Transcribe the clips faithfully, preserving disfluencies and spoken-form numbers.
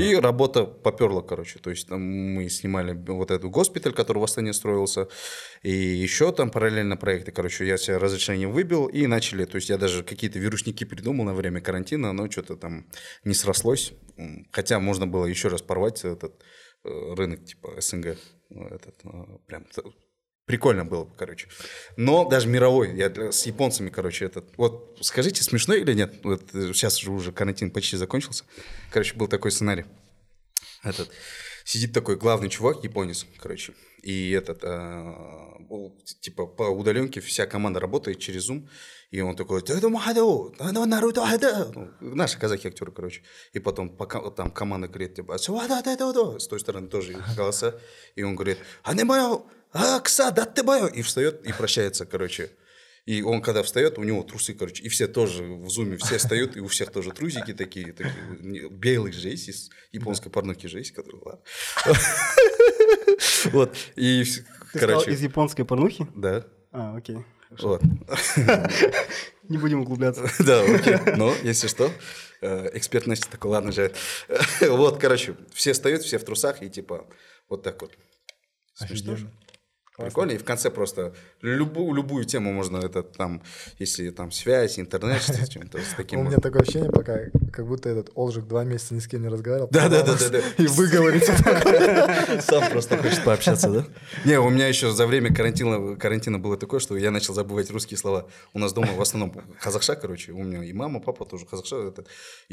И работа поперла, короче. То есть там мы снимали вот этот госпиталь, который в Астане строился, и еще там параллельно проекты, короче. Я себе разрешение выбил, и начали, то есть я даже какие-то вирусники придумал на время карантина, но что-то там не срослось. Хотя можно было еще раз порвать этот рынок типа СНГ. Этот, прям прикольно было бы, короче. Но даже мировой, я с японцами, короче, этот... Вот скажите, смешно или нет? Вот сейчас же уже карантин почти закончился. Короче, был такой сценарий. Этот, сидит такой главный чувак, японец, короче, и этот, а, типа, по удаленке вся команда работает через Zoom, и он такой, ну, наши казахи-актеры, короче, и потом пока, там команда говорит, типа, с той стороны тоже голоса, и он говорит, и встает и прощается, короче. И он, когда встает, у него трусы, короче, и все тоже в зуме, все встают, и у всех тоже трусики такие, такие белые же есть, из японской порнухи же есть, которые, ладно. Вот, и, короче... из японской порнухи? Да. А, окей. Вот. Не будем углубляться. Да, окей, но, если что, эксперт Настя такой, ладно же. Вот, короче, все встают, все в трусах, и типа, вот так вот. Смешно же? Прикольно, и в конце просто любую, любую тему можно, это там, если там связь, интернет, с чем-то с таким. У меня такое ощущение, пока как будто этот Олжик два месяца ни с кем не разговаривал. Да, да, да, да, да. И выговорить. Сам просто хочет пообщаться, да? Не, у меня еще за время карантина, карантина было такое, что я начал забывать русские слова. У нас дома в основном казахша, короче, у меня и мама, папа тоже казахша. Это. И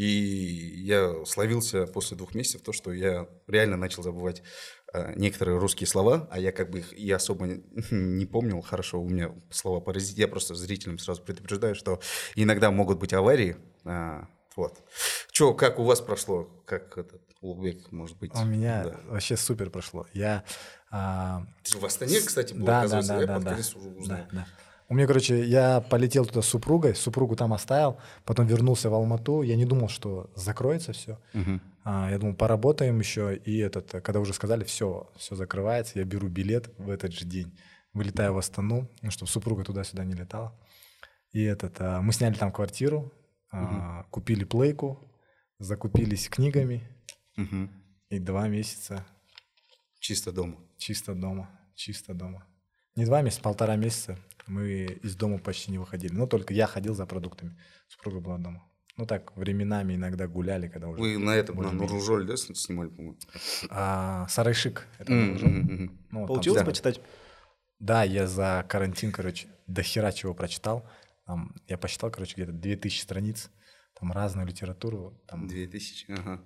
я словился после двух месяцев то, что я реально начал забывать некоторые русские слова, а я как бы их и особо не помнил хорошо, у меня слова паразит. Я просто зрителям сразу предупреждаю, что иногда могут быть аварии. А, вот. Че, как у вас прошло? Как этот Улугбек, может быть? У меня да. вообще супер прошло. Я... А... Ты же в Астане, кстати, был, да, оказывается, да, я да, под да, конец уже узнал. Да, да. У меня, короче, я полетел туда с супругой, супругу там оставил, потом вернулся в Алмату. Я не думал, что закроется все. Угу. А, я думал, поработаем еще. И этот, когда уже сказали, все, все закрывается, я беру билет в этот же день, вылетаю в Астану, ну, чтобы супруга туда-сюда не летала. И этот, а, мы сняли там квартиру, а, угу. купили плейку, закупились книгами. Угу. И два месяца. Чисто дома. Чисто дома, чисто дома. Не два месяца, полтора месяца мы из дома почти не выходили. Ну, только я ходил за продуктами. Супруга была дома. Ну, так, временами иногда гуляли, когда уже... Вы на этом, на Нуржоль, да, снимали, по-моему? А, Сарайшик. Это mm-hmm, mm-hmm. Ну, Получилось там, почитать? Да, я за карантин, короче, до хера чего прочитал. Там, я посчитал, короче, где-то две тысячи страниц. Там разную литературу. Там, две тысячи, ага.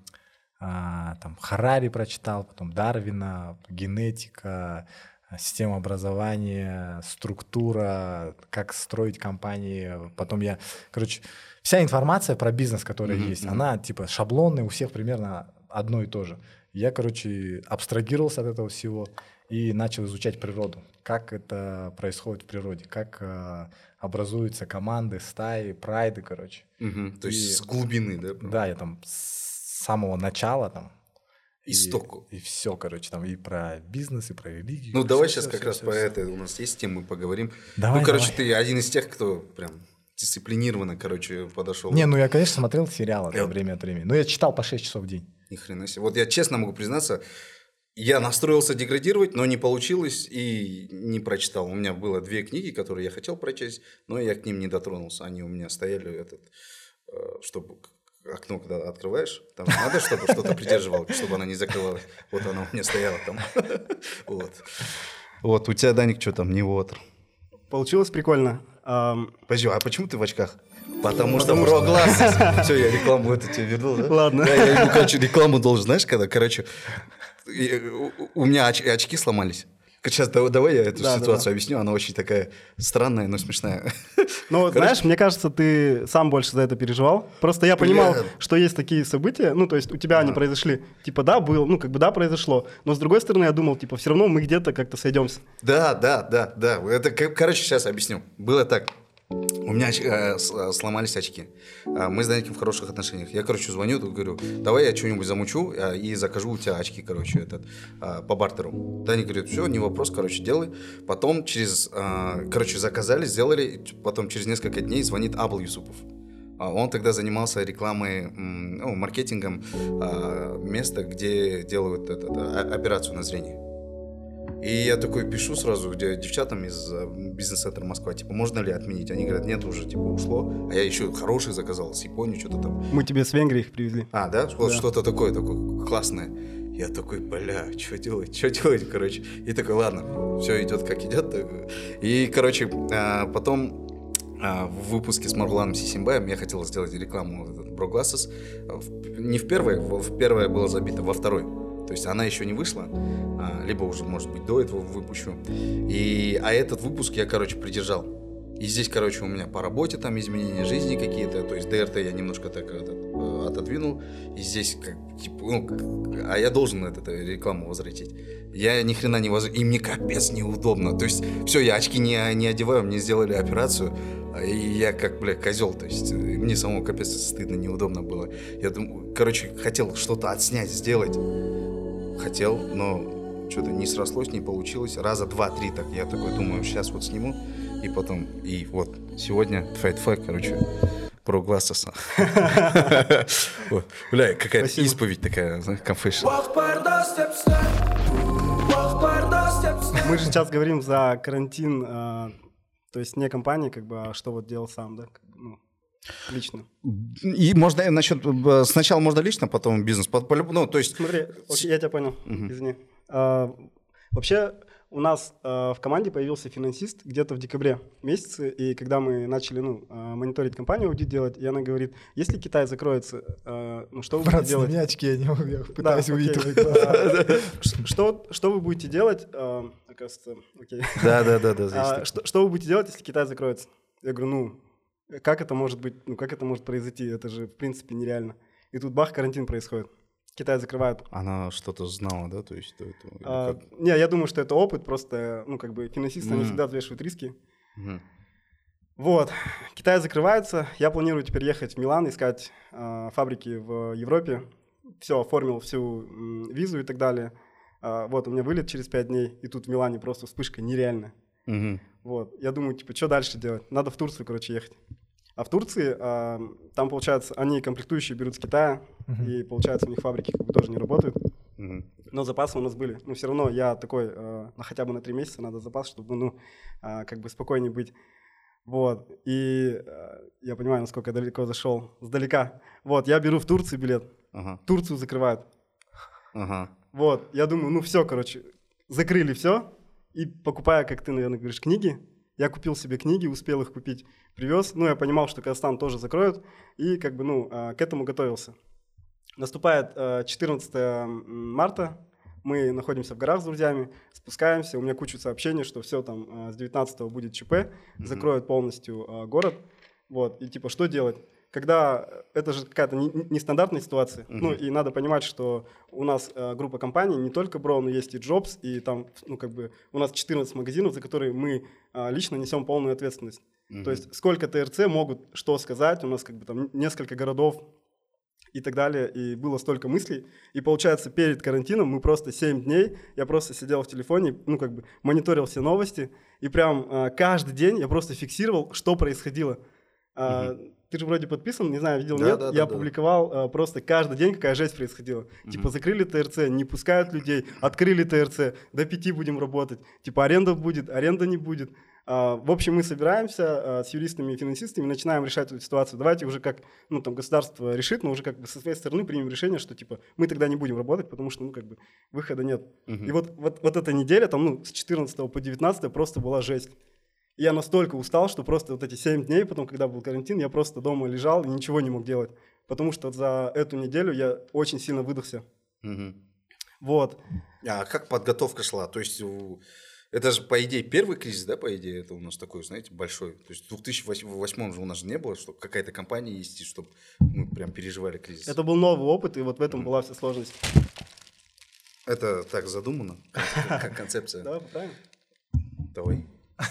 А, там Харари прочитал, потом Дарвина, генетика, система образования, структура, как строить компании. Потом я, короче, вся информация про бизнес, которая mm-hmm. есть, она типа шаблонная, у всех примерно одно и то же. Я, короче, абстрагировался от этого всего и начал изучать природу, как это происходит в природе, как э, образуются команды, стаи, прайды, короче. Mm-hmm. То есть и, с глубины, да? Да, я там с самого начала там. Истоку. И, и все, короче, там и про бизнес, и про религию. Ну, все, давай все, сейчас все, как все, раз все, по все. этой, у нас есть тема, мы поговорим. Давай, ну, короче, давай. ты один из тех, кто прям дисциплинированно, короче, подошел. Не, ну я, конечно, смотрел сериалы я... время от времени, но я читал по шесть часов в день. Ни хрена себе. Вот я честно могу признаться, я настроился деградировать, но не получилось и не прочитал. У меня было две книги, которые я хотел прочесть, но я к ним не дотронулся. Они у меня стояли, этот, чтобы... Окно, когда открываешь, там надо, чтобы что-то придерживало, чтобы она не закрывалась. Вот она у меня стояла там. Вот. Вот, у тебя, Даник, что там, не вот. Получилось прикольно. Подожди, а почему ты в очках? Потому что про глаз. Все, я рекламу это тебе вернул, да? Ладно. Да, я ему, короче, рекламу должен, знаешь, когда, короче, у меня очки сломались. Сейчас давай, давай я эту да, ситуацию да, да. объясню, она очень такая странная, но смешная. Ну, Короче... знаешь, мне кажется, ты сам больше за это переживал. Просто я понимал, Бля... что есть такие события, ну, то есть у тебя а. они произошли. Типа, да, был, ну, как бы, да, произошло. Но, с другой стороны, я думал, типа, все равно мы где-то как-то сойдемся. Да, да, да, да. Это, короче, сейчас объясню. Было так. У меня э, сломались очки. Мы с Даником в хороших отношениях. Я, короче, звоню, говорю, давай я что-нибудь замучу э, и закажу у тебя очки, короче, этот, э, по бартеру. Даник говорит, все, не вопрос, короче, делай. Потом через, э, короче, заказали, сделали. Потом через несколько дней звонит Абл Юсупов. Он тогда занимался рекламой, ну, маркетингом места, где делают этот, операцию на зрение. И я такой пишу сразу девчатам из бизнес-центра Москва, типа, можно ли отменить? Они говорят, нет, уже, типа, ушло. А я еще хороший заказал, с Японии, что-то там. Мы тебе с Венгрии их привезли. А, да? Вот да. Что-то такое, такое классное. Я такой, бля, что делать, что делать, короче. И такой, ладно, все идет как идет. И, короче, потом в выпуске с Маргуланом Сисимбаем я хотел сделать рекламу Bro Glasses. Не в первой, в первой было забито, во второй. То есть она еще не вышла, либо уже, может быть, до этого выпущу. И, а этот выпуск я, короче, придержал. И здесь, короче, у меня по работе там изменения жизни какие-то. То есть ДРТ я немножко так этот, отодвинул. И здесь, как, типа, ну, а я должен эту рекламу возвратить. Я ни хрена не возвратил. И мне капец неудобно. То есть, все, я очки не, не одеваю, мне сделали операцию. И я как, бля, козел. То есть, мне самому капец стыдно, неудобно было. Я думаю, короче, хотел что-то отснять, сделать. Хотел, но что-то не срослось, не получилось. Раза два-три так я такой думаю, сейчас вот сниму. И потом, и вот, сегодня Fight Fight, короче, Bro Glasses. Бля, какая-то исповедь такая, confession. Мы же сейчас говорим за карантин, то есть не компании, как бы, а что вот делал сам, да? Лично. И можно насчет сначала можно лично, потом бизнес. По, по, ну, то есть... Смотри, окей, я тебя понял, uh-huh. извини. А, вообще у нас а, в команде появился финансист где-то в декабре месяце, и когда мы начали ну, а, мониторить компанию, аудит делать, и она говорит, если Китай закроется, а, ну что вы Брат, будете делать? Брат, очки, я не могу, я пытаюсь да, увидеть. Что, что вы будете делать? А, оказывается, окей. Да, да, да, да. А, что, что вы будете делать, если Китай закроется? Я говорю, ну... Как это может быть, ну как это может произойти? Это же в принципе нереально. И тут бах, карантин происходит. Китай закрывают. Она что-то знала, да? То есть, то это, а, не, я думаю, что это опыт, просто, ну как бы финансисты, mm. они всегда взвешивают риски. Mm. Вот, Китай закрывается. Я планирую теперь ехать в Милан, искать а, фабрики в Европе. Все, оформил всю м, визу и так далее. А, вот, у меня вылет через пять дней, и тут в Милане просто вспышка нереальная. Mm-hmm. Вот, я думаю, типа, что дальше делать? Надо в Турцию, короче, ехать. А в Турции, а, там, получается, они комплектующие берут с Китая, uh-huh. и, получается, у них фабрики как бы тоже не работают. Uh-huh. Но запасы у нас были. Но все равно я такой, а, хотя бы на три месяца надо запас, чтобы, ну, а, как бы спокойнее быть. Вот, и а, я понимаю, насколько я далеко зашел, сдалека. Вот, я беру в Турцию билет, uh-huh. Турцию закрывают. Uh-huh. Вот, я думаю, ну все, короче, закрыли все. И покупая, как ты, наверное, говоришь, книги, я купил себе книги, успел их купить, привез. Ну, я понимал, что Казахстан тоже закроют, и как бы, ну, к этому готовился. Наступает четырнадцатое марта, мы находимся в горах с друзьями, спускаемся, у меня куча сообщений, что все, там, с девятнадцатого будет ЧП, mm-hmm. закроют полностью город, вот, и типа, что делать? Когда это же какая-то нестандартная ситуация, uh-huh. ну и надо понимать, что у нас э, группа компаний, не только Bro, но есть и Jobs, и там, ну как бы у нас четырнадцать магазинов, за которые мы э, лично несем полную ответственность. Uh-huh. То есть сколько ТРЦ могут что сказать, у нас как бы там несколько городов и так далее, и было столько мыслей. И получается, перед карантином мы просто семь дней, я просто сидел в телефоне, ну как бы мониторил все новости, и прям э, каждый день я просто фиксировал, что происходило. Uh-huh. Ты же вроде подписан, не знаю, видел, да, нет? Да, я да, опубликовал да. просто каждый день, какая жесть происходила. Uh-huh. Типа закрыли ТРЦ, не пускают людей, открыли ТРЦ, до пяти будем работать. Типа аренда будет, аренда не будет. А, в общем, мы собираемся а, с юристами и финансистами, начинаем решать эту ситуацию. Давайте уже как, ну там государство решит, но уже как бы со своей стороны примем решение, что типа мы тогда не будем работать, потому что, ну как бы выхода нет. Uh-huh. И вот, вот, вот эта неделя, там, ну с четырнадцатого по девятнадцатое просто была жесть. Я настолько устал, что просто вот эти семь дней, потом, когда был карантин, я просто дома лежал и ничего не мог делать. Потому что за эту неделю я очень сильно выдохся. Угу. Вот. А как подготовка шла? То есть это же, по идее, первый кризис, да, по идее, это у нас такой, знаете, большой. То есть в две тысячи восьмом же у нас же не было, чтобы какая-то компания есть, и чтобы мы прям переживали кризис. Это был новый опыт, и вот в этом mm. была вся сложность. Это так задумано, как концепция. Да, правильно. Давай.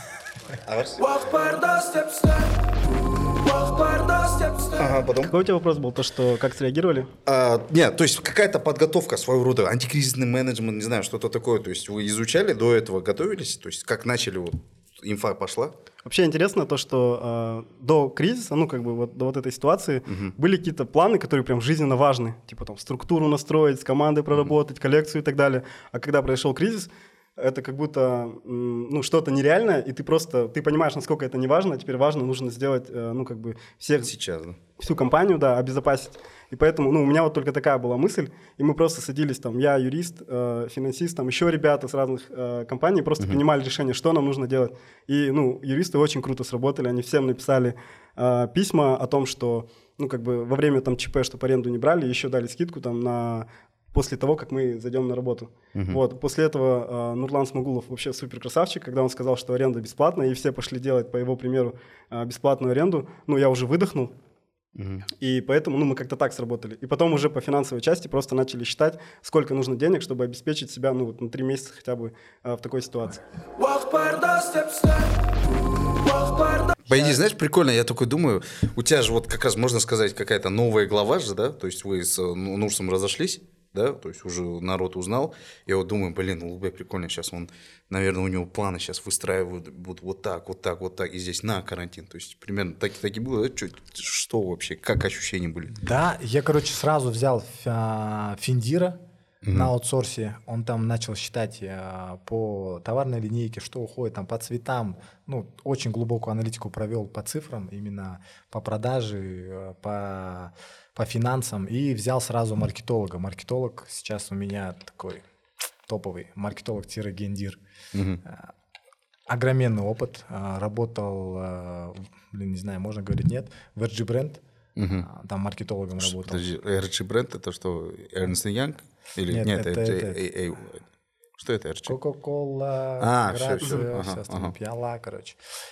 Ага, потом. Какой у тебя вопрос был? То, что как среагировали? А, нет, то есть какая-то подготовка своего рода, антикризисный менеджмент, не знаю, что-то такое. То есть вы изучали до этого, готовились? То есть как начали вот инфа пошла? Вообще интересно то, что э, до кризиса, ну, как бы вот до вот этой ситуации uh-huh. были какие-то планы, которые прям жизненно важны. Типа там структуру настроить, с командой проработать, uh-huh. коллекцию и так далее. А когда произошел кризис, это как будто, ну, что-то нереальное, и ты просто, ты понимаешь, насколько это не важно, а теперь важно, нужно сделать, ну, как бы всех... Сейчас, да? Всю компанию, да, обезопасить. И поэтому, ну, у меня вот только такая была мысль, и мы просто садились, там, я юрист, э, финансист, там, еще ребята с разных э, компаний, просто uh-huh. принимали решение, что нам нужно делать. И, ну, юристы очень круто сработали, они всем написали э, письма о том, что, ну, как бы во время, там, ЧП, чтобы аренду не брали, еще дали скидку, там, на... после того, как мы зайдем на работу. Uh-huh. Вот. После этого э, Нурлан Смагулов вообще супер красавчик, когда он сказал, что аренда бесплатная, и все пошли делать, по его примеру, э, бесплатную аренду. Ну, я уже выдохнул, uh-huh. и поэтому ну, мы как-то так сработали. И потом уже по финансовой части просто начали считать, сколько нужно денег, чтобы обеспечить себя ну, вот, на три месяца хотя бы э, в такой ситуации. По идее, знаешь, прикольно, я такой думаю, у тебя же вот как раз, можно сказать, какая-то новая глава же, да, то есть вы с Нурсом разошлись, да, то есть уже народ узнал, я вот думаю, блин, Улугбек прикольно, сейчас он, наверное, у него планы сейчас выстраивают, будут вот так, вот так, вот так, и здесь на карантин, то есть примерно так, так и было, что, что вообще, как ощущения были? Да, я, короче, сразу взял Финдира, Mm-hmm. на аутсорсе, он там начал считать э, по товарной линейке, что уходит там по цветам, ну, очень глубокую аналитику провел по цифрам, именно по продаже, э, по, по финансам, и взял сразу маркетолога. Маркетолог сейчас у меня такой топовый, маркетолог-гендир. Mm-hmm. Э, огроменный опыт, э, работал, э, блин, не знаю, можно говорить нет, в эр джи Brand, uh-huh. там маркетологом что, работал. Подожди, эр джи Brand это что, Ernst and Young? Или нет, нет, это, это, это, это, это, что это эр джи? Кока-кола, а, Грация, все, все. все Ага, остальное, ага. Пьяла, короче.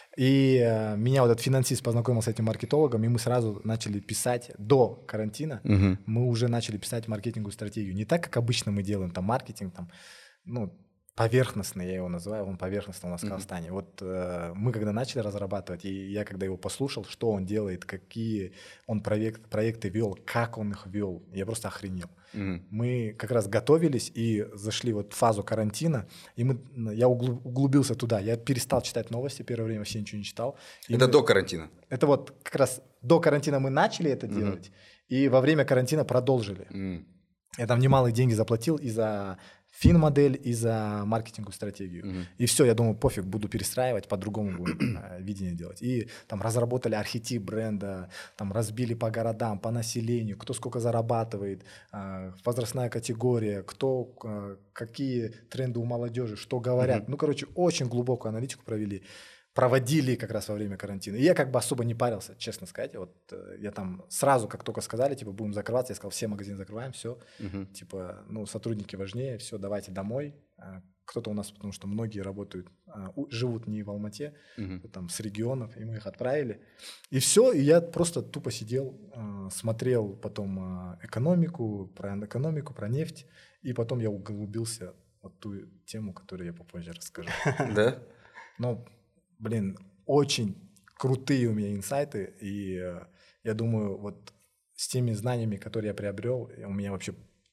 И э, меня вот этот финансист познакомил с этим маркетологом, и мы сразу начали писать до карантина, uh-huh. мы уже начали писать маркетинговую стратегию. Не так, как обычно мы делаем, там, маркетинг, там, ну, поверхностный, я его называю, он поверхностный у нас в Казахстане. Mm-hmm. Вот э, мы когда начали разрабатывать, и я когда его послушал, что он делает, какие он проект, проекты вел, как он их вел, я просто охренел. Mm-hmm. Мы как раз готовились и зашли вот в фазу карантина, и мы, я углубился туда, я перестал читать новости, первое время вообще ничего не читал. Это мы, до карантина? Это вот как раз до карантина мы начали это mm-hmm. делать, и во время карантина продолжили. Mm-hmm. Я там немалые деньги заплатил и за фин-модель, и за маркетинговую стратегию. Mm-hmm. И все, я думаю, пофиг, буду перестраивать, по-другому будем э, видение делать. И там разработали архетип бренда, там разбили по городам, по населению, кто сколько зарабатывает, э, возрастная категория, кто, э, какие тренды у молодежи, что говорят. Mm-hmm. Ну, короче, очень глубокую аналитику провели. Проводили как раз во время карантина. И я как бы особо не парился, честно сказать. Вот э, я там сразу, как только сказали, типа, будем закрываться, я сказал, все магазины закрываем, все. Uh-huh. Типа, ну, сотрудники важнее, все, давайте домой. А, кто-то у нас, потому что многие работают, а, у, живут не в Алмате, uh-huh. там с регионов, и мы их отправили. И все, и я просто тупо сидел, а, смотрел потом а, экономику, про экономику, про нефть, и потом я углубился в ту тему, которую я попозже расскажу. Да? Ну, блин, очень крутые у меня инсайты, и э, я думаю, вот с теми знаниями, которые я приобрел, у меня вообще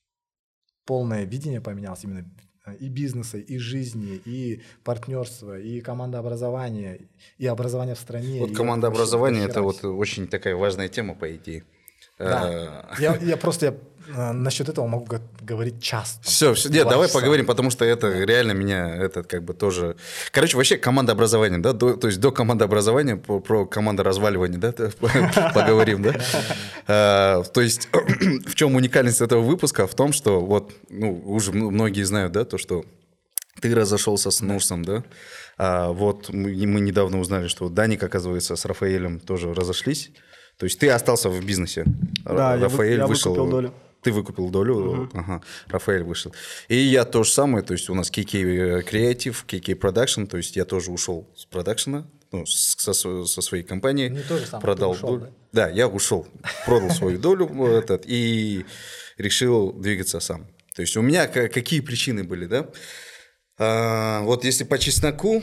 полное видение поменялось именно и бизнеса, и жизни, и партнерства, и командообразования, и образования в стране. Вот командообразование – это вот очень такая важная тема, по идее. Да. я, я просто я, насчет этого могу говорить часто. Все, все. Нет, давай часа. поговорим, потому что это да. реально меня это как бы тоже. Короче, вообще командообразование, да, до, то есть до командообразования про, про командоразваливание, да, поговорим, да. То есть в чем уникальность этого выпуска? В том, что вот, ну, уже многие знают, да, то, что ты разошелся с Нурсом, да. Вот мы недавно узнали, что Даник, оказывается, с Рафаэлем тоже разошлись. То есть ты остался в бизнесе. Да, Рафаэль я, вы, я вышел. выкупил долю. Ты выкупил долю, Uh-huh. ага, Рафаэль вышел. И я то же самое, то есть у нас кей кей Creative, кей кей Production, то есть я тоже ушел с продакшена, ну, со, со своей компании. Не то же самое, продал ушел, долю. Да? да, я ушел, продал свою долю этот, и решил двигаться сам. То есть у меня какие причины были, да? А, вот если по чесноку,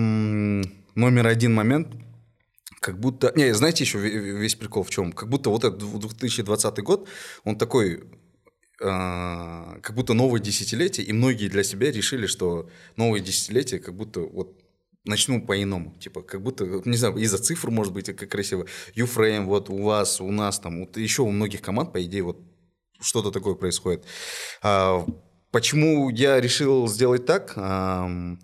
номер один момент – как будто... Не, знаете, еще весь прикол в чем? Как будто вот этот две тысячи двадцатый год, он такой, э, как будто новое десятилетие, и многие для себя решили, что новое десятилетие как будто вот начну по-иному. Типа, как будто, не знаю, из-за цифр, может быть, как красиво. Юфрейм, вот у вас, у нас, там, вот еще у многих команд, по идее, вот что-то такое происходит. А, почему я решил сделать так? А,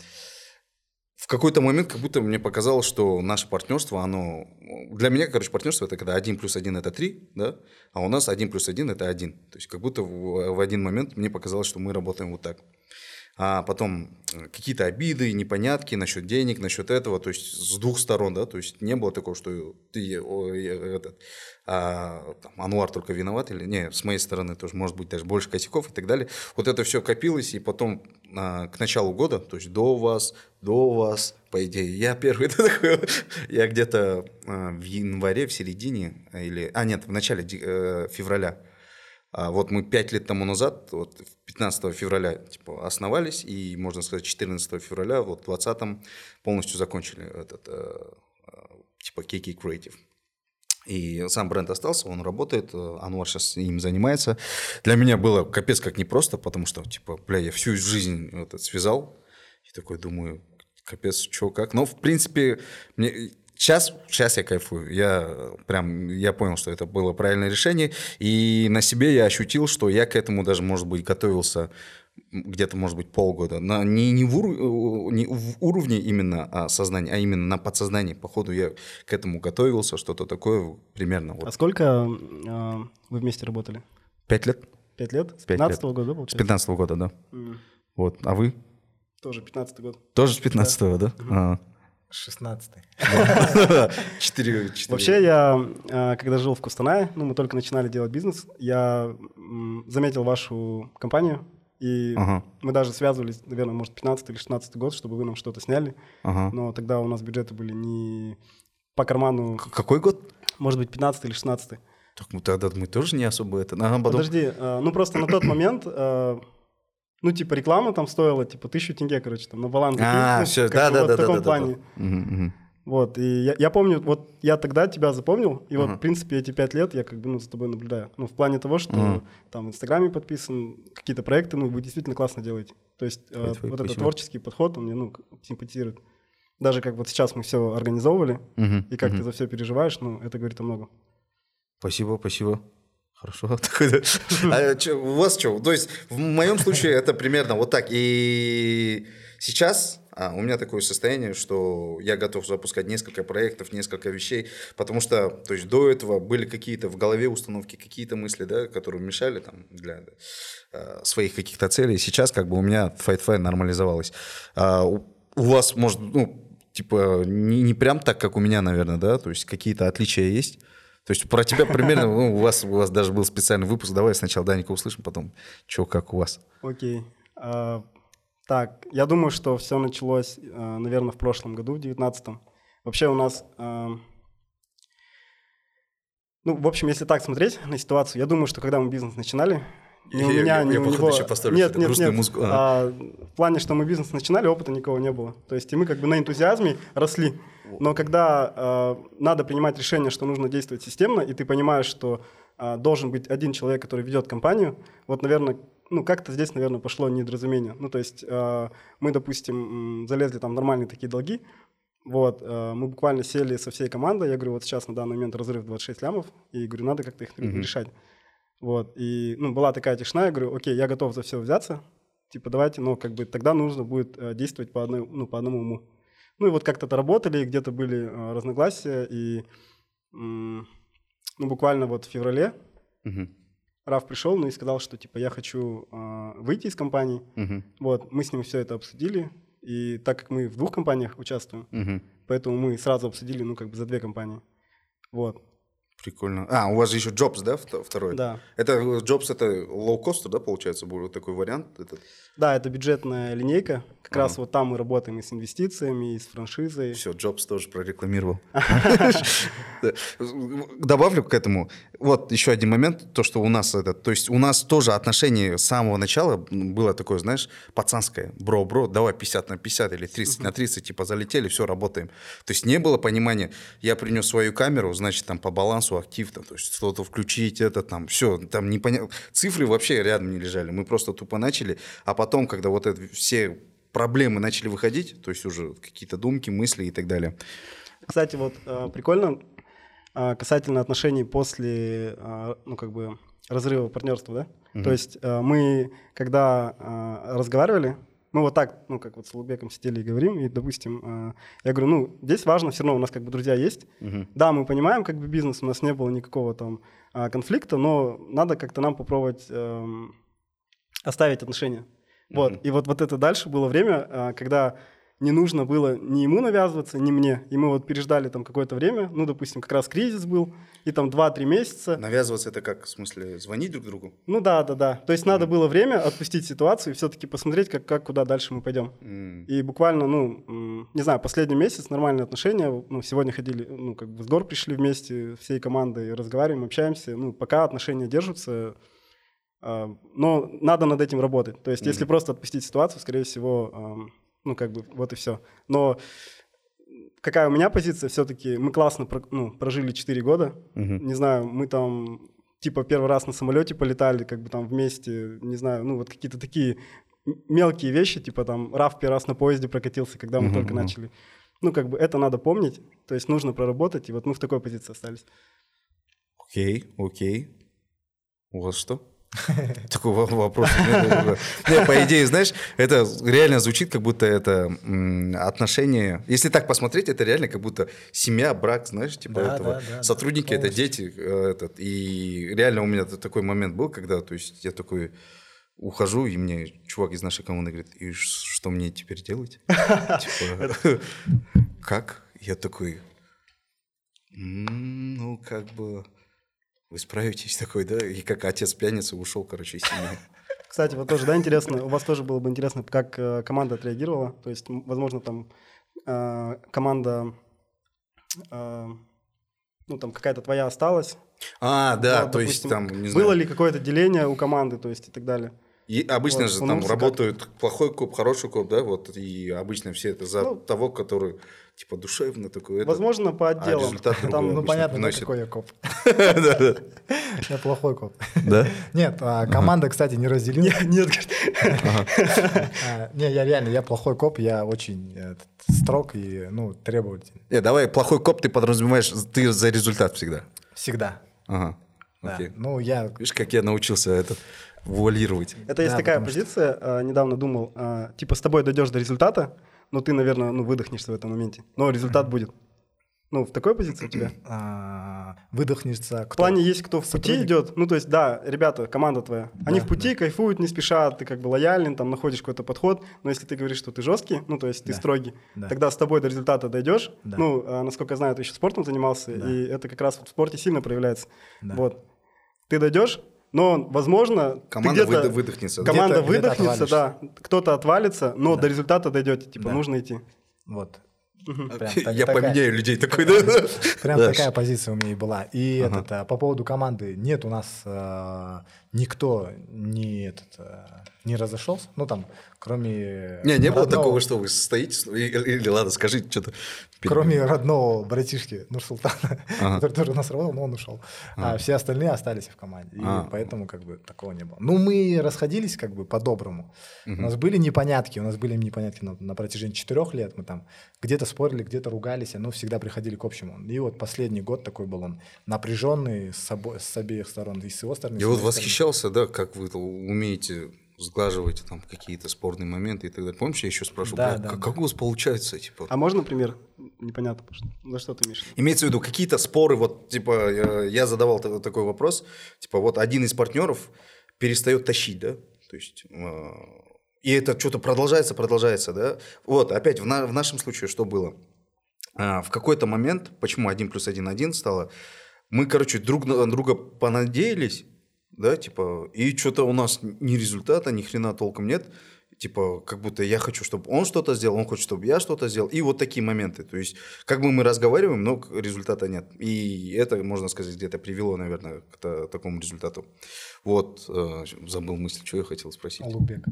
в какой-то момент как будто мне показалось, что наше партнерство, оно... Для меня, короче, партнерство – это когда один плюс один – это три, да? А у нас один плюс один – это один. То есть как будто в, в один момент мне показалось, что мы работаем вот так. А потом какие-то обиды, непонятки насчет денег, насчет этого, то есть с двух сторон, да, то есть не было такого, что ты, о, этот, а, там, Ануар только виноват, или не, с моей стороны тоже может быть даже больше косяков и так далее. Вот это все копилось, и потом а, к началу года, то есть до вас, до вас, по идее, я первый такой, я где-то а, в январе, в середине, или, а нет, в начале э, февраля. А вот мы пять лет тому назад, вот пятнадцатого февраля, типа, основались, и, можно сказать, четырнадцатого февраля, вот двадцатом полностью закончили этот, э, э, типа, кей кей Creative. И сам бренд остался, он работает, Ануар сейчас им занимается. Для меня было капец как непросто, потому что, типа, бля, я всю жизнь этот связал, и такой думаю, капец, что, как. Но, в принципе, мне... Сейчас, сейчас я кайфую, я прям, я понял, что это было правильное решение, и на себе я ощутил, что я к этому даже, может быть, готовился где-то, может быть, полгода, на, не, не, в уру, не в уровне именно а, сознания, а именно на подсознании, походу я к этому готовился, что-то такое примерно. Вот. А сколько э, вы вместе работали? Пять лет. Пять лет? С пятнадцатого года, получается? С пятнадцатого года, да. Mm. Вот, а вы? Тоже пятнадцатый год. Тоже с пятнадцатого, да? да? Mm-hmm. А. шестнадцатый. Четыре. Вообще, я, когда жил в Кустанае, ну, мы только начинали делать бизнес, я заметил вашу компанию, и ага. мы даже связывались, наверное, может, пятнадцатый или шестнадцатый год, чтобы вы нам что-то сняли, ага. но тогда у нас бюджеты были не по карману. Какой год? Может быть, пятнадцатый или шестнадцатый. Так мы тогда мы тоже не особо это... Ага, потом... Подожди, ну, просто на тот момент... Ну, типа, реклама там стоила, типа, тысячу тенге, короче, там, на баланс. А, ну, все, да-да-да. Вот да, в таком да, плане. Да, да. Угу, угу. Вот, и я, я помню, вот я тогда тебя запомнил, и uh-huh. вот, в принципе, эти пять лет я как бы, ну, за тобой наблюдаю. Ну, в плане того, что uh-huh. там в Инстаграме подписан, какие-то проекты, ну, вы действительно классно делаете. То есть э, вот спасибо. Этот творческий подход, он мне, ну, симпатизирует. Даже как вот сейчас мы все организовывали, uh-huh. и как uh-huh. ты за все переживаешь, ну, это говорит о многом. Спасибо, спасибо. Хорошо. А что, у вас что? То есть в моем случае это примерно вот так. И сейчас а, у меня такое состояние, что я готов запускать несколько проектов, несколько вещей, потому что, то есть, до этого были какие-то в голове установки, какие-то мысли, да, которые мешали там для а, своих каких-то целей. Сейчас как бы у меня FightFi нормализовалось. А, у, у вас, может, ну, типа, не, не прям так, как у меня, наверное, да, то есть какие-то отличия есть. То есть про тебя примерно, ну, у вас, у вас даже был специальный выпуск. Давай сначала Даника услышим, потом что, как у вас. Окей. А, так, я думаю, что все началось, а, наверное, в прошлом году, в девятнадцатом. Вообще у нас... А, ну, в общем, если так смотреть на ситуацию, я думаю, что когда мы бизнес начинали, ни у меня, ни у него... Нет, нет, нет. Музыку. А, в плане, что мы бизнес начинали, опыта никого не было. То есть и мы как бы на энтузиазме росли. Но когда э, надо принимать решение, что нужно действовать системно, и ты понимаешь, что э, должен быть один человек, который ведет компанию, вот, наверное, ну, как-то здесь, наверное, пошло недоразумение. Ну, то есть э, мы, допустим, залезли там в нормальные такие долги, вот, э, мы буквально сели со всей командой, я говорю, вот сейчас на данный момент разрыв двадцать шесть лямов, и говорю, надо как-то их mm-hmm. решать. Вот, и, ну, была такая тишина, я говорю, окей, я готов за все взяться, типа, давайте, но как бы тогда нужно будет э, действовать по, одной, ну, по одному уму. Ну и вот как-то работали, где-то были э, разногласия, и м- ну, буквально вот в феврале uh-huh. Раф пришел, ну и сказал, что типа я хочу э, выйти из компании. Uh-huh. Вот, мы с ним все это обсудили, и так как мы в двух компаниях участвуем, uh-huh. поэтому мы сразу обсудили, ну как бы за две компании. Вот. Прикольно. А, у вас же еще Jobs, да, второй? Да. Это Jobs, это low-cost, да, получается, будет такой вариант? Этот? Да, это бюджетная линейка. Как ага. раз вот там мы работаем и с инвестициями, и с франшизой. Все, Jobs тоже прорекламировал. Добавлю к этому. Вот еще один момент, то, что у нас это, то есть у нас тоже отношение с самого начала было такое, знаешь, пацанское. Бро-бро, давай пятьдесят на пятьдесят или тридцать на тридцать, типа залетели, все, работаем. То есть не было понимания, я принес свою камеру, значит, там по балансу актив, там, то есть что-то включить, это там, все, там непонятно. Цифры вообще рядом не лежали, мы просто тупо начали, а потом, когда вот это все проблемы начали выходить, то есть уже какие-то думки, мысли и так далее. Кстати, вот э, прикольно э, касательно отношений после, э, ну, как бы, разрыва партнерства, да? Mm-hmm. То есть э, мы, когда э, разговаривали, мы вот так, ну, как вот с Улугбеком сидели и говорим, и, допустим, э, я говорю, ну, здесь важно, все равно у нас как бы друзья есть. Mm-hmm. Да, мы понимаем, как бы, бизнес, у нас не было никакого там э, конфликта, но надо как-то нам попробовать э, оставить отношения. Mm-hmm. Вот, и вот, вот это дальше было время, э, когда не нужно было ни ему навязываться, ни мне. И мы вот переждали там какое-то время, ну, допустим, как раз кризис был, и там два-три месяца. Навязываться это как, в смысле, звонить друг другу? Ну да, да, да. То есть mm. надо было время отпустить ситуацию и все-таки посмотреть, как, как куда дальше мы пойдем. Mm. И буквально, ну, не знаю, последний месяц нормальные отношения. Ну, сегодня ходили, ну, как бы с гор пришли вместе всей командой, разговариваем, общаемся. Ну, пока отношения держатся, э, но надо над этим работать. То есть mm. если просто отпустить ситуацию, скорее всего... Э, ну, как бы, вот и все. Но какая у меня позиция? Все-таки мы классно про, ну, прожили четыре года. Uh-huh. Не знаю, мы там, типа, первый раз на самолете полетали, как бы там вместе, не знаю, ну, вот какие-то такие мелкие вещи, типа там Раф первый раз на поезде прокатился, когда мы uh-huh. только начали. Ну, как бы это надо помнить, то есть нужно проработать, и вот мы в такой позиции остались. Окей, окей. У вас что? Такой вопрос. Не, по идее, знаешь, это реально звучит, как будто это отношения. Если так посмотреть, это реально как будто семья, брак, знаешь, типа да, этого. Да, да, сотрудники да, это дети. Этот. И реально у меня такой момент был, когда, то есть я такой ухожу, и мне чувак из нашей команды говорит, и что мне теперь делать? Как? Я такой, ну, как бы... Вы справитесь такой, да? И как отец пьяница ушел, короче, из семьи. Кстати, вот тоже, да, интересно, у вас тоже было бы интересно, как э, команда отреагировала. То есть, возможно, там э, команда, э, ну, там какая-то твоя осталась. А, да, вот, то допустим, есть там, не знаю. Было ли какое-то деление у команды, то есть и так далее. И обычно вот, же там работают как... плохой коп, хороший коп, да, вот, и обычно все это за ну, того, который, типа, душевно такой. Возможно, это, по отделам. А результат там, ну, понятно, да, какой я коп. Я плохой коп. Да? Нет, команда, кстати, не разделилась. Нет, Не, я реально, я плохой коп, я очень строг и, ну, требовательный. Не, давай, плохой коп ты подразумеваешь, ты за результат всегда. Всегда. Ага. Да. Ну, я... Видишь, как я научился этот вуалировать. Это есть да, такая позиция, что... недавно думал, типа с тобой дойдешь до результата, но ты, наверное, ну, выдохнешься в этом моменте. Но результат mm-hmm. будет. Ну, в такой позиции у тебя? А, выдохнешься кто? В плане есть кто в пути идет. Ну, то есть, да, ребята, команда твоя, да, они в пути, да. кайфуют, не спешат, ты как бы лоялен, там находишь какой-то подход. Но если ты говоришь, что ты жесткий, ну, то есть ты да. строгий, да. тогда с тобой до результата дойдешь. Да. Ну, а, насколько я знаю, ты еще спортом занимался, да. и это как раз вот в спорте сильно проявляется. Да. Вот. Ты дойдешь, но, возможно, команда ты где-то... выдохнется. Команда где-то, выдохнется, где-то да. Кто-то отвалится, но да. до результата дойдете. Типа, да. нужно идти. Вот. Угу. Прям, так, я такая... поменяю людей такой, да? Прям да. такая позиция у меня и была. И ага. этот, а, по поводу команды, нет, у нас а, никто не, этот, а, не разошелся. Ну, там, кроме... Не, не было такого, что вы стоите, или, или ладно, скажите что-то. Кроме родного братишки Нурсултана, ага. который тоже у нас работал, но он ушел. Ага. А все остальные остались в команде. И ага. поэтому как бы такого не было. Ну, мы расходились как бы по-доброму. Угу. У нас были непонятки, у нас были непонятки на, на протяжении четырех лет. Мы там где-то спорили, где-то ругались, но всегда приходили к общему. И вот последний год такой был он напряженный с, обо- с обеих сторон, и с его стороны. Я вот восхищался, да, как вы умеете сглаживаете там какие-то спорные моменты и так далее. Помнишь, я еще спрашивал, да, да, как, да. как у вас получается? Типа? А можно пример? Непонятно, за что ты имеешь? Имеется в виду какие-то споры, вот, типа, я, я задавал такой вопрос, типа, вот один из партнеров перестает тащить, да, то есть, э, и это что-то продолжается, продолжается, да, вот, опять в, на, в нашем случае что было? А, в какой-то момент, почему один плюс один один стало, мы, короче, друг на друга понадеялись, да, типа, и что-то у нас ни результата, ни хрена толком нет, типа, как будто я хочу, чтобы он что-то сделал, он хочет, чтобы я что-то сделал, и вот такие моменты, то есть, как бы мы разговариваем, но результата нет, и это, можно сказать, где-то привело, наверное, к та- такому результату. Вот, э, забыл мысль, что я хотел спросить. Улугбек.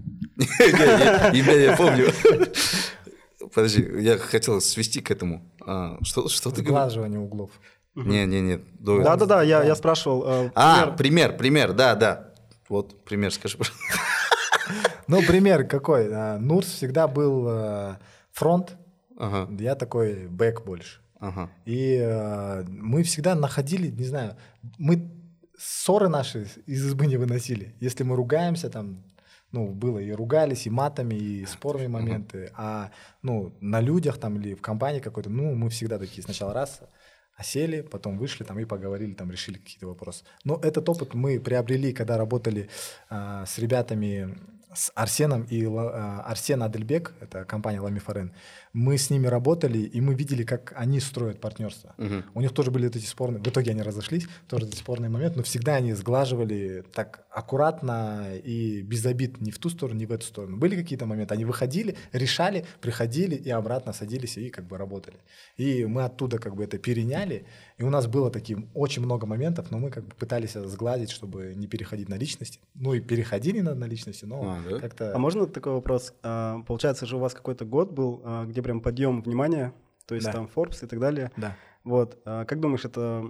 Имя я помню. Подожди, я хотел свести к этому. Что ты говоришь? Сглаживание углов. Не, не, не. Да-да-да, я, я спрашивал. Э, а, пример. пример, пример, да, да. Вот, пример, скажи, пожалуйста. Ну, пример какой? А, Нурс всегда был э, фронт, Ага. я такой бэк больше. Ага. И э, мы всегда находили, не знаю, мы ссоры наши из избы не выносили. Если мы ругаемся, там, ну, было и ругались, и матами, и спорные моменты, а, ну, на людях там или в компании какой-то, ну, мы всегда такие сначала раз осели, потом вышли там и поговорили, там решили какие-то вопросы. Но этот опыт мы приобрели, когда работали э, с ребятами, с Арсеном и э, Арсен Адельбек, это компания Ламифарен. Мы с ними работали, и мы видели, как они строят партнерство. Угу. У них тоже были вот эти спорные, в итоге они разошлись, тоже эти спорные моменты, но всегда они сглаживали так аккуратно и без обид ни в ту сторону, ни в эту сторону. Были какие-то моменты, они выходили, решали, приходили и обратно садились и как бы работали. И мы оттуда как бы это переняли, и у нас было таких очень много моментов, но мы как бы пытались сгладить, чтобы не переходить на личности. Ну и переходили на, на личности, но А, да? как-то... А можно такой вопрос? А, получается же у вас какой-то год был, а, где прям подъем внимания, то есть Да. там Forbes и так далее. Да. Вот. А как думаешь, это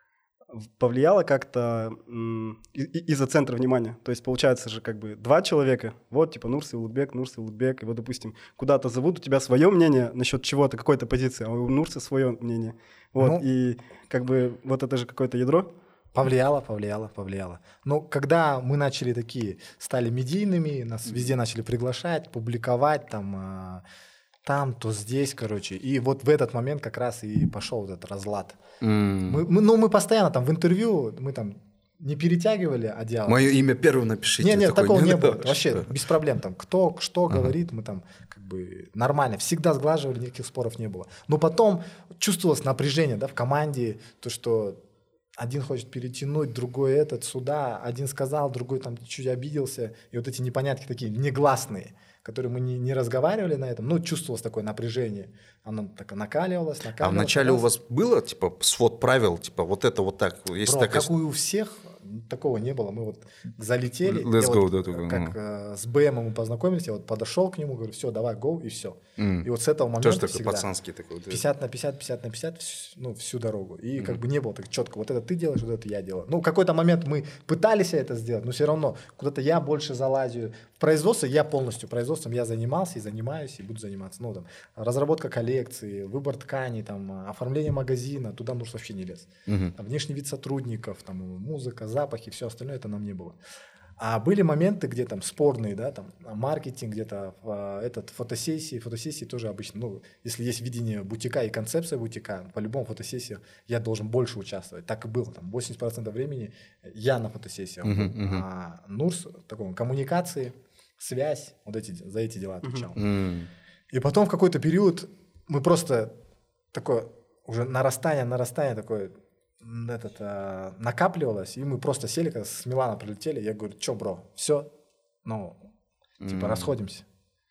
повлияло как-то м, и- и- из-за центра внимания? То есть получается же как бы два человека, вот типа Нурс и Улугбек, Нурс и Улугбек, и вот, допустим, куда-то зовут, у тебя свое мнение насчет чего-то, какой-то позиции, а у Нурса свое мнение. Вот. Ну, и как бы вот это же какое-то ядро. Повлияло, повлияло, повлияло. Но когда мы начали такие, стали медийными, нас везде начали приглашать, публиковать, там, а, там, то здесь, короче. И вот в этот момент как раз и пошел вот этот разлад. М. Мы, мы- ну, мы постоянно там в интервью, мы там не перетягивали одеяло. Мое имя первым напишите. Нет, нет, Такой, такого не надо, было. Вообще что? без проблем. Там, кто что говорит, мы там как бы нормально. Всегда сглаживали, никаких споров не было. Но потом чувствовалось напряжение, да, в команде, то, что один хочет перетянуть, другой этот сюда, один сказал, другой там чуть обиделся. И вот эти непонятки такие негласные, которые мы не, не разговаривали на этом, ну, чувствовалось такое напряжение. Оно так накаливалось, накаливалось. А вначале у накаливалось. вас было, типа, свод правил, типа, вот это вот так? Если Бро, так, как и у всех, такого не было. Мы вот залетели. Let's я go, вот, да, такой, как ну. э, с БМом мы познакомились, я вот подошел к нему, говорю, все, давай, go, и все. М. И вот с этого момента Тоже такой всегда пацанский такой. да. пятьдесят на пятьдесят, пятьдесят на пятьдесят, вс- ну, всю дорогу. И как бы не было так четко, вот это ты делаешь, вот это я делаю. Ну, в какой-то момент мы пытались это сделать, но все равно куда-то я больше залазю. В производстве я полностью, производством я занимался и занимаюсь, и буду заниматься. Ну, там, разработка коллекции, выбор тканей, там, оформление магазина, туда нужно вообще не лез. Мгм. Там, внешний вид сотрудников, там, музыка, запахи, все остальное, это нам не было. А были моменты, где там спорные, да, там маркетинг, где-то а, этот фотосессии, фотосессии тоже обычно, ну, если есть видение бутика и концепция бутика, по-любому фотосессии я должен больше участвовать. Так и было, там восемьдесят процентов времени я на фотосессиях был, Мгм, мгм. а Нурс, такой, коммуникации, связь, вот эти, за эти дела отвечал. М. И потом в какой-то период мы просто такое уже нарастание, нарастание такое м, этот, а, накапливалось, и мы просто сели, когда с Милана прилетели, я говорю, что, бро, все, ну, типа, М. расходимся.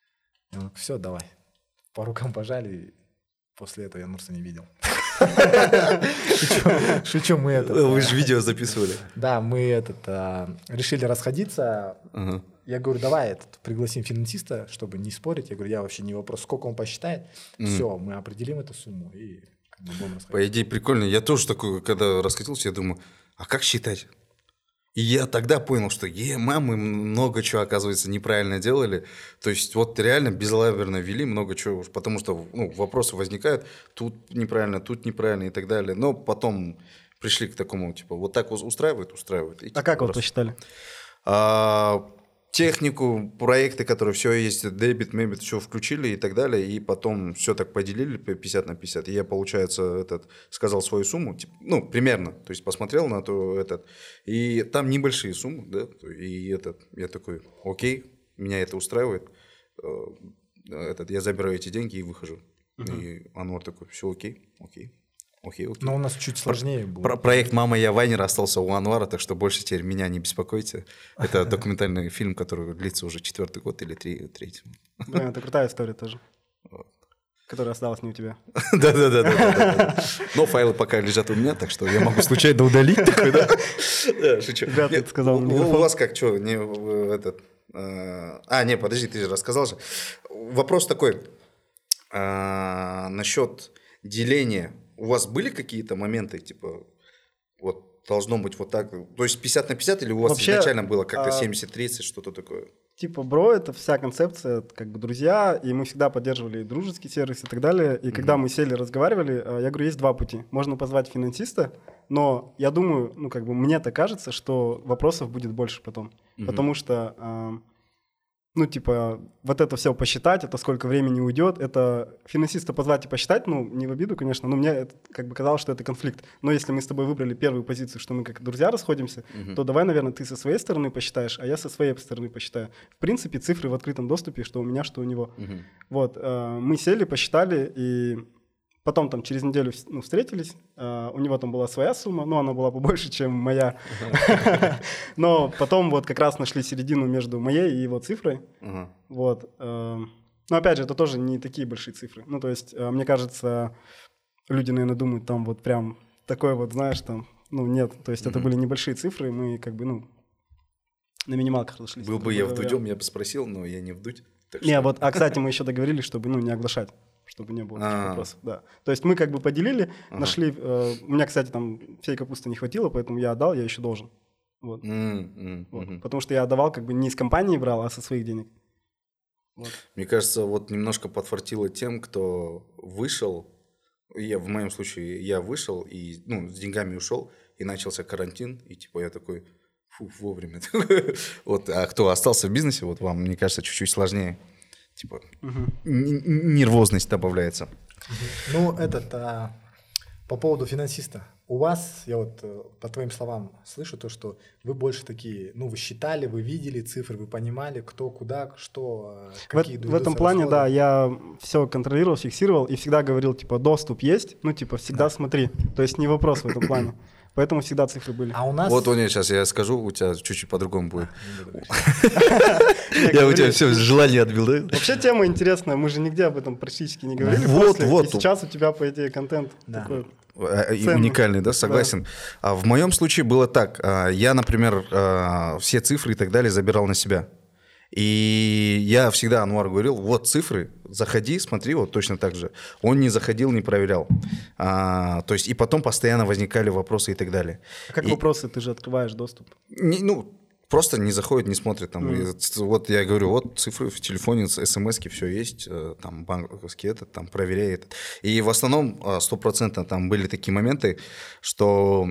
Я говорю, все, давай. По рукам пожали, и после этого я Нурса не видел. Шучу, Шучу, мы это... Вы же видео записывали. Да, мы этот, а, решили расходиться. Ага. Я говорю, давай этот, пригласим финансиста, чтобы не спорить. Я говорю, я вообще не вопрос, сколько он посчитает. Все, мы определим эту сумму и как бы будем расходиться. По идее, прикольно. Я тоже такой, когда раскатился, я думаю, а как считать? И я тогда понял, что е, мамы много чего, оказывается, неправильно делали. То есть вот реально безалаберно вели много чего, потому что ну, вопросы возникают, тут неправильно, тут неправильно и так далее. Но потом пришли к такому, типа, вот так вот устраивает, устраивает. И, А типа, как вот просто- посчитали? А, технику, проекты, которые все есть, дебит, мебит, все включили и так далее, и потом все так поделили пятьдесят на пятьдесят. И я, получается, этот, сказал свою сумму, типа, ну, примерно, то есть посмотрел на то, этот, и там небольшие суммы, да, и этот, я такой, окей, меня это устраивает, Э, этот, я забираю эти деньги и выхожу. И Анвар такой, все окей, окей. Окей, окей. Но у нас чуть сложнее было. Про- проект «Мама, я Вайнер» остался у Анвара, так что больше теперь меня не беспокойте. Это документальный фильм, который длится уже четвертый год или три- третий. Блин, это крутая история тоже. Которая осталась не у тебя. Да-да-да. Но файлы пока лежат у меня, так что я могу случайно удалить. такой, да? Да, шучу. Ребята, Нет, ты сказал на у- микрофон. У вас как, что, не э, этот... э, А, не, подожди, ты же рассказал же. Вопрос такой. а, Насчет деления. У вас были какие-то моменты, типа, вот должно быть вот так? То есть пятьдесят на пятьдесят или у вас Вообще, изначально было как-то а, семьдесят тридцать, что-то такое? Типа, бро, это вся концепция, как бы друзья, и мы всегда поддерживали дружеский сервис и так далее. И mm-hmm. когда мы сели, разговаривали, я говорю, есть два пути. Можно позвать финансиста, но я думаю, ну, как бы мне так кажется, что вопросов будет больше потом. Mm-hmm. Потому что, э, ну, типа, вот это все посчитать, это сколько времени уйдет, это финансиста позвать и посчитать, ну, не в обиду, конечно, но мне это, как бы казалось, что это конфликт. Но если мы с тобой выбрали первую позицию, что мы как друзья расходимся, uh-huh. то давай, наверное, ты со своей стороны посчитаешь, а я со своей стороны посчитаю. В принципе, цифры в открытом доступе, что у меня, что у него. Uh-huh. Вот, э, мы сели, посчитали, и потом там через неделю ну, встретились, э, у него там была своя сумма, но она была побольше, чем моя. Uh-huh. Но потом вот как раз нашли середину между моей и его цифрой. Uh-huh. Вот. Э, но опять же, это тоже не такие большие цифры. Ну, то есть, э, мне кажется, люди, наверное, думают, там вот прям такой вот, знаешь, там, ну, нет. То есть, uh-huh. это были небольшие цифры, мы как бы, ну, на минималках разошлись. Был бы я в Дудем, я бы спросил, но я не в Дудь. Не, вот, а, кстати, мы еще договорились, чтобы, ну, не оглашать. Чтобы не было таких вопросов, да. То есть мы как бы поделили, ага. нашли... Э, у меня, кстати, там всей капусты не хватило, поэтому я отдал, я еще должен. Вот. Mm-hmm. Вот. Mm-hmm. Потому что я отдавал как бы не из компании брал, а со своих денег. Вот. Мне кажется, вот немножко подфартило тем, кто вышел. Я, в моем случае я вышел и ну, с деньгами ушел, и начался карантин, и типа я такой, фу, вовремя. Вот, а кто остался в бизнесе, вот вам, мне кажется, чуть-чуть сложнее. Типа, угу. нервозность добавляется. Угу. Ну, этот, а, по поводу финансиста. У вас, я вот по твоим словам слышу то, что вы больше такие, ну, вы считали, вы видели цифры, вы понимали, кто, куда, что, какие В, в этом плане, расходы. Да, я все контролировал, фиксировал и всегда говорил, типа, доступ есть, ну, типа, всегда да. смотри. То есть не вопрос в этом плане. Поэтому всегда цифры были. А у нас... Вот у меня сейчас я скажу, у тебя чуть-чуть по-другому будет. Я у тебя все желание отбил, да? Вообще тема интересная, мы же нигде об этом практически не говорили. Вот, вот. И сейчас у тебя, по идее, контент такой... Уникальный, да, согласен. А в моем случае было так. Я, например, все цифры и так далее забирал на себя. И я всегда Анвару говорил, вот цифры, заходи, смотри, вот точно так же. Он не заходил, не проверял. А, то есть и потом постоянно возникали вопросы и так далее. А как и, вопросы? Ты же открываешь доступ. Не, ну, просто не заходит, не смотрит. Там, mm. и, вот я говорю, вот цифры в телефоне, смс-ки, все есть, там банковский этот, там проверяй этот. И в основном стопроцентно там были такие моменты, что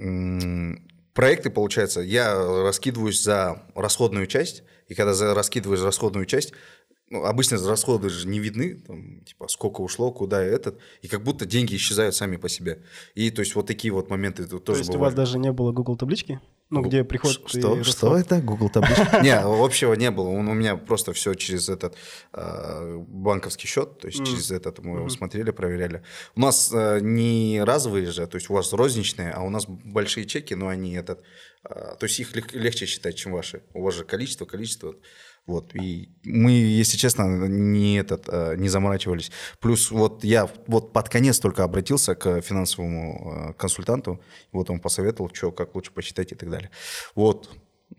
м- проекты, получается, я раскидываюсь за расходную часть, и когда раскидываешь расходную часть, ну, обычно расходы же не видны, там, типа, сколько ушло, куда этот, и как будто деньги исчезают сами по себе. И то есть вот такие вот моменты тоже бывают. То есть у вас даже не было Google таблички? Ну, где приход что, что это? Google табличка? Не, общего не было. У меня просто все через этот банковский счет, то есть через этот мы его смотрели, проверяли. У нас не разовые же, то есть у вас розничные, а у нас большие чеки, но они этот... То есть их легче считать, чем ваши. У вас же количество, количество... Вот, и мы, если честно, не, этот, не заморачивались. Плюс вот я вот под конец только обратился к финансовому консультанту, вот он посоветовал, что, как лучше посчитать и так далее. Вот, у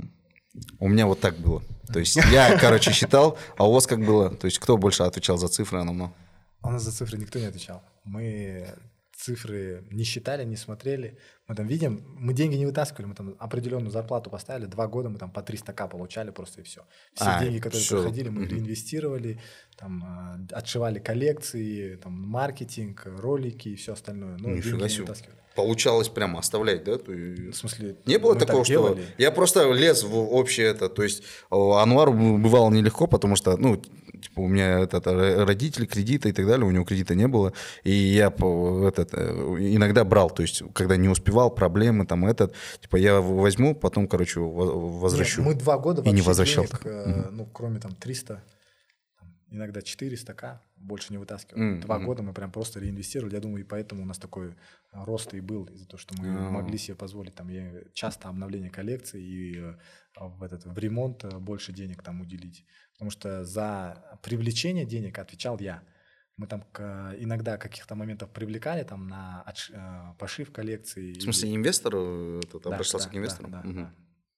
меня вот так было. То есть я, короче, считал, а у вас как было? То есть кто больше отвечал за цифры, а нам? У нас за цифры никто не отвечал. Мы... цифры не считали, не смотрели. Мы там видим, мы деньги не вытаскивали, мы там определенную зарплату поставили, два года мы там по триста тысяч получали просто и все. Все а, деньги, которые все. Приходили, мы mm-hmm. реинвестировали, там, отшивали коллекции, там, маркетинг, ролики и все остальное. Но деньги не вытаскивали. Получалось прямо оставлять, да? В смысле? Не было такого, что... Делали? Я просто лез в общее это, то есть Анвару бывало нелегко, потому что, ну, типа у меня этот, родители, кредиты и так далее, у него кредита не было, и я этот, иногда брал, то есть когда не успевал, проблемы там этот, типа я возьму, потом, короче, возвращу. Нет, мы два года и не возвращал. Денег, э, ну, кроме там триста, иногда четыреста тысяч, больше не вытаскивали. Mm-hmm. Два года мы прям просто реинвестировали, я думаю, и поэтому у нас такой рост и был, из-за того, что мы mm-hmm. могли себе позволить там часто обновление коллекции и в, этот, в ремонт больше денег там уделить. Потому что за привлечение денег отвечал я. Мы там к, иногда каких-то моментов привлекали там на отш, э, пошив коллекции. В смысле, инвестор тут да, обращался да, к инвесторам? Да, да, угу. да.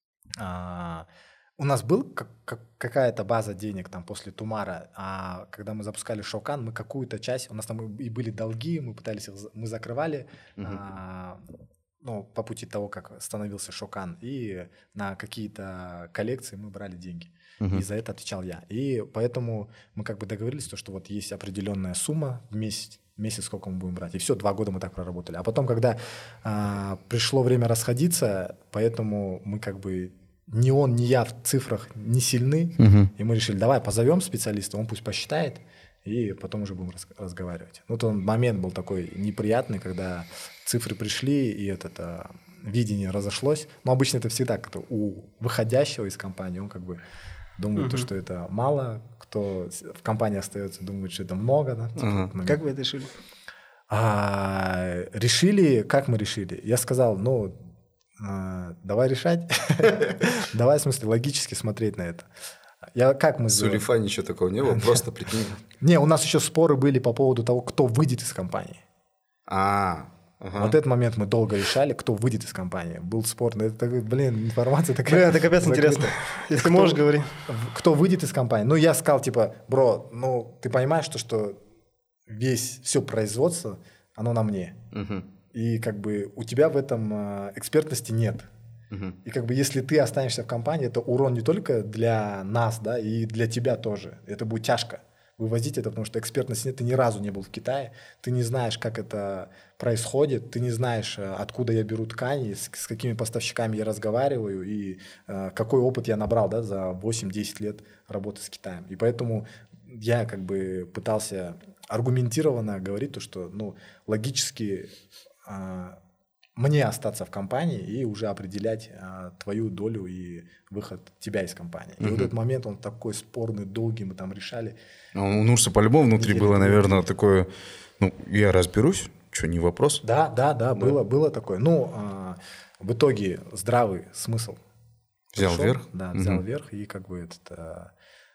А, у нас был как, как, какая-то база денег там после Тумара, а когда мы запускали Шоукан, мы какую-то часть, у нас там и были долги, мы пытались их, мы закрывали, угу. а, ну, по пути того, как становился Шокан, и на какие-то коллекции мы брали деньги. Uh-huh. И за это отвечал я. И поэтому мы как бы договорились, что вот есть определенная сумма в месяц, месяц сколько мы будем брать. И все, два года мы так проработали. А потом, когда а, пришло время расходиться, поэтому мы как бы ни он, ни я в цифрах не сильны, uh-huh. и мы решили, давай позовем специалиста, он пусть посчитает, и потом уже будем раз- разговаривать. Ну, то момент был такой неприятный, когда цифры пришли, и это, это видение разошлось. Но обычно это всегда как-то у выходящего из компании, он как бы думает, uh-huh. то, что это мало, кто в компании остается, думает, что это много. Да? Uh-huh. Как вы это решили? А, решили, как мы решили? Я сказал, ну, а, давай решать, давай, в смысле, логически смотреть на это. Я, как мы С Улифа ничего такого не было, просто прикинь. Не, у нас еще споры были по поводу того, кто выйдет из компании. А, ага. Вот этот момент мы долго решали, кто выйдет из компании. Был спор, но это, блин, информация такая... Бля, это капец интересно. Если можешь, говори. Кто выйдет из компании? Ну, я сказал, типа, бро, ну, ты понимаешь, что, что весь, все производство, оно на мне. Угу. И как бы у тебя в этом э, экспертности нет. И как бы если ты останешься в компании, это урон не только для нас, да, и для тебя тоже. Это будет тяжко вывозить это, потому что экспертности нет. Ты ни разу не был в Китае, ты не знаешь, как это происходит, ты не знаешь, откуда я беру ткани, с, с какими поставщиками я разговариваю и э, какой опыт я набрал, да, за восемь-десять лет работы с Китаем. И поэтому я как бы пытался аргументированно говорить то, что, ну, логически э, мне остаться в компании и уже определять а, твою долю и выход тебя из компании. И uh-huh. вот этот момент, он такой спорный, долгий, мы там решали. А у Нурса по-любому внутри было, наверное, такое, ну, я разберусь, что, не вопрос? Да, да, да, да. Было, было такое. Ну, а, в итоге здравый смысл взял пришел, вверх? Да, взял uh-huh. вверх, и как бы этот, а,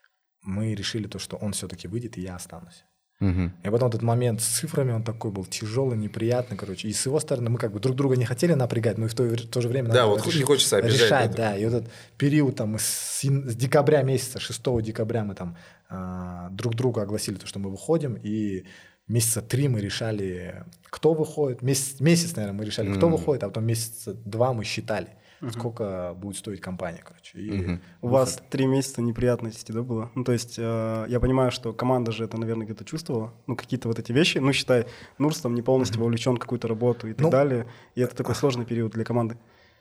мы решили то, что он все-таки выйдет, и я останусь. Uh-huh. И потом этот момент с цифрами, он такой был тяжелый, неприятный, короче. И с его стороны мы как бы друг друга не хотели напрягать, но и в то, в то же время да, надо вот решить, не хочется обижать, решать. Да. И вот этот период там с, с декабря месяца, шестого декабря мы там э, друг другу огласили то, что мы выходим, и месяца три мы решали, кто выходит. Месяц, месяц, наверное, мы решали, кто uh-huh. выходит, а потом месяца два мы считали. Uh-huh. Сколько будет стоить компания, короче. И uh-huh. У вас три месяца неприятностей, да, было? Ну, то есть э, я понимаю, что команда же это, наверное, где-то чувствовала, ну, какие-то вот эти вещи. Ну, считай, Нурс там не полностью uh-huh. вовлечен в какую-то работу и так ну, далее. И это такой сложный период для команды.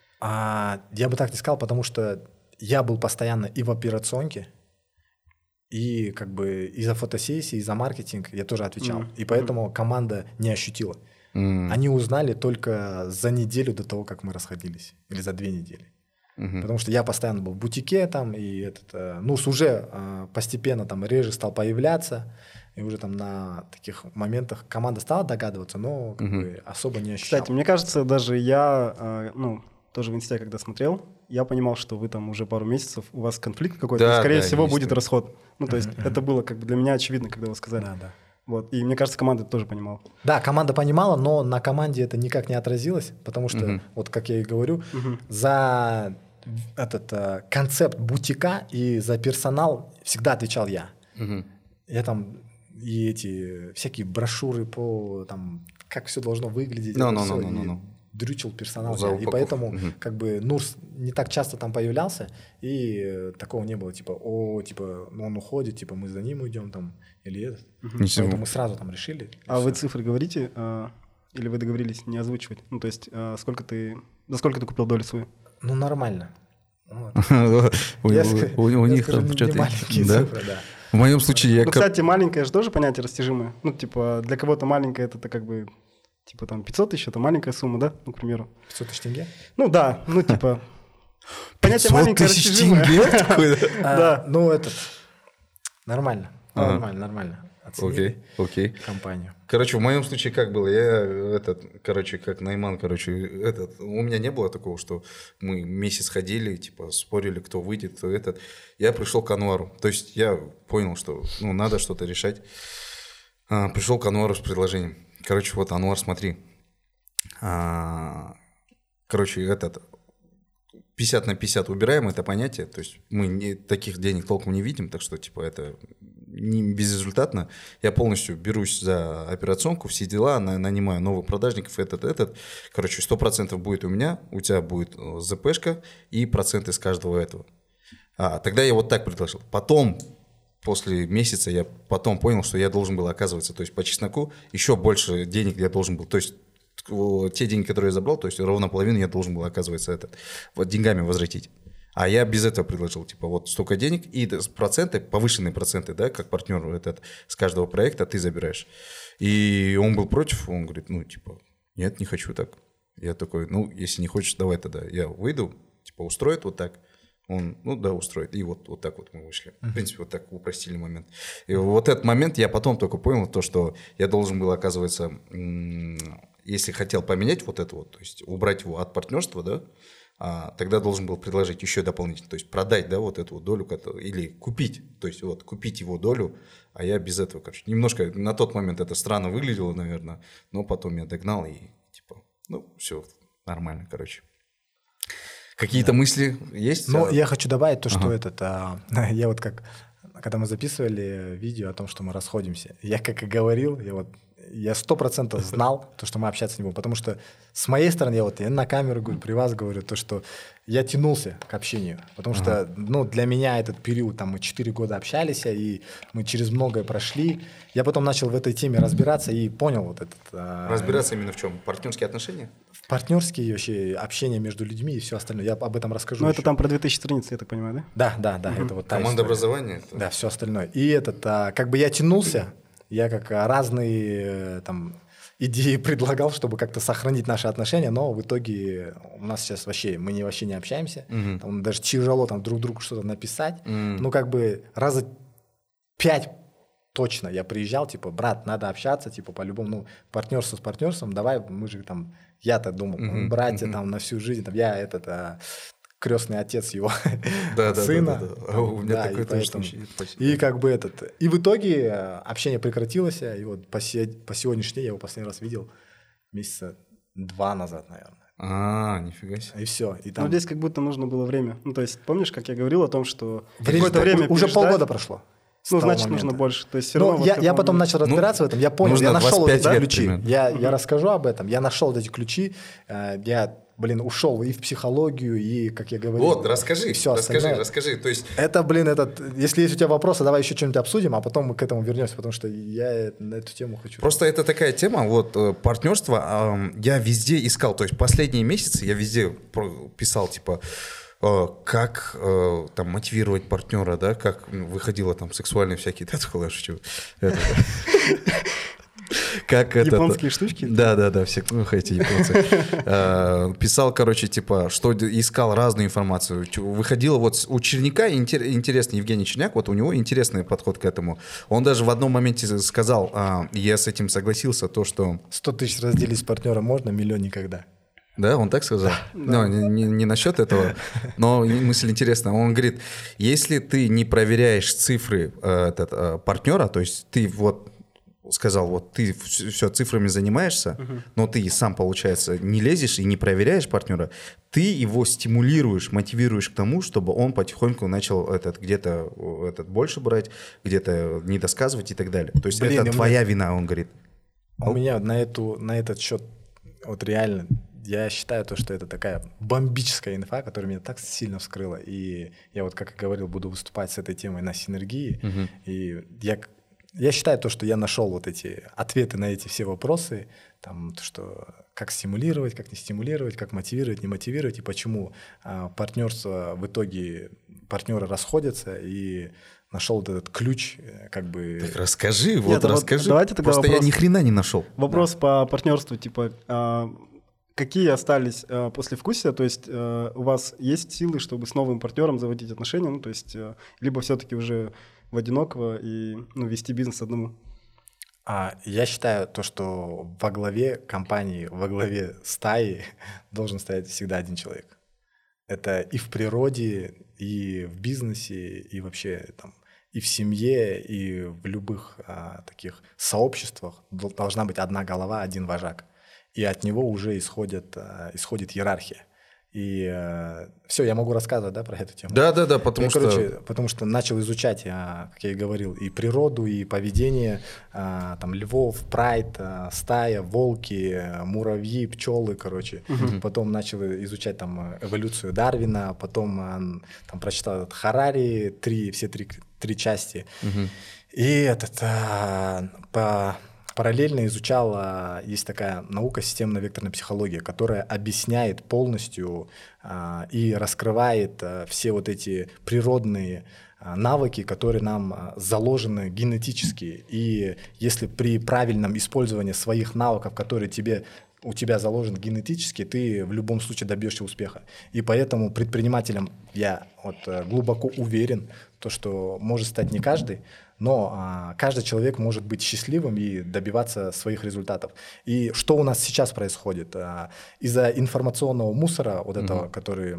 А, я бы так не сказал, потому что я был постоянно и в операционке, и как бы и за фотосессии, и за маркетинг я тоже отвечал. Uh-huh. И поэтому uh-huh. команда не ощутила. Mm. Они узнали только за неделю до того, как мы расходились. Или за две недели. Mm-hmm. Потому что я постоянно был в бутике там, и этот, э, Нурс уже э, постепенно там реже стал появляться. И уже там на таких моментах команда стала догадываться, но как mm-hmm. бы особо не ощущала. Кстати, мне кажется, даже я, э, ну, тоже в инсте, когда смотрел, я понимал, что вы там уже пару месяцев, у вас конфликт какой-то, да, скорее да, всего, будет расход. Ну, то есть mm-hmm. это было как бы для меня очевидно, когда вы сказали. Да, да. Вот. И мне кажется, команда это тоже понимала. Да, команда понимала, но на команде это никак не отразилось, потому что, uh-huh. вот как я и говорю, uh-huh. за этот э, концепт бутика и за персонал всегда отвечал я. Uh-huh. Я там и эти всякие брошюры по там, как все должно выглядеть. No, no, no, no, no, no. Дрючил персонал. И поэтому uh-huh. как бы Нурс не так часто там появлялся, и такого не было, типа, о, типа, ну он уходит, типа, мы за ним уйдем там, или этот. Uh-huh. Поэтому мы сразу там решили. А все. Вы цифры говорите, а, или вы договорились не озвучивать? Ну, то есть, а, сколько ты, за сколько ты купил долю свою? Ну, нормально. У них там что-то... маленькие цифры, да. В моем случае я... Ну, кстати, маленькое же тоже понятие растяжимое. Ну, типа, для кого-то маленькое это как бы... Типа там пятьсот тысяч, это маленькая сумма, да, ну, к примеру. пятьсот тысяч тенге? Ну да, ну типа... Понятие маленькое растяжимое. Да. Ну это... Нормально, нормально, нормально. Окей, окей. Компанию. Короче, в моем случае как было? Я этот, короче, как Найман, короче, этот... У меня не было такого, что мы месяц ходили, типа, спорили, кто выйдет, кто этот. Я пришел к Анвару. То есть я понял, что, ну, надо что-то решать. А, пришел к Анвару с предложением. Короче, вот, Анвар, смотри. А, короче, этот пятьдесят на пятьдесят убираем это понятие. То есть мы не, таких денег толком не видим, так что, типа, это не безрезультатно, я полностью берусь за операционку, все дела, на, нанимаю новых продажников, этот, этот. Короче, сто процентов будет у меня, у тебя будет ЗПшка и проценты с каждого этого. А, тогда я вот так предложил. Потом, после месяца, я потом понял, что я должен был, оказываться, то есть по чесноку, еще больше денег я должен был, то есть те деньги, которые я забрал, то есть ровно половину я должен был, оказывается, этот, вот деньгами возвратить. А я без этого предложил, типа, вот столько денег и проценты, повышенные проценты, да, как партнеру этот, с каждого проекта ты забираешь. И он был против, он говорит, ну, типа, нет, не хочу так. Я такой, ну, если не хочешь, давай тогда. Я выйду, типа, устроит вот так. Он, ну, да, устроит. И вот, вот так вот мы вышли. В принципе, вот так упростили момент. И вот этот момент я потом только понял, то, что я должен был, оказывается, если хотел поменять вот это вот, то есть убрать его от партнерства, да, А, тогда должен был предложить еще дополнительно, то есть продать, да, вот эту вот долю, или купить, то есть вот купить его долю, а я без этого, короче, немножко на тот момент это странно выглядело, наверное, но потом я догнал и типа, ну, все нормально, короче. Какие-то да. мысли есть? Ну, а... я хочу добавить то, что ага. этот, а, я вот как, когда мы записывали видео о том, что мы расходимся, я как и говорил, я вот я сто процентов знал, то, что мы общаться не будем, потому что с моей стороны, я вот я на камеру говорю, при вас говорю, то, что я тянулся к общению, потому ага. что ну, для меня этот период, там мы четыре года общались, и мы через многое прошли, я потом начал в этой теме разбираться и понял вот этот... Разбираться именно в чем? Партнерские отношения? В партнерские вообще общение между людьми и все остальное, я об этом расскажу. Ну это там про две тысячи четырнадцатый, я так понимаю, да? Да, да, да, угу. это вот та Команда образования? Это... Да, все остальное. И этот, как бы я тянулся, я как разные там, идеи предлагал, чтобы как-то сохранить наши отношения, но в итоге у нас сейчас вообще, мы не, вообще не общаемся. Mm-hmm. Там даже тяжело там, друг другу что-то написать. Mm-hmm. Ну, как бы раза пять точно я приезжал, типа, брат, надо общаться, типа, по-любому, ну, партнерство с партнерством, давай, мы же там, я-то думал, mm-hmm. братья mm-hmm. там на всю жизнь, там, я этот... А, крестный отец его да, сына. Да, да, да. А у меня да, такой и тоже поэтому... случай. И как бы этот... И в итоге общение прекратилось, и вот по, се... по сегодняшний день я его последний раз видел месяца два назад, наверное. А, нифига себе. И все. И там... Ну, здесь как будто нужно было время. Ну, то есть, помнишь, как я говорил о том, что время какое-то время уже переждать... полгода прошло. Ну, значит, момента. Нужно больше. То есть, все равно ну, я, вот я потом начал разбираться ну, в этом, я понял, я нашел эти да, ключи. Я, я расскажу об этом. Я нашел эти ключи. Я, блин, ушел и в психологию, и, как я говорил... Вот, расскажи, все расскажи, остальное. расскажи. То есть... Это, блин, этот... Если есть у тебя вопросы, давай еще что-нибудь обсудим, а потом мы к этому вернемся, потому что я на эту тему хочу... Просто это такая тема, вот, партнерство, я везде искал, то есть последние месяцы я везде писал, типа... как э, там мотивировать партнера, да, как выходило там сексуальные всякие, да, я шучу. Как японские штучки? Да, да, да, все, ну, эти японцы. Писал, короче, типа, что искал разную информацию. Выходило вот у Черняка, интересный Евгений Черняк, вот у него интересный подход к этому. Он даже в одном моменте сказал, я с этим согласился, то, что... сто тысяч разделить с партнером можно, миллион никогда. Да, он так сказал? Да. Ну, не, не, не насчет этого, но мысль интересная. Он говорит, если ты не проверяешь цифры э, этот, э, партнера, то есть ты вот сказал, вот ты все цифрами занимаешься, uh-huh. но ты сам, получается, не лезешь и не проверяешь партнера, ты его стимулируешь, мотивируешь к тому, чтобы он потихоньку начал этот, где-то этот, больше брать, где-то не досказывать и так далее. То есть Блин, это твоя меня... вина, он говорит. У меня на, эту, на этот счет вот реально... Я считаю, то, что это такая бомбическая инфа, которая меня так сильно вскрыла. И я вот, как и говорил, буду выступать с этой темой на синергии. Uh-huh. И я, я считаю то, что я нашел вот эти ответы на эти все вопросы. Там, то, что как стимулировать, как не стимулировать, как мотивировать, не мотивировать. И почему а, партнерство в итоге, партнеры расходятся. И нашел вот этот ключ, как бы... Так расскажи, вот Нет, расскажи. Вот давайте тогда Просто вопрос, я ни хрена не нашел. Вопрос да. по партнерству, типа... А... Какие остались э, послевкусия? То есть э, у вас есть силы, чтобы с новым партнером заводить отношения? Ну, то есть э, либо все-таки уже в одинокого и ну, вести бизнес одному? А, я считаю то, что во главе компании, во главе стаи должен стоять всегда один человек. Это и в природе, и в бизнесе, и вообще там, и в семье, и в любых а, таких сообществах должна быть одна голова, один вожак. И от него уже исходит, исходит иерархия. И э, все, я могу рассказывать, да, про эту тему? Да, да, да, потому ну, что... Короче, потому что начал изучать, а, как я и говорил, и природу, и поведение, а, там, львов, прайд, а, стая, волки, а, муравьи, пчелы, короче. Uh-huh. Потом начал изучать там эволюцию Дарвина, потом а, там прочитал этот Харари, три, все три, три части. Uh-huh. И этот, а, по... параллельно изучал, а, есть такая наука системно-векторная психология, которая объясняет полностью а, и раскрывает а, все вот эти природные а, навыки, которые нам а, заложены генетически. И если при правильном использовании своих навыков, которые тебе у тебя заложен генетически, ты в любом случае добьешься успеха. И поэтому предпринимателем я вот глубоко уверен, то, что может стать не каждый, но а, каждый человек может быть счастливым и добиваться своих результатов. И что у нас сейчас происходит? А, из-за информационного мусора, вот этого, угу. который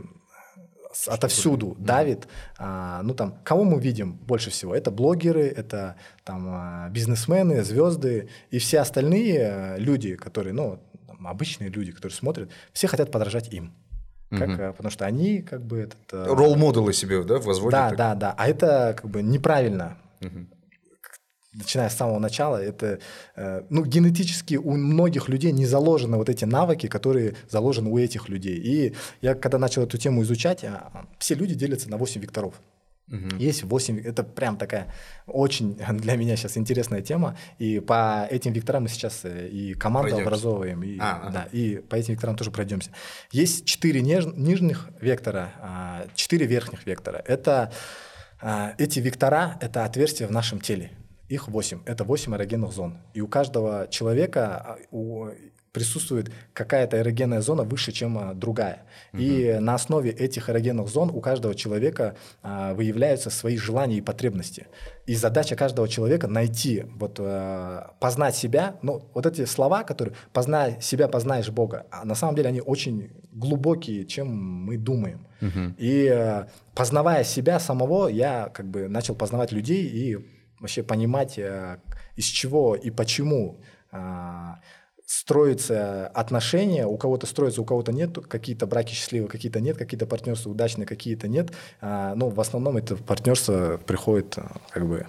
отовсюду угу. давит, а, ну там, кого мы видим больше всего? Это блогеры, это там бизнесмены, звезды и все остальные люди, которые, ну, там, обычные люди, которые смотрят, все хотят подражать им. Как, угу. Потому что они как бы... этот ролл-моделы себе, да, возводят? Да, так? да, да. А это как бы неправильно. Угу. Начиная с самого начала, это, ну, генетически у многих людей не заложены вот эти навыки, которые заложены у этих людей. И я, когда начал эту тему изучать, все люди делятся на восемь векторов. Угу. Есть восемь, это прям такая очень для меня сейчас интересная тема, и по этим векторам мы сейчас и команду пройдемся. образовываем, и, а, да, ага. и по этим векторам тоже пройдемся. Есть четыре неж, нижних вектора, четыре верхних вектора. Это, эти вектора – это отверстия в нашем теле. Их восемь. Это восемь эрогенных зон. И у каждого человека у, присутствует какая-то эрогенная зона выше, чем а, другая. Uh-huh. И на основе этих эрогенных зон у каждого человека а, выявляются свои желания и потребности. И задача каждого человека найти, вот, а, познать себя. Ну, вот эти слова, которые «познай себя, познаешь Бога», а на самом деле они очень глубокие, чем мы думаем. Uh-huh. И а, познавая себя самого, я как бы начал познавать людей и вообще понимать, из чего и почему строятся отношения, у кого-то строятся, у кого-то нет, какие-то браки счастливые, какие-то нет, какие-то партнерства удачные, какие-то нет. Но в основном это партнерство приходит как бы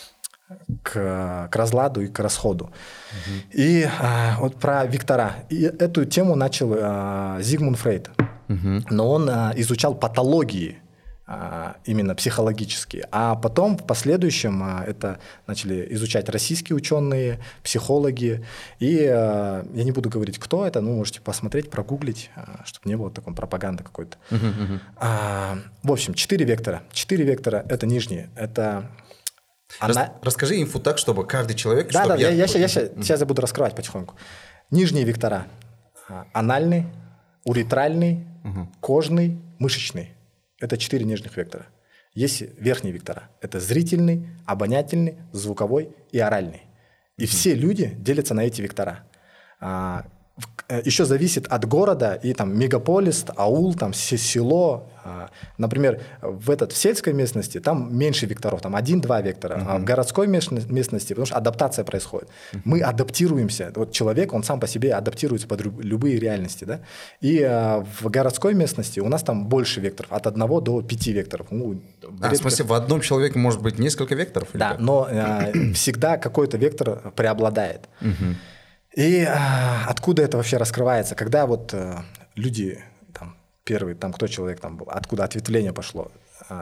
к, к разладу и к расходу. Угу. И а, вот про вектора. И эту тему начал а, Зигмунд Фрейд. Угу. Но он а, изучал патологии, именно психологические. А потом в последующем это начали изучать российские ученые, психологи. И я не буду говорить, кто это, ну, можете посмотреть, прогуглить, чтобы не было такой пропаганды какой-то. Uh-huh, uh-huh. А, в общем, четыре вектора. Четыре вектора – это нижние. Это... Рас, Она... Расскажи инфу так, чтобы каждый человек... Да, да, я, я, я, я, uh-huh. сейчас я буду раскрывать потихоньку. Нижние вектора – анальный, уретральный, uh-huh. кожный, мышечный. Это четыре нижних вектора. Есть верхние вектора. Это зрительный, обонятельный, звуковой и оральный. И mm-hmm. все люди делятся на эти вектора. А, в, еще зависит от города, и там мегаполис, аул, там село. А, например, в, этот, в сельской местности там меньше векторов, там один-два вектора. Mm-hmm. А в городской местности, потому что адаптация происходит. Mm-hmm. Мы адаптируемся. Вот человек, он сам по себе адаптируется под любые реальности. Да? И а, в городской местности у нас там больше векторов, от одного до пяти векторов. Ну, а, редко... В смысле, в одном человеке может быть несколько векторов? Да, но а, всегда какой-то вектор преобладает. Mm-hmm. И а, откуда это вообще раскрывается? Когда вот а, люди... Первый, там кто человек там был, откуда ответвление пошло.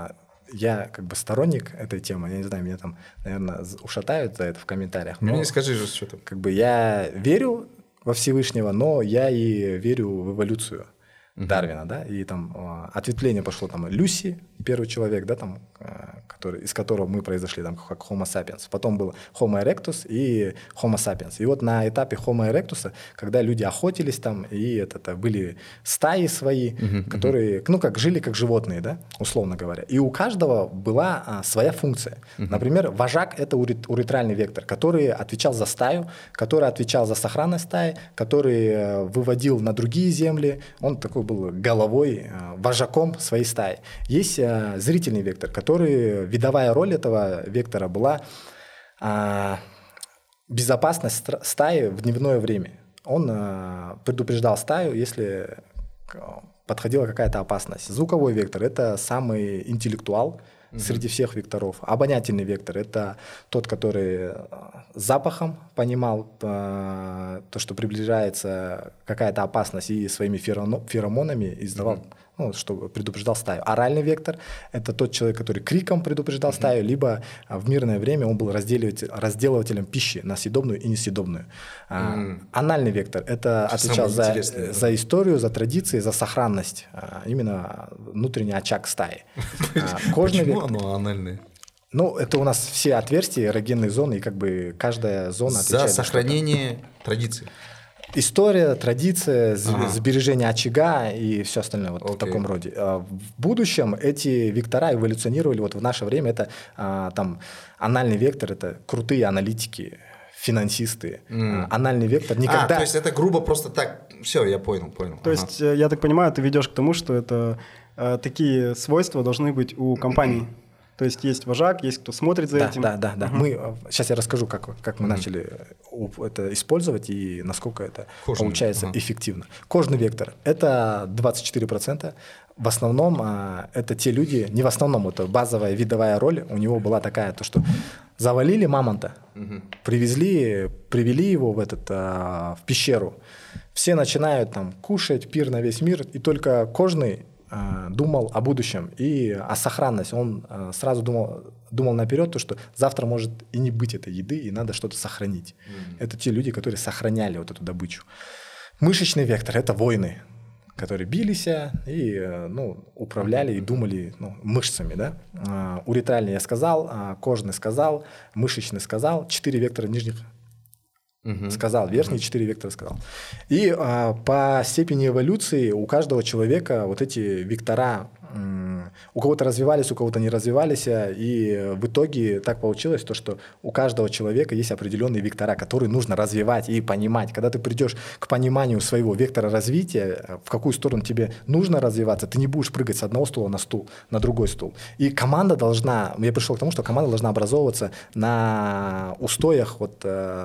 Я как бы сторонник этой темы, я не знаю, меня там, наверное, ушатают за это в комментариях. Ну, не скажи же, что там. Как бы я верю во Всевышнего, но я и верю в эволюцию uh-huh. Дарвина, да, и там ответвление пошло, там, Люси, первый человек, да, там, который, из которого мы произошли, там, как Homo sapiens. Потом был Homo erectus и Homo sapiens. И вот на этапе Homo erectus, когда люди охотились там, и это, это были стаи свои, uh-huh, которые, uh-huh. ну, как жили как животные, да, условно говоря. И у каждого была а, своя функция. Uh-huh. Например, вожак – это уретральный вектор, который отвечал за стаю, который отвечал за сохранность стаи, который а, выводил на другие земли. Он такой был головой, а, вожаком своей стаи. Есть а, зрительный вектор, который видовая роль этого вектора была а, безопасность стаи в дневное время. Он а, предупреждал стаю, если подходила какая-то опасность. Звуковой вектор – это самый интеллектуал mm-hmm. среди всех векторов. Обонятельный вектор – это тот, который запахом понимал э, то, что приближается какая-то опасность, и своими феромонами издавал, mm-hmm. ну, чтобы предупреждал стаю. Оральный вектор – это тот человек, который криком предупреждал mm-hmm. стаю, либо в мирное время он был разделиватель, разделывателем пищи на съедобную и несъедобную. Mm-hmm. Анальный вектор – это отвечал за, за историю, за традиции, за сохранность, именно внутренний очаг стаи. Кожный Почему вектор, оно анальное? Ну, это у нас все отверстия, эрогенные зоны, и как бы каждая зона отвечает за сохранение традиций. История, традиция, ага. сбережение очага и все остальное вот okay. в таком роде. В будущем эти вектора эволюционировали. Вот в наше время это там анальный вектор, это крутые аналитики, финансисты. Mm. Анальный вектор никогда... А, то есть это грубо просто так... Все, я понял, понял. То ага. есть, я так понимаю, ты ведешь к тому, что это такие свойства должны быть у компаний. То есть есть вожак, есть кто смотрит за да, этим. Да, да, да. Uh-huh. Мы, сейчас я расскажу, как, как мы uh-huh. начали это использовать и насколько это Кожный. получается uh-huh. эффективно. Кожный вектор – это двадцать четыре процента. В основном это те люди, не в основном, это базовая видовая роль у него была такая, то что завалили мамонта, uh-huh. привезли, привели его в, этот, в пещеру. Все начинают там кушать, пир на весь мир, и только кожный думал о будущем и о сохранности. Он сразу думал, думал наперед, то, что завтра может и не быть этой еды, и надо что-то сохранить. Mm-hmm. Это те люди, которые сохраняли вот эту добычу. Мышечный вектор – это воины, которые бились и ну, управляли и думали ну, мышцами. Да? Уретральный я сказал, кожный сказал, мышечный сказал, четыре вектора нижних Uh-huh. сказал, верхние четыре uh-huh. вектора сказал. И а, по степени эволюции у каждого человека вот эти вектора м, у кого-то развивались, у кого-то не развивались, и в итоге так получилось, то, что у каждого человека есть определенные вектора, которые нужно развивать и понимать. Когда ты придешь к пониманию своего вектора развития, в какую сторону тебе нужно развиваться, ты не будешь прыгать с одного стула на стул, на другой стул. И команда должна, я пришел к тому, что команда должна образовываться на устоях вот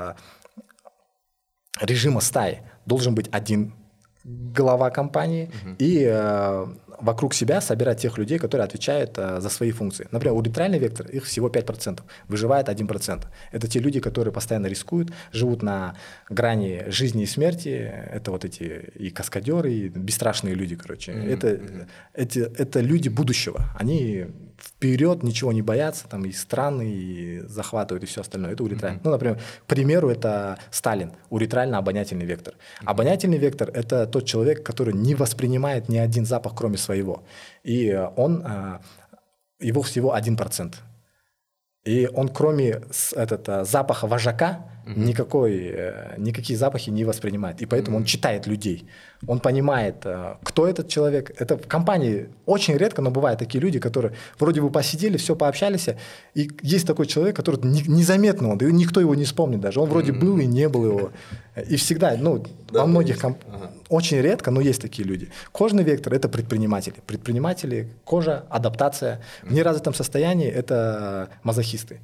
режима стаи. Должен быть один глава компании uh-huh. и э, вокруг себя собирать тех людей, которые отвечают э, за свои функции. Например, уретральный вектор, их всего пять процентов, выживает один процент. Это те люди, которые постоянно рискуют, живут на грани жизни и смерти. Это вот эти и каскадеры, и бесстрашные люди, короче. Uh-huh. Это, uh-huh. эти, это люди будущего. Они вперед ничего не боятся, там и страны и захватывают, и все остальное. Это уретральный. Uh-huh. Ну, например, к примеру, это Сталин, уретрально-обонятельный вектор. Uh-huh. Обонятельный вектор – это тот человек, который не воспринимает ни один запах, кроме своего. И он, его всего один процент. И он, кроме этот, запаха вожака, mm-hmm. никакой, никакие запахи не воспринимает. И поэтому mm-hmm. он читает людей. Он понимает, кто этот человек. Это в компании очень редко, но бывают такие люди, которые вроде бы посидели, все пообщались, и есть такой человек, который незаметно, он, и никто его не вспомнит даже. Он вроде mm-hmm. был и не был его. И всегда, ну, да, во многих компаниях, ага. очень редко, но есть такие люди. Кожный вектор – это предприниматели. Предприниматели, кожа, адаптация. Mm-hmm. В неразвитом состоянии – это мазохисты.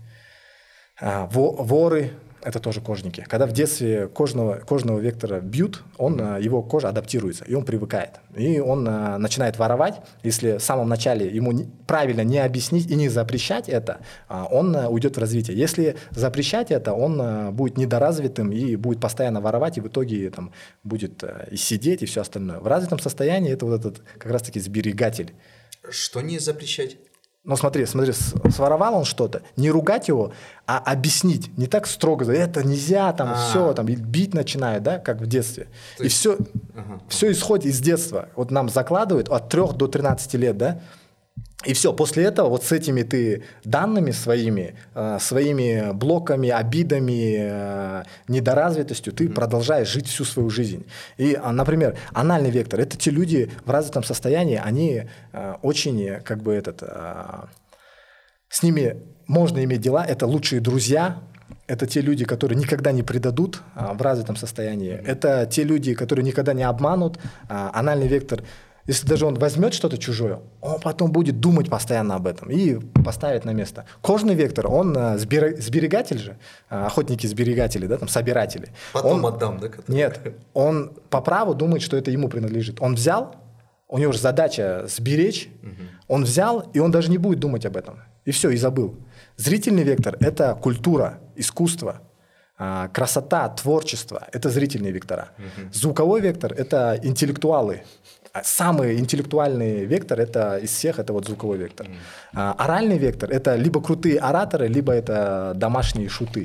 Воры – это тоже кожники. Когда в детстве кожного, кожного вектора бьют, он, mm-hmm. его кожа адаптируется, и он привыкает. И он а, начинает воровать. Если в самом начале ему не, правильно не объяснить и не запрещать это, а, он а, уйдет в развитие. Если запрещать это, он а, будет недоразвитым и будет постоянно воровать, и в итоге там, будет а, и сидеть, и все остальное. В развитом состоянии это вот этот как раз-таки сберегатель. Что не запрещать? Ну смотри, смотри, своровал он что-то, не ругать его, а объяснить, не так строго, это нельзя, там А-а-а. все, там бить начинают, да, как в детстве. То есть... И все, ага. все исходит из детства. Вот нам закладывают от трёх до тринадцати лет, да, и все, после этого вот с этими ты данными своими, э, своими блоками, обидами, э, недоразвитостью ты mm-hmm. продолжаешь жить всю свою жизнь. И, например, анальный вектор – это те люди в развитом состоянии, они э, очень, как бы, этот, э, с ними можно иметь дела, это лучшие друзья, это те люди, которые никогда не предадут э, в развитом состоянии, mm-hmm. это те люди, которые никогда не обманут. Э, анальный вектор – если даже он возьмет что-то чужое, он потом будет думать постоянно об этом и поставит на место. Кожный вектор, он сберегатель же, охотники-сберегатели, да, там, собиратели. Потом он, отдам, да? Который... Нет, он по праву думает, что это ему принадлежит. Он взял, У него же задача сберечь. Угу. Он взял, и он даже не будет думать об этом. И все, и забыл. Зрительный вектор – это культура, искусство, красота, творчество – это зрительные вектора. Угу. Звуковой вектор – это интеллектуалы. Самый интеллектуальный вектор это из всех это вот звуковой вектор. Mm. А, оральный вектор это либо крутые ораторы, либо это домашние шуты.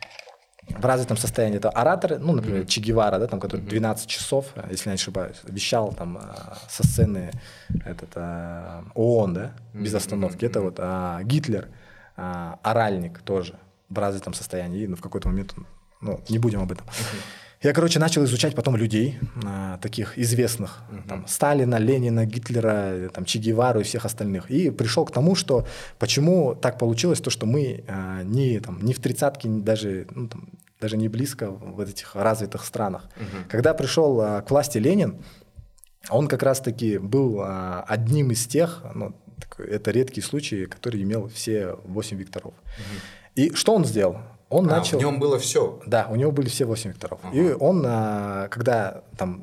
В развитом состоянии это ораторы, ну, например, mm. Че Гевара, да, там, который двенадцать часов, если я не ошибаюсь, вещал там со сцены этот, а, ООН, да, без остановки. Mm-hmm. Это вот а, Гитлер, а, оральник тоже в развитом состоянии, и ну, в какой-то момент, ну, не будем об этом. Mm-hmm. Я, короче, начал изучать потом людей, а, таких известных, uh-huh. там, Сталина, Ленина, Гитлера, там, Че Гевару и всех остальных. И пришел к тому, что почему так получилось, то, что мы а, не, там, не в тридцатке, даже, ну, там, даже не близко в этих развитых странах. Uh-huh. Когда пришел а, к власти Ленин, он как раз-таки был а, одним из тех, ну, это редкий случай, который имел все восемь векторов. Uh-huh. И что он сделал? Он а, начал... в нем было все. Да, у него были все восемь векторов. Uh-huh. И он, когда там,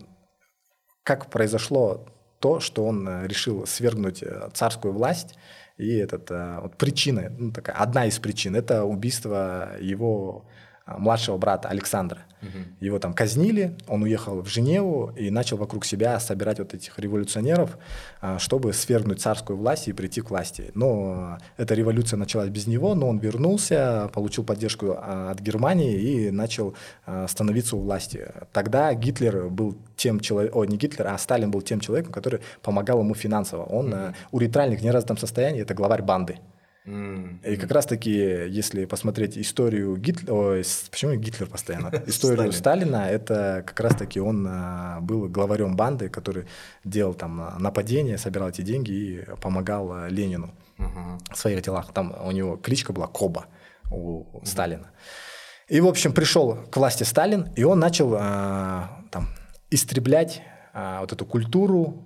как произошло то, что он решил свергнуть царскую власть, и этот, вот причина, ну, такая, одна из причин, это убийство его младшего брата Александра. Uh-huh. Его там казнили, он уехал в Женеву и начал вокруг себя собирать вот этих революционеров, чтобы свергнуть царскую власть и прийти к власти. Но эта революция началась без него, но он вернулся, получил поддержку от Германии и начал становиться у власти. Тогда Гитлер был тем человеком, о, не Гитлер, а Сталин был тем человеком, который помогал ему финансово. Он uh-huh. уретральник в неразвитом состоянии, это главарь банды. Mm-hmm. И как раз-таки, если посмотреть историю Гитлера, ой, почему Гитлер постоянно? Историю Сталина, это как раз-таки он а, был главарем банды, который делал там нападения, собирал эти деньги и помогал а, Ленину uh-huh. в своих делах. Там у него кличка была Коба у uh-huh. Сталина. И, в общем, пришел к власти Сталин, и он начал а, там, истреблять а, вот эту культуру,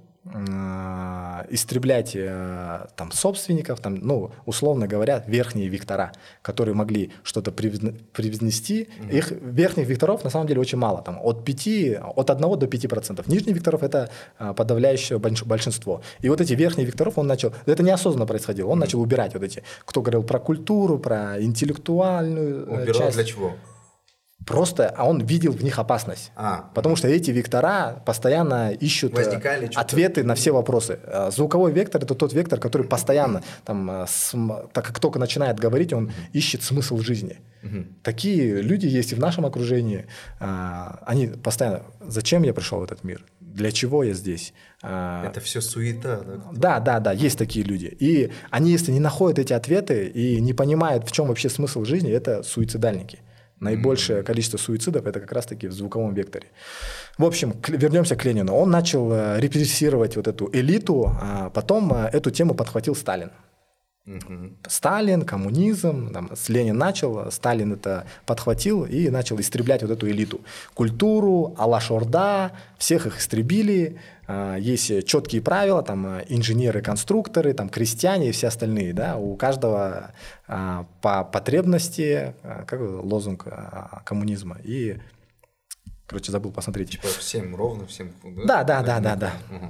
истреблять там, собственников, там, ну, условно говоря, верхние вектора, которые могли что-то привнести. Mm-hmm. Их верхних векторов на самом деле очень мало, там, от, пяти, от одного до пяти процентов. Нижних векторов это подавляющее большинство. И вот эти верхние векторов он начал, это неосознанно происходило, он mm-hmm. начал убирать вот эти, кто говорил про культуру, про интеллектуальную Убирал часть. Для чего? Просто, а он видел в них опасность. А, потому что эти вектора постоянно ищут Возникали ответы на все вопросы. Звуковой вектор – это тот вектор, который постоянно, там, с, так как только начинает говорить, он ищет смысл жизни. Угу. Такие люди есть и в нашем окружении. Они постоянно, зачем я пришел в этот мир? Для чего я здесь? Это все суета. Да? да, да, да, есть такие люди. И они, если не находят эти ответы и не понимают, в чем вообще смысл жизни, это суицидальники. Наибольшее количество суицидов – это как раз-таки в звуковом векторе. В общем, к, вернемся к Ленину. Он начал э, репрессировать вот эту элиту, а потом э, эту тему подхватил Сталин. Mm-hmm. Сталин, коммунизм, там, с Ленин начал, Сталин это подхватил и начал истреблять вот эту элиту. Культуру, Алаш-Орда, всех их истребили. Есть четкие правила, там инженеры, конструкторы, там крестьяне и все остальные, да, у каждого а, по потребности, а, как лозунг а, коммунизма. И, короче, забыл посмотреть. Типа всем ровно, всем. Да, да, да, да, да. Угу.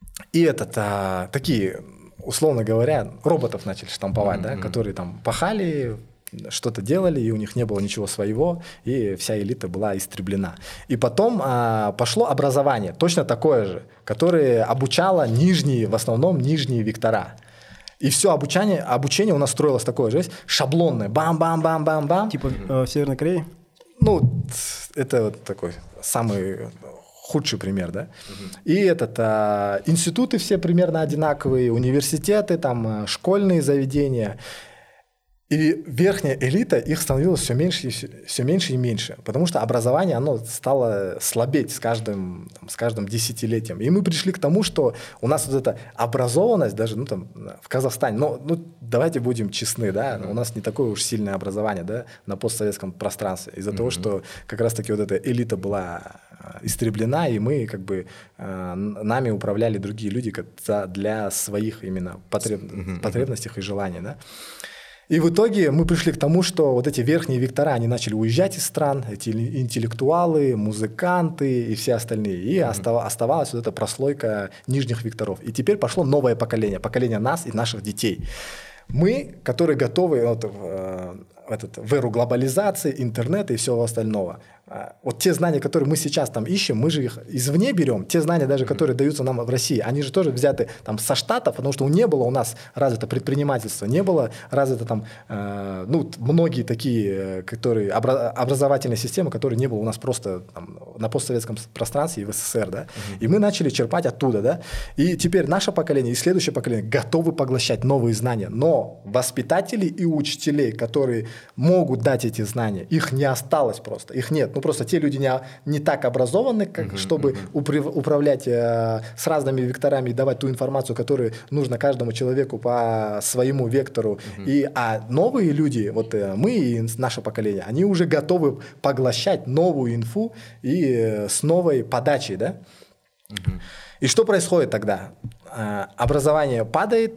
И этот а, такие, условно говоря, роботов начали штамповать, mm-hmm. да, которые там пахали, что-то делали, и у них не было ничего своего, и вся элита была истреблена. И потом а, пошло образование, точно такое же, которое обучало нижние, в основном нижние вектора. И все обучение, обучение у нас строилось такое же, шаблонное, бам-бам-бам-бам-бам. Типа э, в Северной Корее? Ну, это вот такой самый худший пример, да. Угу. И этот, а, институты все примерно одинаковые, университеты, там, школьные заведения. И верхняя элита, их становилось все меньше, все меньше и меньше, потому что образование, оно стало слабеть с каждым, там, с каждым десятилетием. И мы пришли к тому, что у нас вот эта образованность, даже ну, там, в Казахстане, ну, ну давайте будем честны, да, mm-hmm. у нас не такое уж сильное образование, да, на постсоветском пространстве, из-за mm-hmm. того, что как раз-таки вот эта элита была истреблена, и мы как бы нами управляли другие люди для своих именно потреб... mm-hmm. потребностей и желаний, да. И в итоге мы пришли к тому, что вот эти верхние вектора, они начали уезжать из стран, эти интеллектуалы, музыканты и все остальные. И mm-hmm. оставалась вот эта прослойка нижних векторов. И теперь пошло новое поколение, поколение нас и наших детей. Мы, которые готовы вот, в, этот, в эру глобализации, интернета и всего остального. Вот те знания, которые мы сейчас там ищем, мы же их извне берем. Те знания, даже которые даются нам в России, они же тоже взяты там со Штатов, потому что не было у нас развито предпринимательство, не было развито там, э, ну, многие такие, которые, обра- образовательные системы, которые не было у нас просто там, на постсоветском пространстве и в СССР, да. Mm-hmm. И мы начали черпать оттуда, да. И теперь наше поколение и следующее поколение готовы поглощать новые знания, но воспитателей и учителей, которые могут дать эти знания, их не осталось просто, их нет. Ну, просто те люди не, не так образованы, как, uh-huh, чтобы uh-huh. Упри, управлять э, с разными векторами и давать ту информацию, которую нужно каждому человеку по своему вектору. Uh-huh. И, а новые люди, вот э, мы и наше поколение, они уже готовы поглощать новую инфу и э, с новой подачей, да? Uh-huh. И что происходит тогда? Образование падает,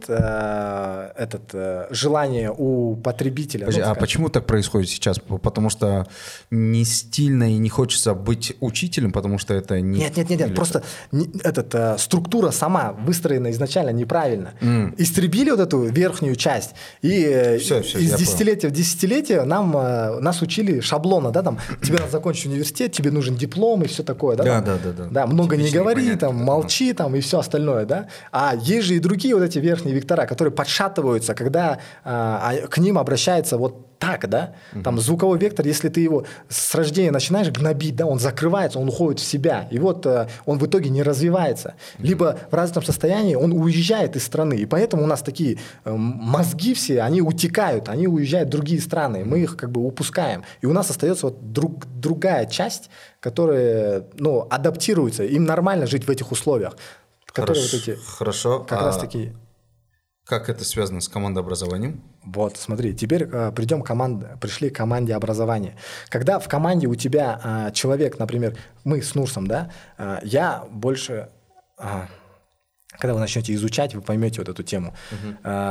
этот, желание у потребителя. Подожди, ну, а почему так происходит сейчас? Потому что не стильно и не хочется быть учителем, потому что это не... Нет, нет, нет, нет. просто не, этот, структура сама выстроена изначально неправильно. Mm. Истребили вот эту верхнюю часть, и все, все, из десятилетия в десятилетие нам, нас учили шаблона, да, там, тебе надо закончить университет, тебе нужен диплом и все такое. Да, да, там, да, да, да. да, много не говори, понятно, там, молчи там, и все остальное, да. А есть же и другие вот эти верхние вектора, которые подшатываются, когда а, к ним обращается вот так, да, угу. Там звуковой вектор, если ты его с рождения начинаешь гнобить, да, он закрывается, он уходит в себя, и вот а, он в итоге не развивается. Угу. Либо в развитом состоянии он уезжает из страны, и поэтому у нас такие э, мозги все, они утекают, они уезжают в другие страны, мы их как бы упускаем, и у нас остается вот друг, другая часть, которая, ну, адаптируется, им нормально жить в этих условиях. Хорошо, вот эти, хорошо. Как а раз таки... Как это связано с командообразованием? Вот, смотри, теперь э, придем к команде, пришли к команде образования. Когда в команде у тебя э, человек, например, мы с Нурсом, да, э, я больше... Э, когда вы начнете изучать, вы поймете вот эту тему. Угу.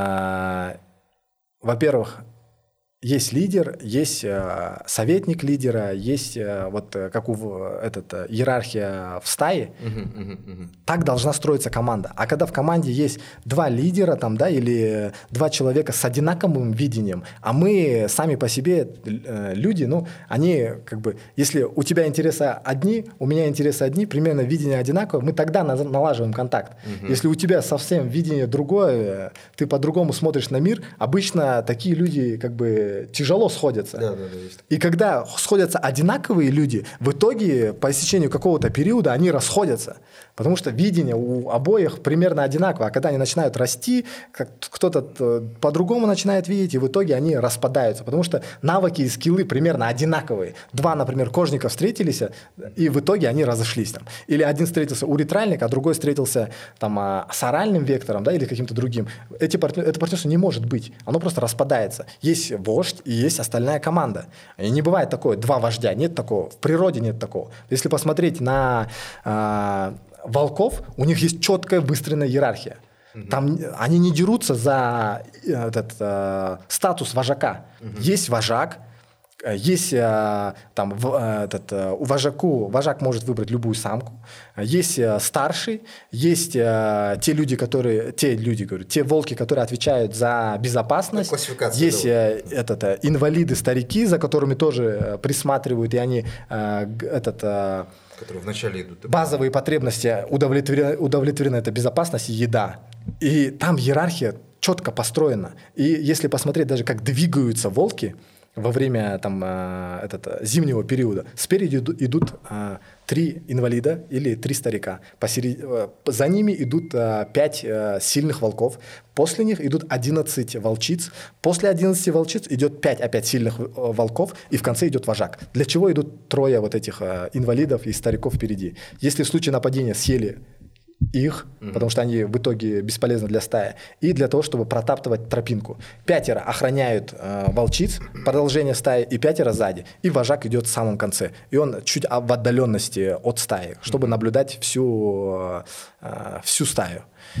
Э, во-первых, есть лидер, есть э, советник лидера, есть э, вот э, как у этот, э, иерархия в стае. Uh-huh, uh-huh, uh-huh. Так должна строиться команда. А когда в команде есть два лидера там, да, или два человека с одинаковым видением, а мы сами по себе э, люди, ну, они как бы, если у тебя интересы одни, у меня интересы одни, примерно видение одинаковое, мы тогда налаживаем контакт. Uh-huh. Если у тебя совсем видение другое, ты по-другому смотришь на мир, обычно такие люди как бы тяжело сходятся. Да, да, да, есть. И когда сходятся одинаковые люди, в итоге по истечению какого-то периода они расходятся. Потому что видение у обоих примерно одинаково. А когда они начинают расти, кто-то по-другому начинает видеть, и в итоге они распадаются. Потому что навыки и скиллы примерно одинаковые. Два, например, кожника встретились, и в итоге они разошлись. Там. Или один встретился у ретральника, а другой встретился там, с оральным вектором, да, или каким-то другим. Эти партнер... Это партнерство не может быть. Оно просто распадается. Есть вождь и есть остальная команда. И не бывает такое, два вождя. Нет такого. В природе нет такого. Если посмотреть на э, волков, у них есть четкая выстроенная иерархия. Mm-hmm. Там они не дерутся за этот, э, статус вожака. Mm-hmm. Есть вожак, есть там этот, у вожаку, вожак может выбрать любую самку, есть старший, есть те люди, которые, те люди, говорю, те волки, которые отвечают за безопасность, есть этот, инвалиды, старики, за которыми тоже присматривают, и они этот, которые вначале идут. Базовые потребности удовлетворены, удовлетворены, это безопасность и еда. И там иерархия четко построена. И если посмотреть даже, как двигаются волки во время там, э, этот, зимнего периода, спереди идут, идут э, три инвалида или три старика. Посеред... Э, за ними идут э, пять э, сильных волков. После них идут одиннадцать волчиц. После одиннадцати волчиц идет пять опять сильных э, волков. И в конце идет вожак. Для чего идут трое вот этих э, инвалидов и стариков впереди? Если в случае нападения съели их, mm-hmm. потому что они в итоге бесполезны для стаи, и для того, чтобы протаптывать тропинку. Пятеро охраняют э, волчиц, продолжение стаи, и пятеро сзади. И вожак идет в самом конце. И он чуть в отдаленности от стаи, чтобы mm-hmm. наблюдать всю, э, всю стаю.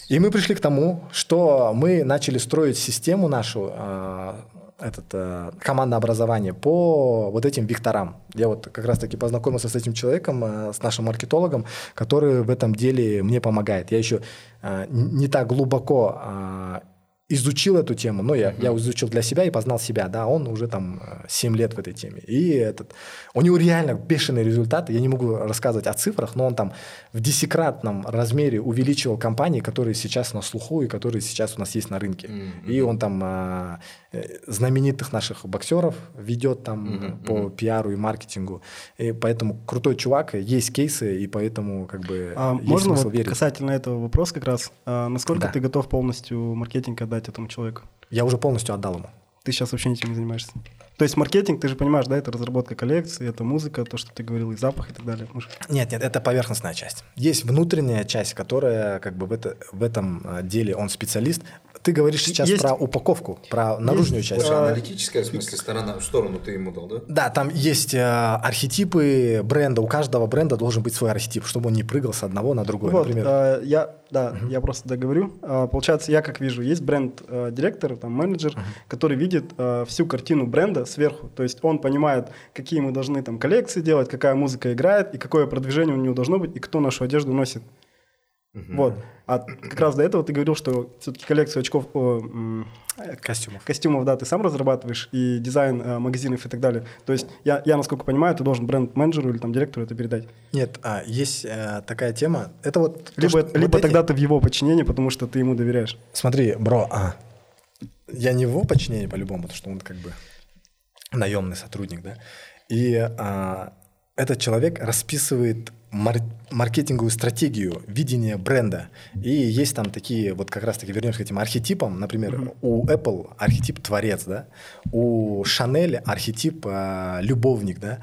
И мы пришли к тому, что мы начали строить систему нашу, э, этот, э, командное образование по вот этим векторам. Я вот как раз-таки познакомился с этим человеком, э, с нашим маркетологом, который в этом деле мне помогает. Я еще э, не так глубоко э, изучил эту тему, но я, uh-huh. я изучил для себя и познал себя, да, он уже там семь лет в этой теме. И этот, у него реально бешеные результаты, я не могу рассказывать о цифрах, но он там в десятикратном размере увеличивал компании, которые сейчас на слуху и которые сейчас у нас есть на рынке. Uh-huh. И он там а, знаменитых наших боксеров ведет там uh-huh. по пиару и маркетингу. И поэтому крутой чувак, есть кейсы, и поэтому как бы а есть можно смысл вот верить. Касательно этого вопрос как раз, а насколько Да. ты готов полностью маркетинг отдать этому человеку? Я уже полностью отдал ему. Ты сейчас вообще ничем не занимаешься. То есть маркетинг, ты же понимаешь, да, это разработка коллекции, это музыка, то, что ты говорил, и запах, и так далее. Может... Нет, нет, это поверхностная часть. Есть внутренняя часть, которая как бы в, это, в этом деле он специалист. Ты говоришь сейчас есть... про упаковку, про наружную есть... часть. Больше аналитическая, в смысле, сторона, сторону ты ему дал, да? Да, там есть э, архетипы бренда. У каждого бренда должен быть свой архетип, чтобы он не прыгал с одного на другой, Вот, например. э, я, да, uh-huh. я просто договорю. Э, получается, я как вижу, есть бренд-директор, э, там менеджер, uh-huh. который видит э, всю картину бренда сверху. То есть он понимает, какие мы должны там коллекции делать, какая музыка играет, и какое продвижение у него должно быть, и кто нашу одежду носит. Uh-huh. Вот. А как раз до этого ты говорил, что все-таки коллекцию очков, о, м, Костюмов. костюмов, да, ты сам разрабатываешь, и дизайн э, магазинов и так далее. То есть я, я, насколько понимаю, ты должен бренд-менеджеру или там директору это передать. Нет, а, есть э, такая тема. Это вот... то, Либо, что- либо вот эти- тогда ты в его подчинении, потому что ты ему доверяешь. Смотри, бро, а, я не в его подчинении по-любому, потому что он как бы наемный сотрудник, да. И а, этот человек расписывает мар- маркетинговую стратегию, видение бренда. И есть там такие, вот как раз-таки вернемся к этим архетипам. Например, mm-hmm. у Apple архетип творец, да. У Chanel архетип а, любовник, да.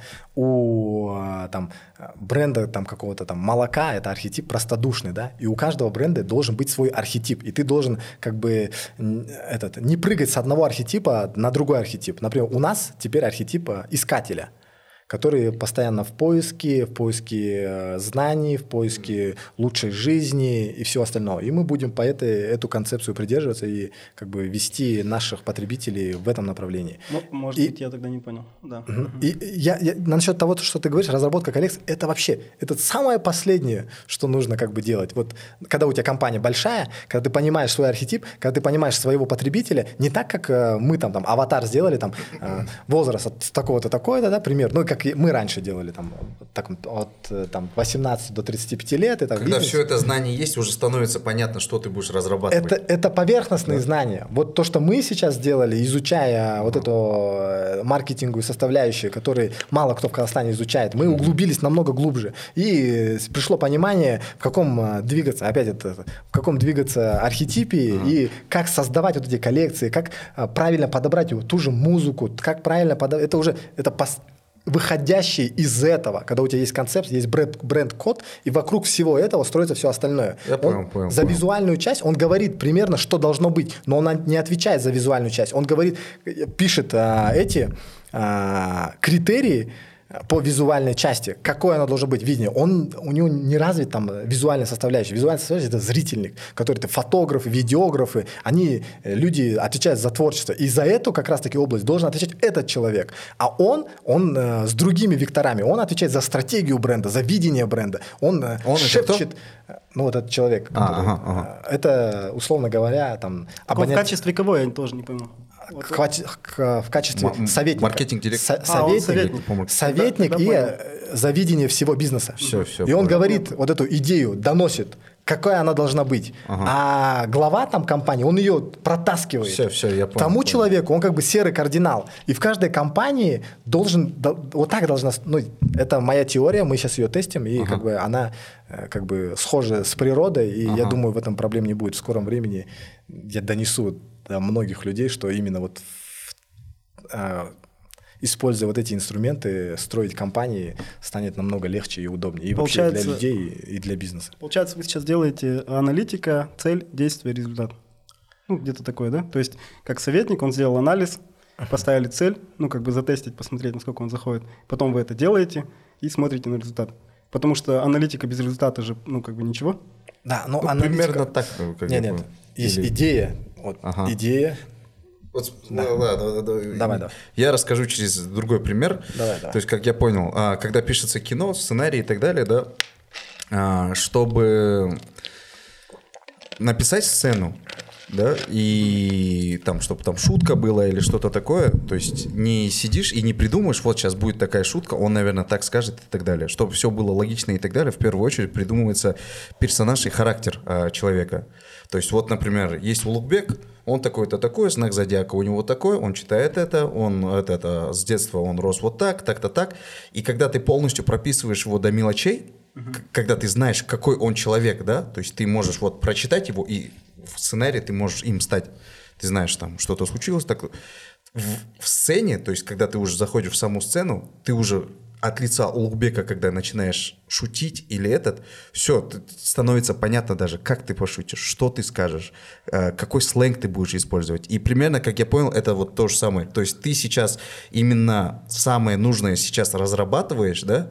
У а, там, бренда там, какого-то там молока это архетип простодушный, да. И у каждого бренда должен быть свой архетип. И ты должен как бы н- этот, не прыгать с одного архетипа на другой архетип. Например, у нас теперь архетип а, искателя, которые постоянно в поиске, в поиске э, знаний, в поиске лучшей жизни и всего остального. И мы будем по этой, эту концепцию придерживаться и как бы вести наших потребителей в этом направлении. Ну, может И- быть, я тогда не понял. Да. Мгм. И я, я насчет того, что ты говоришь, разработка коллекций, это вообще, это самое последнее, что нужно как бы делать. Вот когда у тебя компания большая, когда ты понимаешь свой архетип, когда ты понимаешь своего потребителя, не так, как э, мы там, там аватар сделали, там, э, возраст от такого-то такой-то, да, пример, ну, как и мы раньше делали, там, так, от э, там, восемнадцати до тридцати пяти лет. Это Когда бизнес. все это знание есть, уже становится понятно, что ты будешь разрабатывать. Это, это поверхностные знания. Вот то, что мы сейчас сделали, изучая вот эту э, маркетинговую составляющую, которую мало кто в Казахстане изучает, мы углубились намного глубже. И э, пришло понимание, в каком э, двигаться, опять это, в каком двигаться архетипе и как создавать вот эти коллекции, как э, правильно подобрать его, ту же музыку, как правильно подобрать. Это уже это пос- выходящий из этого, когда у тебя есть концепция, есть бренд, бренд-код, и вокруг всего этого строится все остальное. Я Он понял, понял, за понял. визуальную часть он говорит примерно, что должно быть, но он не отвечает за визуальную часть. Он говорит, пишет а, эти а, критерии по визуальной части, какое оно должно быть видение. Он, у него не развит там визуальная составляющая. Визуальная составляющая – это зрительник, который это фотографы, видеографы, они, э, люди отвечают за творчество. И за эту как раз-таки область должен отвечать этот человек. А он, он э, с другими векторами, он отвечает за стратегию бренда, за видение бренда. Он, э, Он это шепчет, э, ну вот этот человек, А, который, ага, ага. э, это, условно говоря, там… Так он в абонент- качестве кого, я тоже не пойму. Вот. в каче- к- в качестве М- советника. маркетинг-директор. Со- А, он советник, советник. Помог. советник Тогда- и тогда э, за видение всего бизнеса. Всё, всё, и он понял. говорит вот эту идею, доносит, какая она должна быть. Ага. А глава там компании, он ее протаскивает. Всё, всё, я понял, Тому понял. человеку, он как бы серый кардинал. И в каждой компании должен, до- вот так должна, ну, это моя теория, мы сейчас ее тестим, и Ага. как бы она э, как бы схожа с природой, и я Ага. думаю, в этом проблем не будет. В скором времени я донесу до многих людей, что именно вот в- э, используя вот эти инструменты, строить компании станет намного легче и удобнее. И вообще Получается- для людей, и для бизнеса. Получается, вы сейчас делаете аналитика, цель, действие, результат. Ну, где-то такое, да? То есть, как советник, он сделал анализ, поставили цель, ну, как бы затестить, посмотреть, насколько он заходит. Потом вы это делаете и смотрите на результат. Потому что аналитика без результата же, ну, как бы ничего. Да, но Ну, аналитика... примерно так. Как Нет, я нет, понял. есть Или- идея, вот, Ага. идея. Вот, ну, ладно, да, Давай, давай. Я расскажу через другой пример. Давай, давай. То есть, как я понял, а, когда пишется кино, сценарий и так далее, да, а, чтобы написать сцену, да, и там, чтобы там шутка была или что-то такое, то есть не сидишь и не придумаешь, вот сейчас будет такая шутка, он, наверное, так скажет и так далее. Чтобы все было логично и так далее, в первую очередь придумывается персонаж и характер а, человека. То есть вот, например, есть Улугбек, он такой-то такой, знак зодиака у него такой, он читает это, он это, это, с детства он рос вот так, так-то так. И когда ты полностью прописываешь его до мелочей, uh-huh. к- когда ты знаешь, какой он человек, да, то есть ты можешь вот прочитать его, и в сценарии ты можешь им стать. Ты знаешь, там что-то случилось. Так... В, в сцене, то есть когда ты уже заходишь в саму сцену, ты уже от лица Улугбека, когда начинаешь шутить или этот, все, становится понятно даже, как ты пошутишь, что ты скажешь, э, какой сленг ты будешь использовать. И примерно, как я понял, это вот то же самое. То есть ты сейчас именно самое нужное сейчас разрабатываешь, да,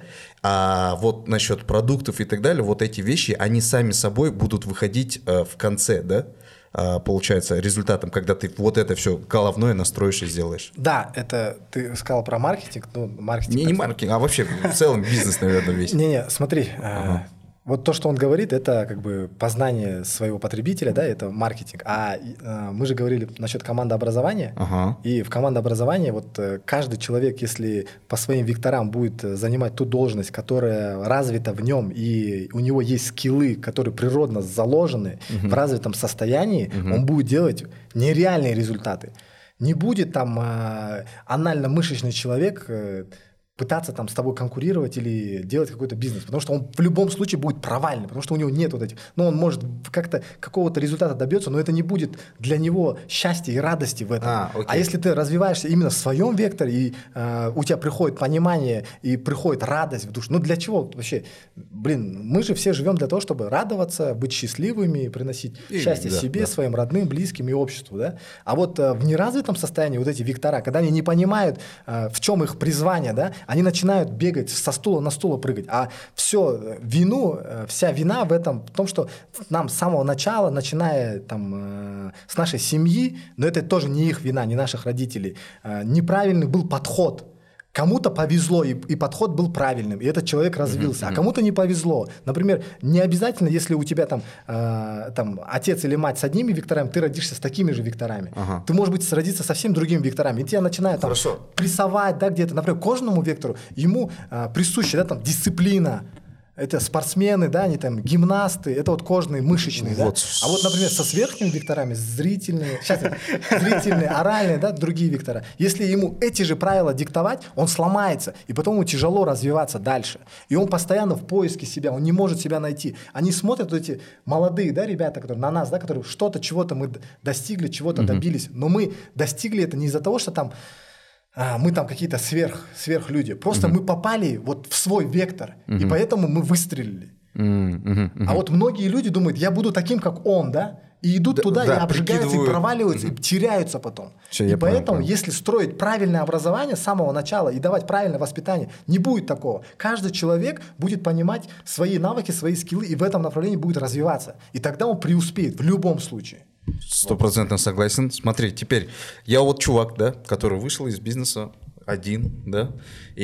а вот насчет продуктов и так далее, вот эти вещи, они сами собой будут выходить э, в конце, да, получается, результатом, когда ты вот это все головное настроишь и сделаешь. Да, это ты сказал про маркетинг. Ну, маркетинг не, не маркетинг, а вообще в целом бизнес, наверное, весь. Не-не, смотри, Ага. вот то, что он говорит, это как бы познание своего потребителя, да, это маркетинг. А э, мы же говорили насчет командообразования. Ага. И в командообразовании вот э, каждый человек, если по своим векторам будет занимать ту должность, которая развита в нем, и у него есть скиллы, которые природно заложены угу. в развитом состоянии, угу. он будет делать нереальные результаты. Не будет там э, анально-мышечный человек э, пытаться там с тобой конкурировать или делать какой-то бизнес, потому что он в любом случае будет провальный, потому что у него нет вот этих, ну он может как-то какого-то результата добьется, но это не будет для него счастья и радости в этом. А, а если ты развиваешься именно в своем векторе, и э, у тебя приходит понимание и приходит радость в душу, ну для чего вообще? Блин, мы же все живем для того, чтобы радоваться, быть счастливыми, приносить и, счастье да, себе, да. своим родным, близким и обществу, да? А вот э, в неразвитом состоянии вот эти вектора, когда они не понимают, э, в чем их призвание, да, они начинают бегать со стула на стул прыгать. А все, вину, вся вина в этом, в том, что нам с самого начала, начиная там, с нашей семьи, но это тоже не их вина, не наших родителей, неправильный был подход. Кому-то повезло, и, и подход был правильным, и этот человек развился, mm-hmm. а кому-то не повезло. Например, не обязательно, если у тебя там, э, там отец или мать с одними векторами, ты родишься с такими же векторами. Ага. Ты, может быть, родиться совсем другими векторами, и тебя начинают там, прессовать, да, где-то. Например, кожному вектору ему э, присуща, да, там, дисциплина. Это спортсмены, да, они там гимнасты, это вот кожные, мышечные, вот. Да. А вот, например, со сверхними векторами, зрительные, сейчас, зрительные, оральные, да, другие вектора. Если ему эти же правила диктовать, он сломается, и потом ему тяжело развиваться дальше. И он постоянно в поиске себя, он не может себя найти. Они смотрят, вот эти молодые, да, ребята, которые на нас, да, которые что-то, чего-то мы достигли, чего-то mm-hmm. добились, но мы достигли это не из-за того, что там А, мы там какие-то сверх, сверхлюди. Просто mm-hmm. мы попали вот в свой вектор, mm-hmm. и поэтому мы выстрелили. Mm-hmm. Mm-hmm. А вот многие люди думают, я буду таким, как он, да, и идут да, туда, да, и обжигаются, и проваливаются, mm-hmm. и теряются потом. Все, и поэтому, понял, если строить правильное образование с самого начала и давать правильное воспитание, не будет такого. Каждый человек будет понимать свои навыки, свои скиллы, и в этом направлении будет развиваться. И тогда он преуспеет в любом случае. Стопроцентно согласен. Смотри, теперь я вот чувак, да, который вышел из бизнеса один, да,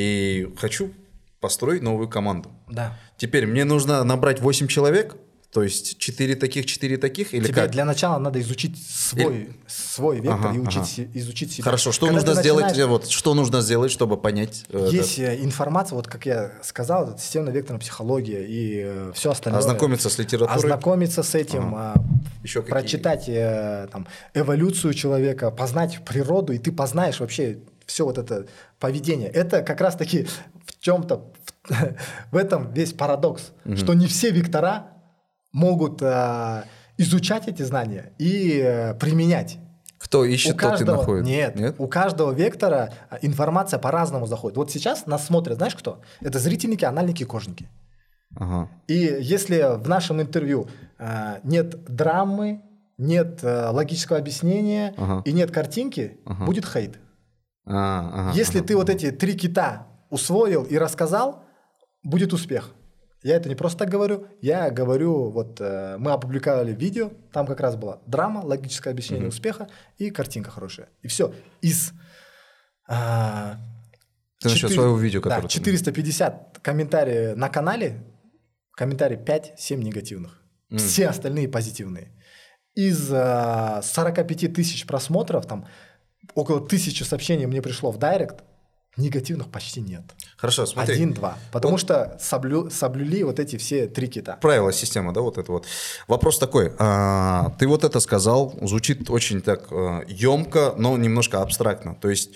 и хочу построить новую команду. Да. Теперь мне нужно набрать восемь человек, то есть четыре таких, четыре таких, или Тебе как? Для начала надо изучить свой, или... свой вектор ага, и учить, ага. изучить себя. Хорошо, что Когда нужно сделать, начинаешь... вот, что нужно сделать, чтобы понять? Есть это? информация, вот как я сказал, это системно-векторная психология и э, все остальное. Ознакомиться с литературой? Ознакомиться с этим, ага. э, Еще прочитать э, там, эволюцию человека, познать природу, и ты познаешь вообще все вот это поведение. Это как раз-таки в чем-то, в, в этом весь парадокс, угу. что не все вектора могут э, изучать эти знания и э, применять. Кто ищет, у каждого, тот и находит. Нет, нет, у каждого вектора информация по-разному заходит. Вот сейчас нас смотрят, знаешь кто? Это зрительники, анальники, кожники. Ага. И если в нашем интервью э, нет драмы, нет э, логического объяснения ага. и нет картинки, ага. будет хейт. А, ага, если ага, ты ага. вот эти три кита усвоил и рассказал, будет успех. Я это не просто так говорю, я говорю, вот э, мы опубликовали видео, там как раз была драма, логическое объяснение mm-hmm. успеха и картинка хорошая. И все. Из... Э, Ты насчет своего видео, которое... Да, четыреста пятьдесят комментариев на канале, комментарий пять-семь негативных. Mm. Все остальные позитивные. Из э, сорок пять тысяч просмотров, там около тысячи сообщений мне пришло в директ, негативных почти нет. Хорошо, смотри. Один-два. Потому вот. что соблю, соблюли вот эти все три кита. Правила системы, да, вот это вот. Вопрос такой. А, ты вот это сказал, звучит очень так а, емко, но немножко абстрактно. То есть...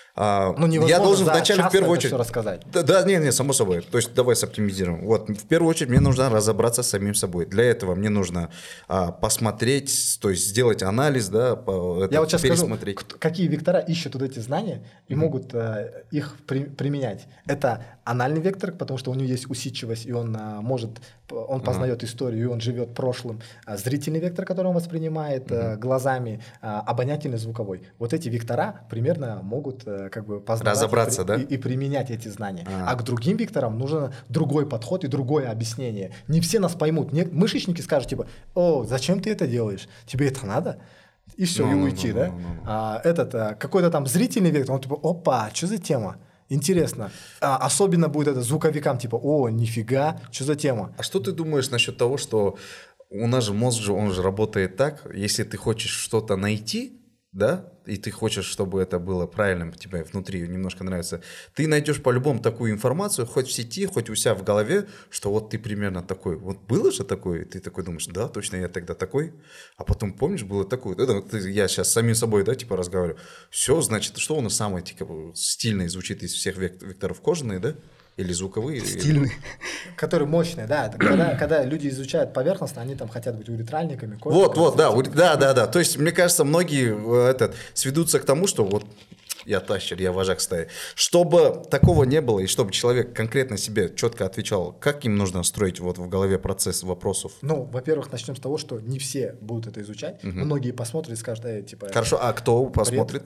А, ну, я должен вначале в первую очередь все рассказать. Да, да, не, не, само собой. То есть давай соптимизируем. Вот в первую очередь мне нужно разобраться с самим собой. Для этого мне нужно а, посмотреть, то есть сделать анализ, да, по, это, я вот сейчас пересмотреть. Скажу, какие вектора ищут вот эти знания и mm-hmm. могут а, их при, применять. Это анальный вектор, потому что у него есть усидчивость и он а, может, он познает mm-hmm. историю и он живет прошлым. А, зрительный вектор, который он воспринимает mm-hmm. а, глазами, а, обонятельный, звуковой. Вот эти вектора примерно могут как бы познавать разобраться, и, да? и, и применять эти знания. А. а к другим векторам нужен другой подход и другое объяснение. Не все нас поймут. Не, мышечники скажут типа, о, зачем ты это делаешь? Тебе это надо? И все, no, и уйти, no, no, да? No, no, no. А, этот, а, какой-то там зрительный вектор, он типа, опа, что за тема? Интересно. А, особенно будет это звуковикам, типа, о, нифига, что за тема? А что ты думаешь насчет того, что у нас же мозг, же, он же работает так, если ты хочешь что-то найти, да, и ты хочешь, чтобы это было правильным, тебе внутри немножко нравится, ты найдешь по-любому такую информацию, хоть в сети, хоть у себя в голове, что вот ты примерно такой. Вот было же такое, и ты такой думаешь, да, точно я тогда такой, а потом, помнишь, было такое. Это, я сейчас с самим собой, да, типа разговариваю. Все, значит, что у нас самое типа, стильное звучит из всех векторов? Кожаные, да? Или звуковые? Стильные. Которые мощные, да. Когда, когда люди изучают поверхностно, они там хотят быть уретральниками. Вот, вот, да, да, да, да. То есть, мне кажется, многие этот, сведутся к тому, что вот я тащер, я вожак стаи. Чтобы такого не было, и чтобы человек конкретно себе четко отвечал, как им нужно строить вот в голове процесс вопросов? Ну, во-первых, начнем с того, что не все будут это изучать. Угу. Многие посмотрят и скажут, э, типа... Хорошо, а кто посмотрит?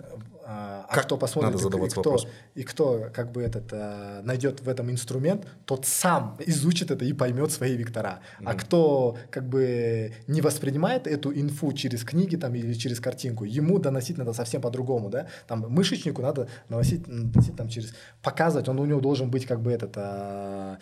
А как кто посмотрит, надо задаваться и, кто, вопросом. и кто как бы этот а, найдет в этом инструмент, тот сам изучит это и поймет свои вектора. Mm-hmm. А кто как бы не воспринимает эту инфу через книги там, или через картинку, ему доносить надо совсем по-другому, да? Там мышечнику надо доносить, доносить там, через показывать, он у него должен быть как бы этот... А,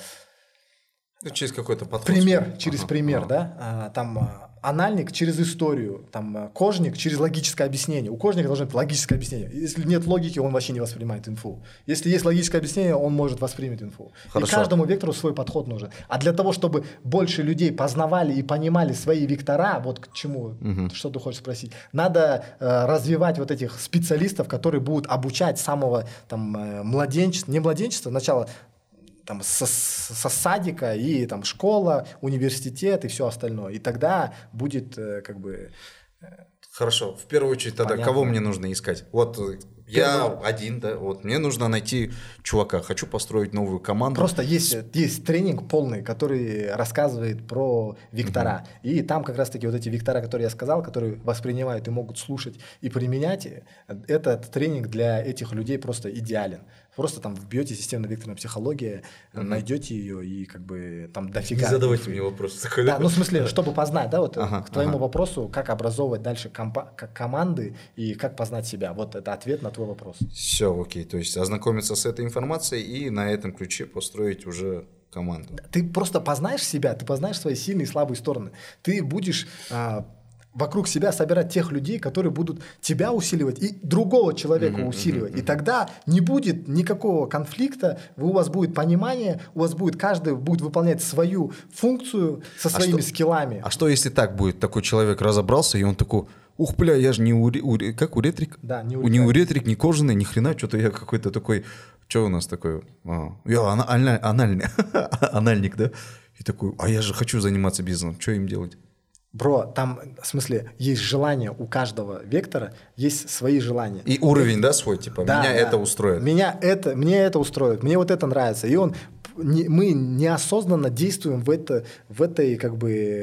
через какой-то подход. Пример, через ага, пример, ага. да? А, там анальник через историю, там кожник через логическое объяснение. У кожника должно быть логическое объяснение. Если нет логики, он вообще не воспринимает инфу. Если есть логическое объяснение, он может воспринять инфу. Хорошо. И каждому вектору свой подход нужен. А для того, чтобы больше людей познавали и понимали свои вектора, вот к чему, угу. что ты хочешь спросить, надо э, развивать вот этих специалистов, которые будут обучать с самого там, э, младенчества, не младенчества, начала там, со, со садика и там, школа, университет и все остальное. И тогда будет э, как бы... Э, Хорошо. В первую очередь тогда понятно. Кого мне нужно искать? Вот я Первый. один, да, вот мне нужно найти чувака, хочу построить новую команду. Просто есть, есть тренинг полный, который рассказывает про вектора. Uh-huh. И там как раз-таки вот эти вектора, которые я сказал, которые воспринимают и могут слушать и применять, этот тренинг для этих людей просто идеален. Просто там вбьете системно-векторная психология, mm-hmm. найдете ее и как бы там дофига. Не задавайте мне вопрос такой. Да, ну в смысле, чтобы познать, да, вот ага, к твоему ага. вопросу, как образовывать дальше компа- как команды и как познать себя. Вот это ответ на твой вопрос. Все, окей, то есть ознакомиться с этой информацией и на этом ключе построить уже команду. Ты просто познаешь себя, ты познаешь свои сильные и слабые стороны. Ты будешь... А, вокруг себя собирать тех людей, которые будут тебя усиливать и другого человека mm-hmm, усиливать. Mm-hmm. И тогда не будет никакого конфликта, у вас будет понимание, у вас будет, каждый будет выполнять свою функцию со своими а что, скиллами. А что если так будет? Такой человек разобрался, и он такой, ух, бля, я же не уре, уре, как уретрик? Да, не уретрик. Не уретрик, не кожаный, ни хрена, что-то я какой-то такой, что у нас такое? А, я анальный, анальный, анальник, да? И такой, а я же хочу заниматься бизнесом, что им делать? Бро, там, в смысле, есть желание у каждого вектора, есть свои желания. И уровень, да, свой, типа, да, меня да. это устроит. Меня это, мне это устроит, мне вот это нравится. И он, не, мы неосознанно действуем в, это, в этой, как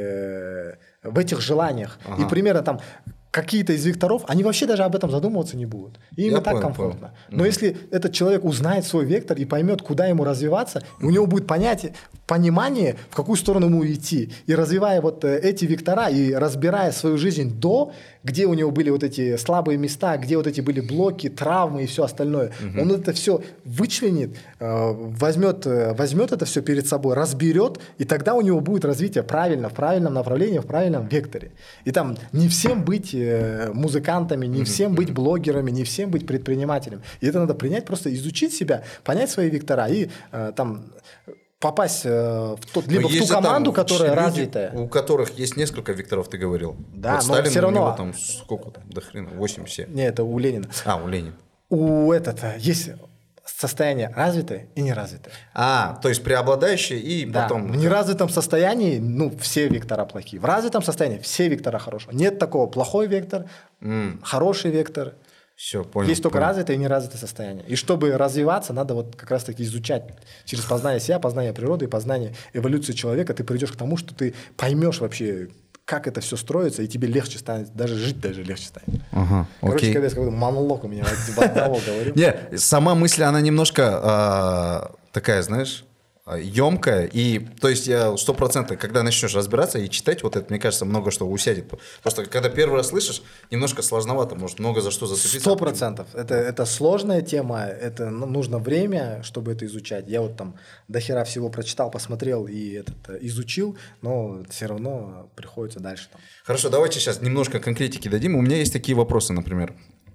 бы, в этих желаниях. Ага. И примерно там какие-то из векторов, они вообще даже об этом задумываться не будут. И им и так комфортно. Понял. Но mm-hmm. если этот человек узнает свой вектор и поймет, куда ему развиваться, mm-hmm. у него будет понятие, понимание, в какую сторону ему идти. И развивая вот эти вектора, и разбирая свою жизнь до, где у него были вот эти слабые места, где вот эти были блоки, травмы и все остальное. Угу. Он это все вычленит, возьмет, возьмет это все перед собой, разберет, и тогда у него будет развитие правильно, в правильном направлении, в правильном векторе. И там не всем быть музыкантами, не всем быть блогерами, не всем быть предпринимателем. И это надо принять, просто изучить себя, понять свои вектора и там попасть в тот, либо в ту команду, которая люди, развитая. У которых есть несколько векторов, ты говорил. Да, вот но Сталин, все равно. У него там сколько там, до хрена, восемь-семь. Не, это у Ленина. А, у Ленина. У этого есть состояние развитое и неразвитое. А, то есть преобладающее и да. потом... В неразвитом состоянии, ну, все вектора плохие. В развитом состоянии все вектора хорошие. Нет такого плохой вектор, mm. хороший вектор. Все, понял. Есть только понял. развитое и неразвитое состояние. И чтобы развиваться, надо вот как раз-таки изучать через познание себя, познание природы и познание эволюции человека. Ты придешь к тому, что ты поймешь вообще, как это все строится, и тебе легче станет, даже жить даже легче станет. Ага, Короче, окей. когда я какой-то монолог у меня в одного говорю. Не, сама мысль, она немножко такая, знаешь... емкая, и то есть я сто процентов, когда начнешь разбираться и читать вот это, мне кажется, много что усядет. Просто когда первый раз слышишь, немножко сложновато, может много за что зацепиться. Сто процентов. Это, это сложная тема, это ну, нужно время, чтобы это изучать. Я вот там до хера всего прочитал, посмотрел и этот, изучил, но все равно приходится дальше. Там. Хорошо, давайте сейчас немножко конкретики дадим. У меня есть такие вопросы, например,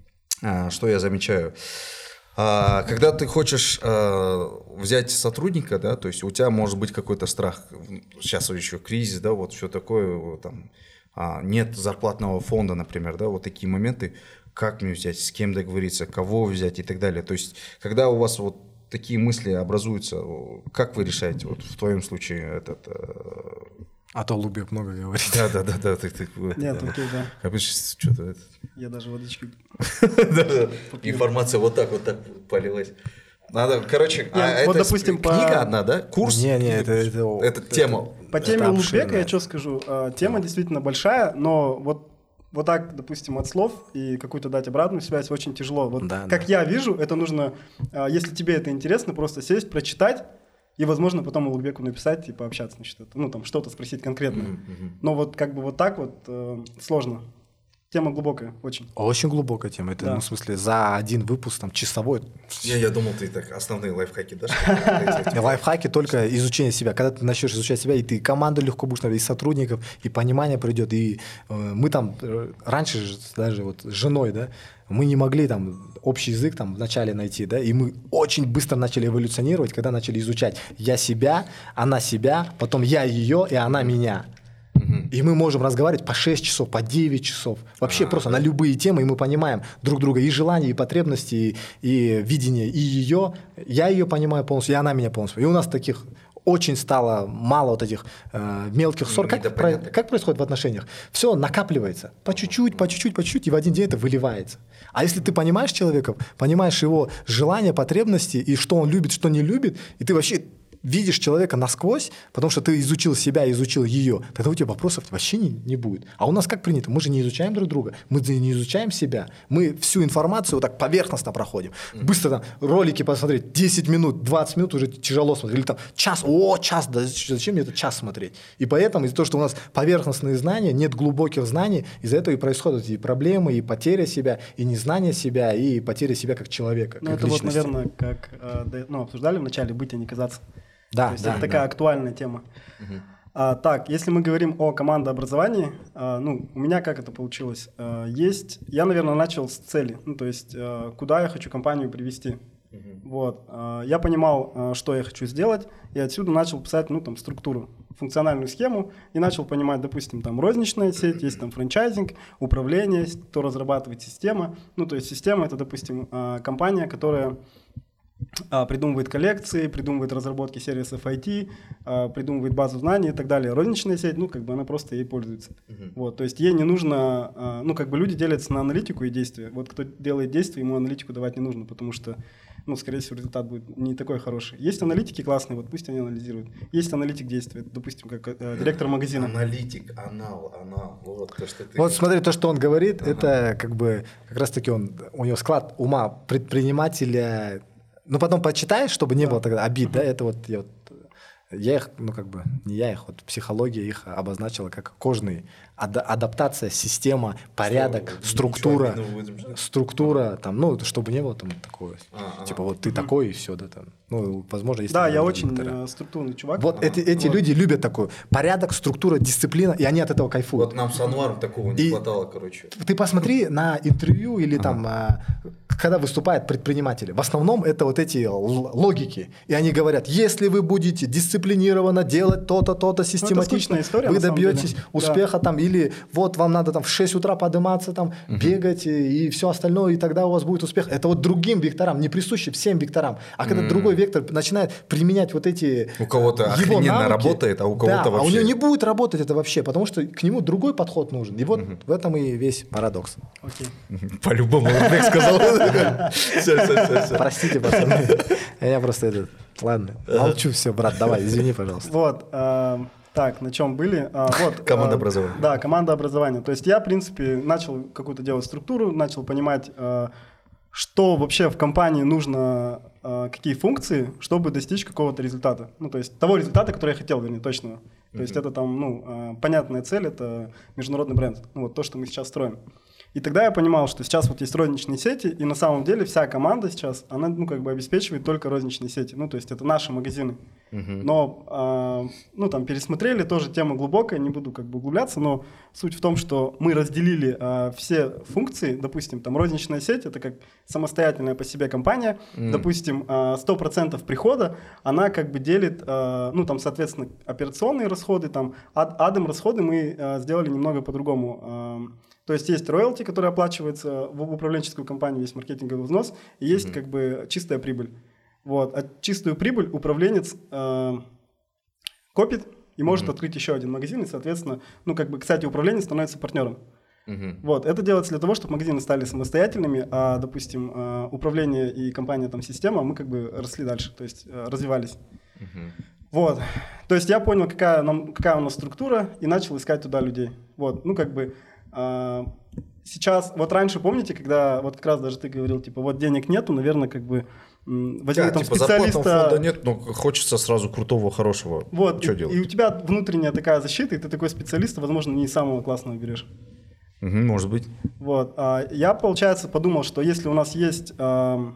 что я замечаю. Когда ты хочешь э, взять сотрудника, да, то есть у тебя может быть какой-то страх, сейчас еще кризис, да, вот все такое, там, а, нет зарплатного фонда, например, да, вот такие моменты, как мне взять, с кем договориться, кого взять и так далее. То есть, когда у вас вот такие мысли образуются, как вы решаете, вот в твоем случае этот... Э, А то Лубек много говорит. Да, да, да, да. Ты, ты, Нет, окей, да. Капец, что-то это. Я даже водички. Информация вот так, вот так полилась. Надо, короче, вот, допустим, книга одна, да? Курс? Не, не, это это тема. По теме Улугбека я что скажу? Тема действительно большая, но вот вот так, допустим, от слов и какую-то дать обратную связь очень тяжело. Вот да, как да. я вижу, это нужно, если тебе это интересно, просто сесть, прочитать и, возможно, потом Улугбеку написать и пообщаться насчет этого. Ну, там, что-то спросить конкретно. Mm-hmm. Но вот как бы вот так вот э, сложно. Тема глубокая, очень. Очень глубокая тема. Это, да. ну, в смысле, за один выпуск, там, часовой. Я, я думал, ты так основные лайфхаки дашь. Лайфхаки только изучение себя. Когда ты начнешь изучать себя, и ты команду легко будешь набирать, и сотрудников, и понимание придет. И э, мы там раньше даже вот с женой, да, мы не могли там общий язык там вначале найти, да, и мы очень быстро начали эволюционировать, когда начали изучать я себя, она себя, потом я ее, и она меня. И мы можем разговаривать по шесть часов, по девять часов. Вообще А-а-а. просто на любые темы, и мы понимаем друг друга и желания, и потребности, и, и видение, и ее. Я ее понимаю полностью, и она меня полностью. И у нас таких очень стало мало вот этих э, мелких ссор. Как, про, как происходит в отношениях? Все накапливается. По чуть-чуть, по чуть-чуть, по чуть-чуть, и в один день это выливается. А если ты понимаешь человека, понимаешь его желания, потребности, и что он любит, что не любит, и ты вообще... видишь человека насквозь, потому что ты изучил себя, изучил ее, тогда у тебя вопросов вообще не, не будет. А у нас как принято? Мы же не изучаем друг друга, мы не изучаем себя. Мы всю информацию вот так поверхностно проходим. Mm-hmm. Быстро там ролики посмотреть, десять минут, двадцать минут уже тяжело смотреть. Или там час, о, час, да зачем мне это час смотреть? И поэтому из-за того, что у нас поверхностные знания, нет глубоких знаний, из-за этого и происходят эти проблемы, и потеря себя, и незнание себя, и потеря себя как человека, ну, как это личности. вот, наверное, как ну, обсуждали вначале, быть, а не казаться. Да, То есть да, это такая да. актуальная тема. Угу. А, так, если мы говорим о командообразовании, а, ну, у меня как это получилось? А, есть, я, наверное, начал с цели, ну, то есть а, куда я хочу компанию привести. Угу. Вот. А, я понимал, а, что я хочу сделать, и отсюда начал писать, ну, там, структуру, функциональную схему, и начал понимать, допустим, там розничная сеть, есть там франчайзинг, управление, кто разрабатывает систему. Ну, то есть система – это, допустим, а, компания, которая придумывает коллекции, придумывает разработки сервисов ай ти, придумывает базу знаний и так далее. Розничная сеть, ну, как бы она просто ей пользуется. Uh-huh. Вот, то есть ей не нужно, ну, как бы люди делятся на аналитику и действия. Вот кто делает действия, ему аналитику давать не нужно, потому что, ну, скорее всего, результат будет не такой хороший. Есть аналитики классные, вот пусть они анализируют. Есть аналитик действия, допустим, как э, директор магазина. Аналитик, анал, анал, вот то, что ты... Вот смотри, то, что он говорит, ага. это как бы, как раз-таки он, у него склад ума предпринимателя. Ну, потом почитаешь, чтобы не да. было тогда обид, uh-huh. да, это вот я вот Я их, ну как бы, не я их, вот психология их обозначила как кожные. Ад- адаптация, система, порядок, что, структура, структура, там, ну, чтобы не было там такого, а, типа, вот ты угу. такой и все, да, там. Ну, возможно, есть... Да, я очень э, структурный чувак. Вот а, эти, эти вот. люди любят такое. Порядок, структура, дисциплина, и они от этого кайфуют. Вот нам с Анваром такого не и хватало, короче. Ты посмотри на интервью или ага. там, а, когда выступают предприниматели. В основном это вот эти логики. И они говорят, если вы будете дисциплинированно делать то-то, то-то, систематично, история, вы добьетесь успеха да. там, или вот вам надо там в шесть утра подниматься, там, угу. бегать и, и все остальное, и тогда у вас будет успех. Это вот другим векторам, не присуще всем векторам. А когда mm. другой вектор начинает применять вот эти у кого-то охрененно навыки, работает, а у кого-то да, вообще... а у него не будет работать это вообще, потому что к нему другой подход нужен. И вот угу. в этом и весь парадокс. Okay. По-любому Узбек сказал. Простите, пацаны. Я просто этот... Ладно, молчу, все, брат, давай, извини, пожалуйста. Вот, так, на чем были? А, вот, команда а, образования. Да, команда образования. То есть я, в принципе, начал какую-то делать структуру, начал понимать, а, что вообще в компании нужно, а, какие функции, чтобы достичь какого-то результата. Ну, то есть того результата, который я хотел, вернее, точного. То mm-hmm. есть это там, ну, а, понятная цель, это международный бренд. Ну, вот то, что мы сейчас строим. И тогда я понимал, что сейчас вот есть розничные сети, и на самом деле вся команда сейчас, она, ну, как бы обеспечивает только розничные сети. Ну, то есть это наши магазины. Uh-huh. Но, э, ну, там, пересмотрели, тоже тема глубокая, не буду как бы углубляться, но суть в том, что мы разделили э, все функции, допустим, там, розничная сеть, это как самостоятельная по себе компания, uh-huh. допустим, э, сто процентов прихода, она как бы делит, э, ну, там, соответственно, операционные расходы, там, ад, адом расходы мы э, сделали немного по-другому. Э, То есть есть роялти, который оплачивается в управленческую компанию, есть маркетинговый взнос, и есть mm-hmm. как бы чистая прибыль. Вот. А чистую прибыль управленец э, копит и может mm-hmm. открыть еще один магазин, и, соответственно, ну как бы, кстати, управленец становится партнером. Mm-hmm. Вот. Это делается для того, чтобы магазины стали самостоятельными, а, допустим, э, управление и компания, там, система, мы как бы росли дальше, то есть э, развивались. Mm-hmm. Вот. То есть я понял, какая, нам, какая у нас структура, и начал искать туда людей. Вот. Ну как бы... Сейчас, вот раньше, помните, когда вот как раз даже ты говорил, типа, вот денег нету, наверное, как бы возьми да, там типа, специалиста. Фонда нет, но хочется сразу крутого, хорошего. Вот, что и, делать? И у тебя внутренняя такая защита, и ты такой специалист, возможно, не самого классного берешь. Угу, может быть. Вот, а я, получается, подумал, что если у нас есть а,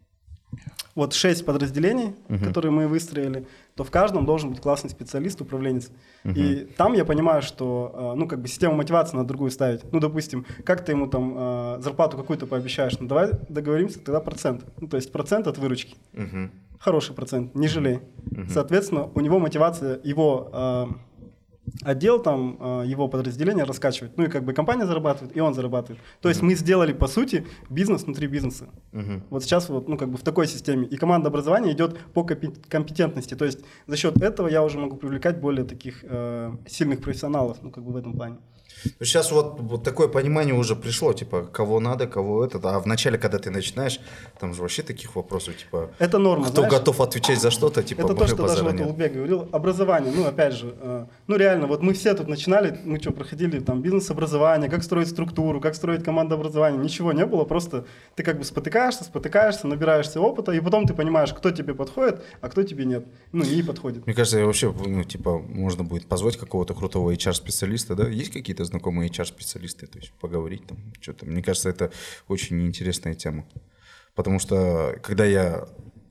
вот шесть подразделений, угу. которые мы выстроили, то в каждом должен быть классный специалист, управленец. Uh-huh. И там я понимаю, что, ну, как бы систему мотивации надо другую ставить. Ну, допустим, как ты ему там зарплату какую-то пообещаешь, ну, давай договоримся, тогда процент. Ну, то есть процент от выручки. Uh-huh. Хороший процент, не жалей. Uh-huh. Соответственно, у него мотивация, его отдел, там, его подразделение раскачивает. Ну, и как бы компания зарабатывает, и он зарабатывает. То есть uh-huh. мы сделали, по сути, бизнес внутри бизнеса. Uh-huh. Вот сейчас вот, ну, как бы в такой системе. И команда образования идет по компетентности. То есть за счет этого я уже могу привлекать более таких э, сильных профессионалов, ну, как бы в этом плане. Ну, сейчас вот, вот такое понимание уже пришло, типа, кого надо, кого это. А вначале, когда ты начинаешь, там же вообще таких вопросов, типа, это норма, кто знаешь, готов отвечать за что-то, типа, это то, что даже вот Улбек говорил, образование, ну, опять же, э, ну, реально, вот мы все тут начинали, мы что, проходили там бизнес-образование, как строить структуру, как строить команду образования, ничего не было, просто ты как бы спотыкаешься, спотыкаешься, набираешься опыта, и потом ты понимаешь, кто тебе подходит, а кто тебе нет, ну, не подходит. Мне кажется, вообще, ну, типа, можно будет позвать какого-то крутого эйч ар-специалиста, да, есть какие-то знакомые эйч ар-специалисты, то есть поговорить там что-то. Мне кажется, это очень интересная тема. Потому что, когда я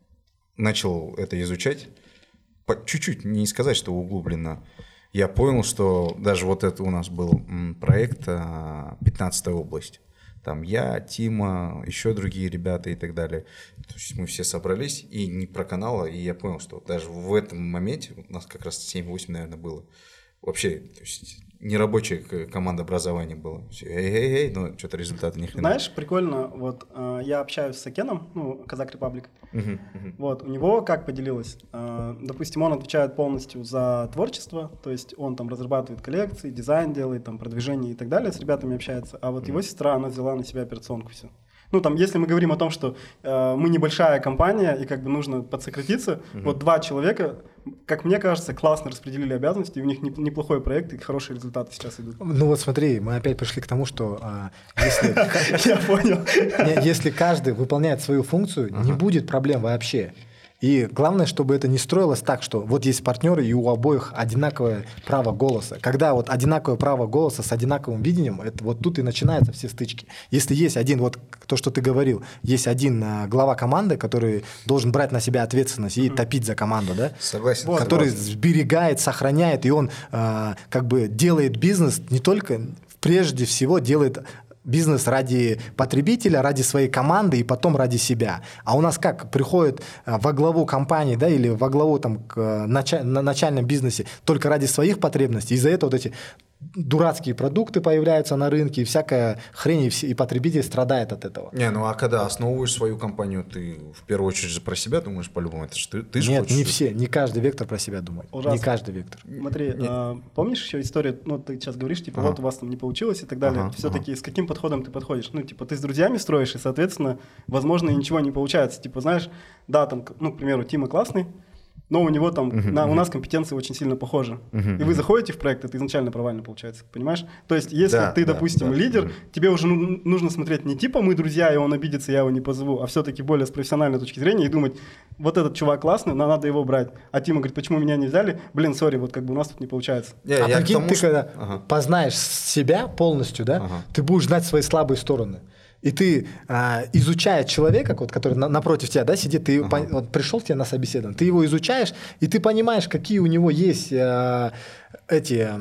начал это изучать, по чуть-чуть, не сказать, что углубленно, я понял, что даже вот это у нас был проект пятнадцатая область. Там я, Тима, еще другие ребята и так далее. То есть мы все собрались, и не про канал, и я понял, что даже в этом моменте, у нас как раз семь-восемь, наверное, было, вообще, то есть нерабочая команда образования была. Эй-эй-эй, но что-то результаты ни хрена. Знаешь, прикольно, вот э, я общаюсь с Акеном, ну, Казак Репаблик. Uh-huh, uh-huh. Вот, у него как поделилось? Э, допустим, он отвечает полностью за творчество, то есть он там разрабатывает коллекции, дизайн делает, там продвижение и так далее, с ребятами общается, а вот uh-huh. его сестра, она взяла на себя операционку все. Ну, там, если мы говорим о том, что э, мы небольшая компания и как бы нужно подсократиться, uh-huh. вот два человека, как мне кажется, классно распределили обязанности, и у них неплохой проект, и хорошие результаты сейчас идут. Ну вот смотри, мы опять пришли к тому, что а, если, Я понял. Если каждый выполняет свою функцию, не будет проблем вообще. И главное, чтобы это не строилось так, что вот есть партнеры, и у обоих одинаковое право голоса. Когда вот одинаковое право голоса с одинаковым видением, это вот тут и начинаются все стычки. Если есть один, вот то, что ты говорил, есть один а, глава команды, который должен брать на себя ответственность и топить за команду, да? Согласен. Вот, который согласен. сберегает, сохраняет, и он а, как бы делает бизнес не только, прежде всего делает бизнес ради потребителя, ради своей команды и потом ради себя. А у нас как приходит во главу компании, да, или во главу там к началь, на начальном бизнесе только ради своих потребностей. Из-за этого вот эти дурацкие продукты появляются на рынке, и всякая хрень, и, все, и потребитель страдает от этого. Не, ну а когда основываешь свою компанию, ты в первую очередь же про себя думаешь по-любому. Это же ты, ты же Нет, хочешь. не все, не каждый вектор про себя думает. Ужасно. Не каждый вектор. Смотри, а, помнишь еще историю, ну ты сейчас говоришь, типа, Ага. вот у вас там не получилось и так далее. Ага, Все-таки с каким подходом ты подходишь? Ну, типа, ты с друзьями строишь, и, соответственно, возможно, и ничего не получается. Типа, знаешь, да, там, ну, к примеру, Тима классный, но у него там, Мгм, на, у мгм. нас компетенции очень сильно похожи. Мгм, И вы мгм. заходите в проект, это изначально провально получается, понимаешь? То есть, если Да, ты, да, допустим, да. лидер, Мгм. тебе уже ну- нужно смотреть не типа мы друзья, и он обидится, я его не позову, а все-таки более с профессиональной точки зрения и думать, вот этот чувак классный, но надо его брать. А Тима говорит, почему меня не взяли? Блин, сори, вот как бы у нас тут не получается. Не, А я к прикинь, тому, ты что- когда Ага. познаешь себя полностью, да, Ага. ты будешь знать свои слабые стороны. И ты, а, изучая человека, вот, который на- напротив тебя, да, сидит, ты Ага. пон- вот, пришел к тебе на собеседование, ты его изучаешь, и ты понимаешь, какие у него есть а, эти а,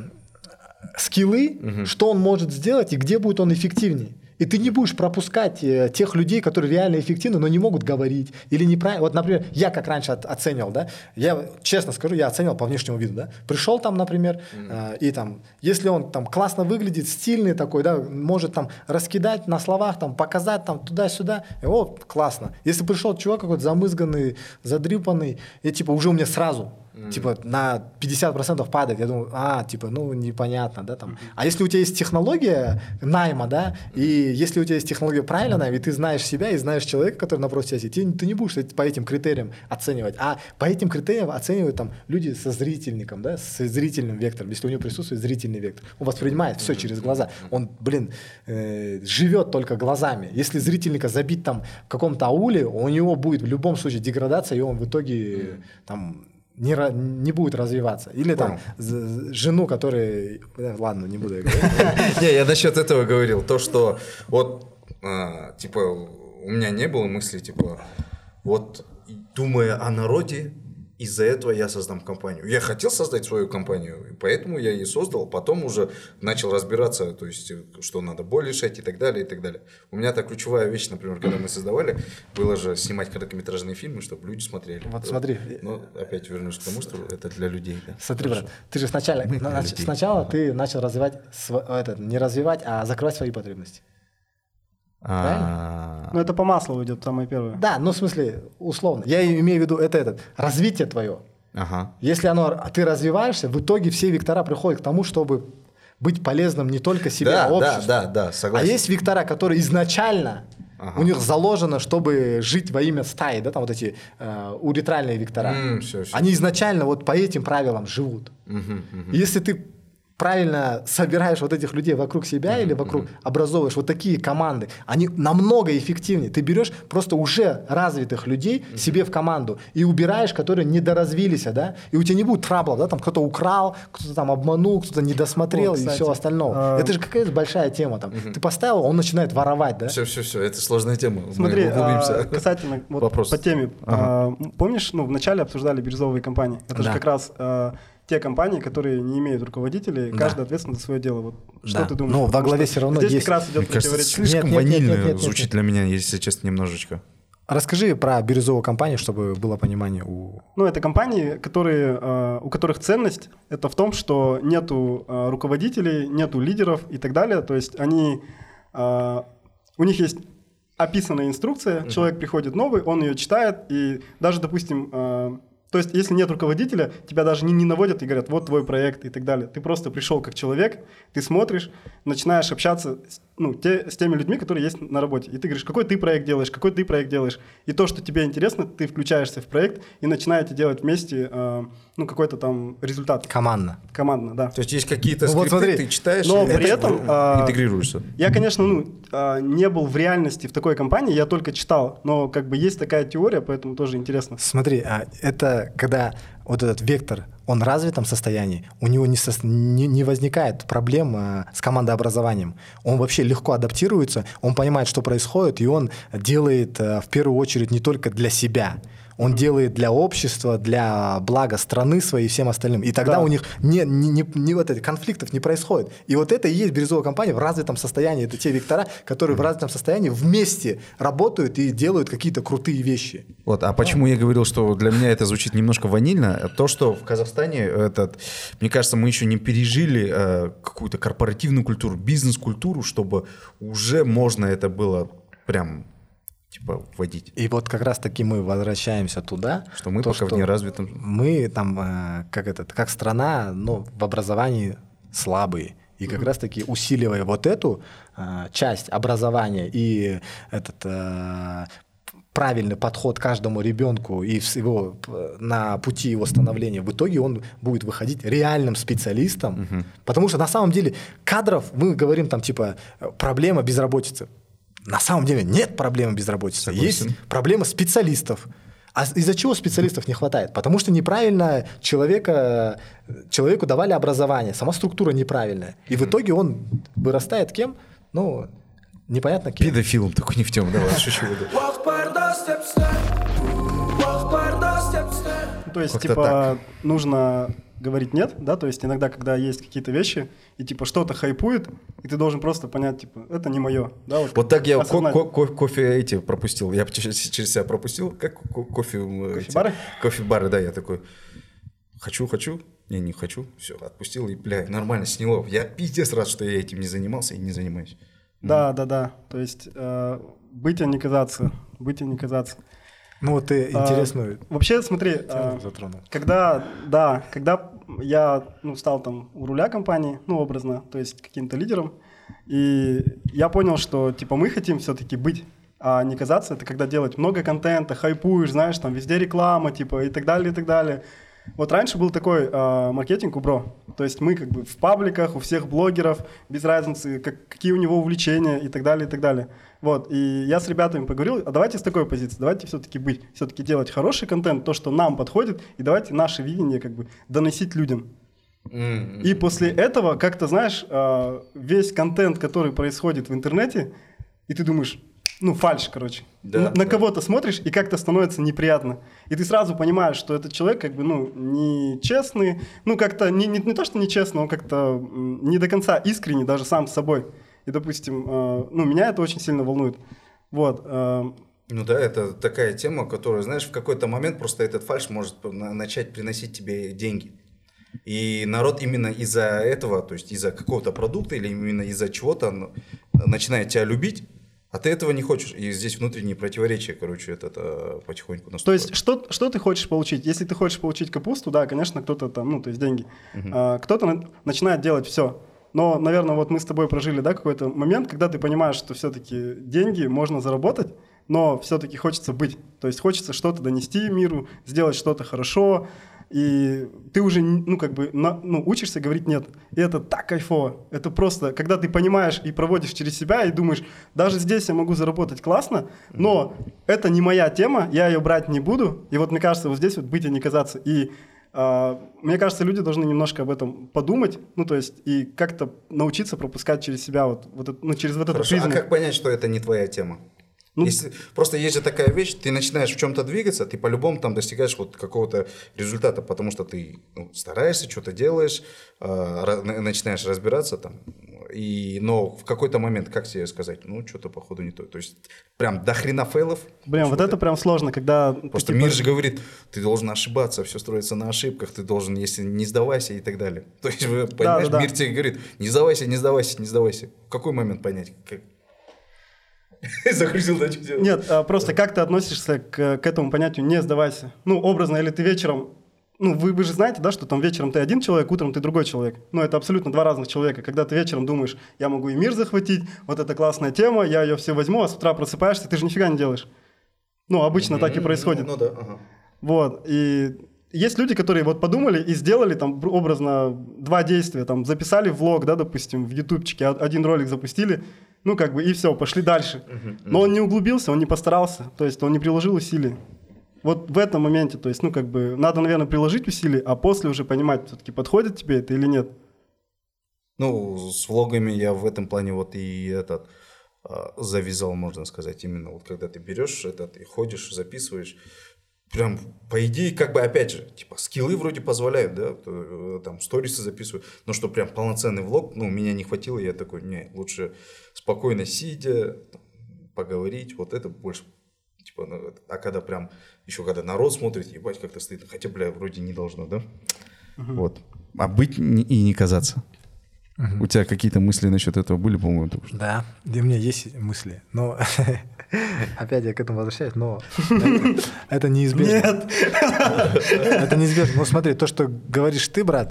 скиллы, Мгм. что он может сделать и где будет он эффективнее. И ты не будешь пропускать э, тех людей, которые реально эффективны, но не могут говорить или неправильно. Вот, например, я как раньше от- оценивал, да, я честно скажу, я оценивал по внешнему виду, да. Пришел там, например, э, и там, если он там классно выглядит, стильный такой, да, может там раскидать на словах, там показать там туда-сюда, и, о, классно. Если пришел чувак какой-то замызганный, задрипанный, и типа уже у меня сразу типа на пятьдесят процентов падает. Я думаю, а, типа, ну, непонятно, да, там. А если у тебя есть технология найма, да, и если у тебя есть технология правильно найма, и ты знаешь себя, и знаешь человека, который напротив тебя сидит, ты, ты не будешь эти- по этим критериям оценивать. А по этим критериям оценивают там люди со зрительником, да, со зрительным вектором. Если у него присутствует зрительный вектор. Он воспринимает все через глаза. Он, блин, э, живет только глазами. Если зрительника забить там в каком-то ауле, у него будет в любом случае деградация, и он в итоге там не, ра- не будет развиваться. Или там з- жену, которая... э, Ладно, не буду я говорить. Не, я насчет этого говорил. То, что вот, а, типа, у меня не было мысли, типа, вот, думая о народе, из-за этого я создам компанию. Я хотел создать свою компанию, и поэтому я ее создал. Потом уже начал разбираться, то есть, что надо боль решать и так далее, и так далее. У меня та ключевая вещь, например, когда мы создавали, было же снимать короткометражные фильмы, чтобы люди смотрели. Вот смотри. Но опять вернусь к тому, что это для людей. Да. Смотри, Хорошо. брат, ты же сначала, Мы на- для нач- людей. сначала ты начал развивать, св- этот, не развивать, а закрывать свои потребности. А, Ну, это по маслу идет, самое первое. Да, ну в смысле, условно. Я имею в виду это, этот, развитие твое. Ага. Если оно, ты развиваешься, в итоге все вектора приходят к тому, чтобы быть полезным не только себе, Да, а да, обществу. да, да, А согласен. есть вектора, которые изначально Ага. у них заложено, чтобы жить во имя стаи, да, там вот эти э, уретральные вектора. М, всё, всё. Они изначально вот по этим правилам живут. Мгм, мгм. И если ты правильно собираешь вот этих людей вокруг себя или вокруг образовываешь вот такие команды, они намного эффективнее. Ты берешь просто уже развитых людей себе в команду и убираешь, которые недоразвились, да, и у тебя не будет траблов, да, там кто-то украл, кто-то там обманул, кто-то не досмотрел О, и кстати, все остальное. а- Это же какая-то большая тема там. Ты поставил, он начинает воровать, да? Все, все, все, это сложная тема. Смотри, Мы углубимся. а, касательно вот Вопрос. по теме, а, м, помнишь, ну, вначале обсуждали бирюзовые компании. Это же Да. как раз а, те компании, которые не имеют руководителей, Да. каждый ответственен за свое дело. Вот что Да. ты думаешь? Ну, во Потому главе что всё равно здесь есть- как раз идет Мне кажется, противоречие. слишком Нет, нет, нет, ванильно нет, нет, звучит нет. для меня, если честно, немножечко. Расскажи про бирюзовую компанию, чтобы было понимание у... Ну, это компании, которые, а, у которых ценность это в том, что нету а, руководителей, нету лидеров и так далее. То есть они, а, у них есть описанная инструкция, человек приходит новый, он ее читает, и даже, допустим, а, то есть если нет руководителя, тебя даже не, не наводят и говорят, вот твой проект и так далее. Ты просто пришел как человек, ты смотришь, начинаешь общаться, ну, те, с теми людьми, которые есть на работе. И ты говоришь, какой ты проект делаешь, какой ты проект делаешь. И то, что тебе интересно, ты включаешься в проект и начинаете делать вместе э, ну, какой-то там результат. Командно. Командно, да. То есть есть какие-то Ну, вот скрипты, смотри, ты читаешь, но и при это этом, а, интегрируешься. Я, конечно, ну, э, не был в реальности в такой компании, я только читал, но как бы есть такая теория, поэтому тоже интересно. Смотри, а это когда вот этот вектор, он в развитом состоянии, у него не, со, не, не возникает проблем а, с командообразованием. Он вообще легко адаптируется, он понимает, что происходит, и он делает а, в первую очередь не только для себя, он делает для общества, для блага страны своей и всем остальным. И тогда Да. у них не, не, не, не вот этих конфликтов не происходит. И вот это и есть бирюзовая компания в развитом состоянии. Это те вектора, которые в развитом состоянии вместе работают и делают какие-то крутые вещи. Вот, а почему я говорил, что для меня это звучит немножко ванильно? То, что в Казахстане, этот, мне кажется, мы еще не пережили э, какую-то корпоративную культуру, бизнес-культуру, чтобы уже можно это было прям типа вводить. И вот как раз-таки мы возвращаемся туда. Что мы то, пока в что неразвитом. Мы там, э, как, этот, как страна, ну, в образовании слабые. И как раз-таки усиливая вот эту э, часть образования и этот э, правильный подход каждому ребенку и его, на пути его становления, в итоге он будет выходить реальным специалистом. Угу. Потому что на самом деле кадров, мы говорим там типа проблема безработицы. На самом деле нет проблемы безработицы. Согласен. Есть проблема специалистов. А из-за чего специалистов не хватает? Потому что неправильно человека, человеку давали образование, сама структура неправильная. И в итоге он вырастает кем? Ну, непонятно кем. Педофилом, только не в тем, давай, шучу. То есть, Как-то типа, так. нужно говорить нет, да, то есть иногда, когда есть какие-то вещи, и типа что-то хайпует, и ты должен просто понять, типа, это не мое, да, вот. Вот так я ко- осознать. ко- ко- кофе эти пропустил. Я через, через себя пропустил. Как ко- кофе... эти- Кофе-бары? Кофе-бары, да, я такой... Хочу, хочу. Не, не хочу. Все, отпустил и, бля, нормально сняло. Я пиздец рад, что я этим не занимался и не занимаюсь. Да, да, да, то есть э, быть, а не казаться, быть, а не казаться. Ну вот ты А, интересную Вообще, смотри, тему а, затронул. когда, да, когда я ну, стал там у руля компании, ну, образно, то есть каким-то лидером, и я понял, что, типа, мы хотим все-таки быть, а не казаться, это когда делать много контента, хайпуешь, знаешь, там везде реклама, типа, и так далее, и так далее. Вот раньше был такой э, маркетинг у Бро, то есть мы как бы в пабликах, у всех блогеров, без разницы, как, какие у него увлечения и так далее, и так далее. Вот, и я с ребятами поговорил, а давайте с такой позиции, давайте все-таки быть, все-таки делать хороший контент, то, что нам подходит, и давайте наше видение как бы доносить людям. Mm-hmm. И после этого, как-то, знаешь, э, весь контент, который происходит в интернете, и ты думаешь, ну, фальшь, короче. Да, на да. кого-то смотришь, и как-то становится неприятно. И ты сразу понимаешь, что этот человек как бы, ну, нечестный, ну, как-то не, не, не то, что нечестный, он как-то м, не до конца искренний даже сам с собой. И, допустим, э, ну, меня это очень сильно волнует. Вот. Э, Ну да, это такая тема, которая, знаешь, в какой-то момент просто этот фальш может на- начать приносить тебе деньги. И народ именно из-за этого, то есть из-за какого-то продукта или именно из-за чего-то ну, начинает тебя любить, а ты этого не хочешь. И здесь внутренние противоречия, короче, это, это потихоньку наступает. То есть, что, что ты хочешь получить? Если ты хочешь получить капусту, да, конечно, кто-то там, ну, то есть деньги. Мгм. А, кто-то на- начинает делать все. Но, наверное, вот мы с тобой прожили, да, какой-то момент, когда ты понимаешь, что все-таки деньги можно заработать, но все-таки хочется быть. То есть хочется что-то донести миру, сделать что-то хорошо, и ты уже, ну, как бы, на- ну, учишься говорить «нет». И это так кайфово. Это просто, когда ты понимаешь и проводишь через себя, и думаешь, даже здесь я могу заработать классно, но это не моя тема, я ее брать не буду. И вот мне кажется, вот здесь вот быть, а не казаться. И а, мне кажется, люди должны немножко об этом подумать, ну, то есть, и как-то научиться пропускать через себя, вот, вот это- ну, через вот эту Хорошо, призму. а как понять, что это не твоя тема? Ну, Если, просто есть же такая вещь, ты начинаешь в чем-то двигаться, ты по-любому там достигаешь вот какого-то результата, потому что ты ну, стараешься, что-то делаешь, э, ра- на- начинаешь разбираться там, и, но в какой-то момент, как тебе сказать, ну, что-то походу не то. То есть прям до хрена фейлов. Блин, вот это прям сложно, когда... ты, Просто типа, мир же говорит, ты должен ошибаться, все строится на ошибках, ты должен, если не сдавайся и так далее. То есть, вы понимаешь, да, да. мир тебе говорит, не сдавайся, не сдавайся, не сдавайся. В какой момент понять? Как... Загрузил, да, что делать? Нет, а, просто как ты относишься к, к этому понятию «не сдавайся»? Ну, образно, или ты вечером ну, вы, вы же знаете, да, что там вечером ты один человек, утром ты другой человек. Ну, это абсолютно два разных человека. Когда ты вечером думаешь, я могу и мир захватить, вот это классная тема, я ее все возьму, а с утра просыпаешься, ты же нифига не делаешь. Ну, обычно mm-hmm. так и происходит. Ну, ну да, ага. Вот, и есть люди, которые вот подумали и сделали там образно два действия, там записали влог, да, допустим, в ютубчике, один ролик запустили, ну, как бы, и все, пошли дальше. Mm-hmm. Но он не углубился, он не постарался, то есть он не приложил усилий. Вот в этом моменте, то есть, ну, как бы, надо, наверное, приложить усилия, а после уже понимать, все-таки подходит тебе это или нет. Ну, с влогами я в этом плане вот и этот завязал, можно сказать, именно вот когда ты берешь этот и ходишь, записываешь, прям, по идее, как бы, опять же, типа, скиллы вроде позволяют, да, там, сторисы записываю, но что прям полноценный влог, ну, меня не хватило, я такой, не, лучше спокойно сидя, там, поговорить, вот это больше. Типа, а когда прям, еще когда народ смотрит, ебать, как-то стыдно. Хотя, бля, вроде не должно, да? Uh-huh. Вот. А быть и не казаться. Uh-huh. У тебя какие-то мысли насчет этого были, по-моему? Только что? Да, и у меня есть мысли. Но опять я к этому возвращаюсь, но это неизбежно. Нет! Это неизбежно. Ну смотри, то, что говоришь ты, брат,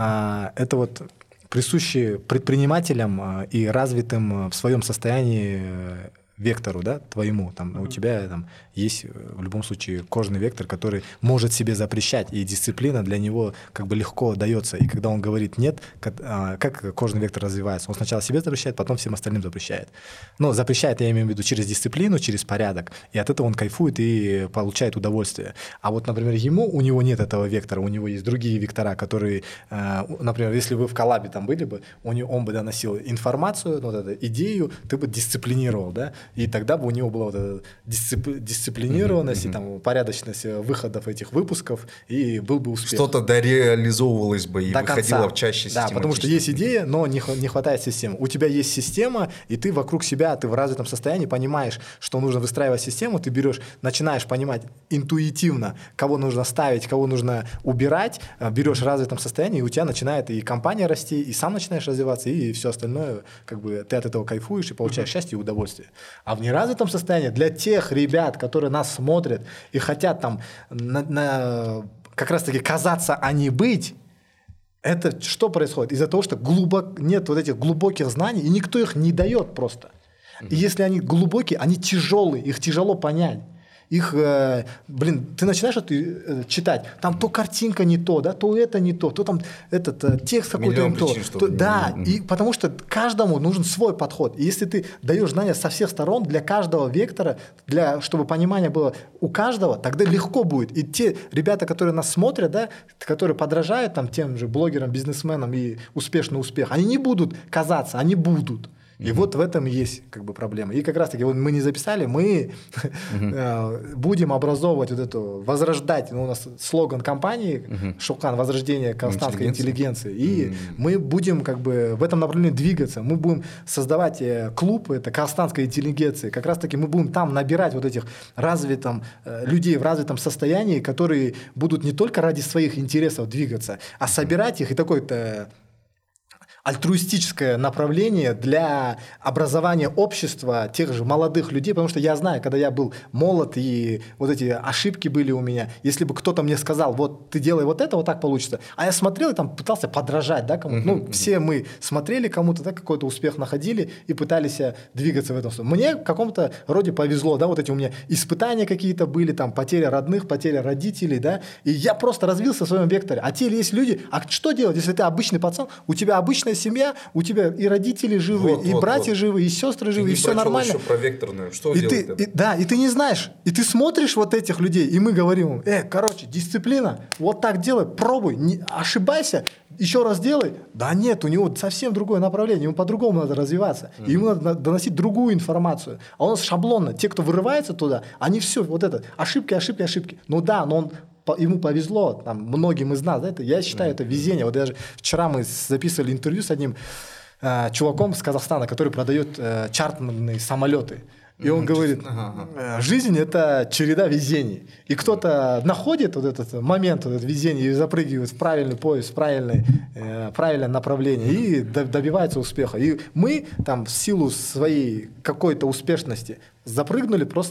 это вот присуще предпринимателям и развитым в своем состоянии вектору, да, твоему, там, mm-hmm. у тебя там есть в любом случае кожный вектор, который может себе запрещать, и дисциплина для него как бы легко дается. И когда он говорит «нет», как, а, как кожный вектор развивается? Он сначала себе запрещает, потом всем остальным запрещает. Но запрещает, я имею в виду, через дисциплину, через порядок, и от этого он кайфует и получает удовольствие. А вот, например, ему, у него нет этого вектора, у него есть другие вектора, которые, э, например, если вы в коллабе там были бы, у него, он бы доносил информацию, вот эту идею, ты бы дисциплинировал, да, и тогда бы у него была вот эта дисцип... дисциплинированность mm-hmm. и там, порядочность выходов этих выпусков, и был бы успех. Что-то дореализовывалось бы и до выходило конца. В чаще систематично. Да, потому что есть идея, но не, не хватает системы. У тебя есть система, и ты вокруг себя, ты в развитом состоянии понимаешь, что нужно выстраивать систему, ты берешь, начинаешь понимать интуитивно, кого нужно ставить, кого нужно убирать, берешь в развитом состоянии, и у тебя начинает и компания расти, и сам начинаешь развиваться, и все остальное, как бы ты от этого кайфуешь и получаешь mm-hmm. счастье и удовольствие. А в неразвитом состоянии для тех ребят, которые нас смотрят и хотят там на, на, как раз-таки казаться, а не быть, это что происходит? Из-за того, что глубок, нет вот этих глубоких знаний, и никто их не дает просто. Mm-hmm. И если они глубокие, они тяжелые, их тяжело понять. Их, э, блин, ты начинаешь это э, читать, там то картинка не то, да, то это не то, то там этот э, текст какой-то не то. то да, mm-hmm. и потому что каждому нужен свой подход. И если ты даешь знания со всех сторон для каждого вектора, для, чтобы понимание было у каждого, тогда легко будет. И те ребята, которые нас смотрят, да, которые подражают там, тем же блогерам, бизнесменам и успешный успех, они не будут казаться, они будут. И mm-hmm. вот в этом и есть как бы проблема. И как раз-таки вот мы не записали, мы mm-hmm. будем образовывать вот эту, возрождать, ну, у нас слоган компании mm-hmm. Шукан, возрождение казахстанской интеллигенции. И mm-hmm. мы будем как бы в этом направлении двигаться. Мы будем создавать клуб, это казахстанской интеллигенции. Как раз-таки мы будем там набирать вот этих развитым, людей в развитом состоянии, которые будут не только ради своих интересов двигаться, а собирать их и такой-то альтруистическое направление для образования общества тех же молодых людей, потому что я знаю, когда я был молод и вот эти ошибки были у меня, если бы кто-то мне сказал, вот ты делай вот это, вот так получится, а я смотрел и там пытался подражать, да, кому-то, uh-huh, ну, uh-huh. все мы смотрели кому-то, да, какой-то успех находили и пытались двигаться в этом. Мне в каком-то роде повезло, да, вот эти у меня испытания какие-то были, там, потеря родных, потеря родителей, да, и я просто развился в своем векторе. А те есть люди, а что делать, если ты обычный пацан, у тебя обычная семья, у тебя и родители живы, вот, и вот, братья вот. живы, и сестры живы, ты и все нормально. Еще про векторную. Что и делать? Ты, и, да, и ты не знаешь, и ты смотришь вот этих людей, и мы говорим им, э, короче, дисциплина, вот так делай, пробуй, не ошибайся, еще раз делай. Да нет, у него совсем другое направление, ему по-другому надо развиваться, mm-hmm. и ему надо доносить другую информацию. А у нас шаблонно, те, кто вырывается туда, они все, вот это, ошибки, ошибки, ошибки. Ну да, но он ему повезло, там, многим из нас, да, это, я считаю, это везение. Вот даже вчера мы записывали интервью с одним э, чуваком с Казахстана, который продает э, чартерные самолеты. И он mm-hmm. говорит, ага. жизнь – это череда везений. И кто-то находит вот этот момент, вот это везение, и запрыгивает в правильный поезд, в правильное, э, правильное направление, и добивается успеха. И мы там в силу своей какой-то успешности запрыгнули просто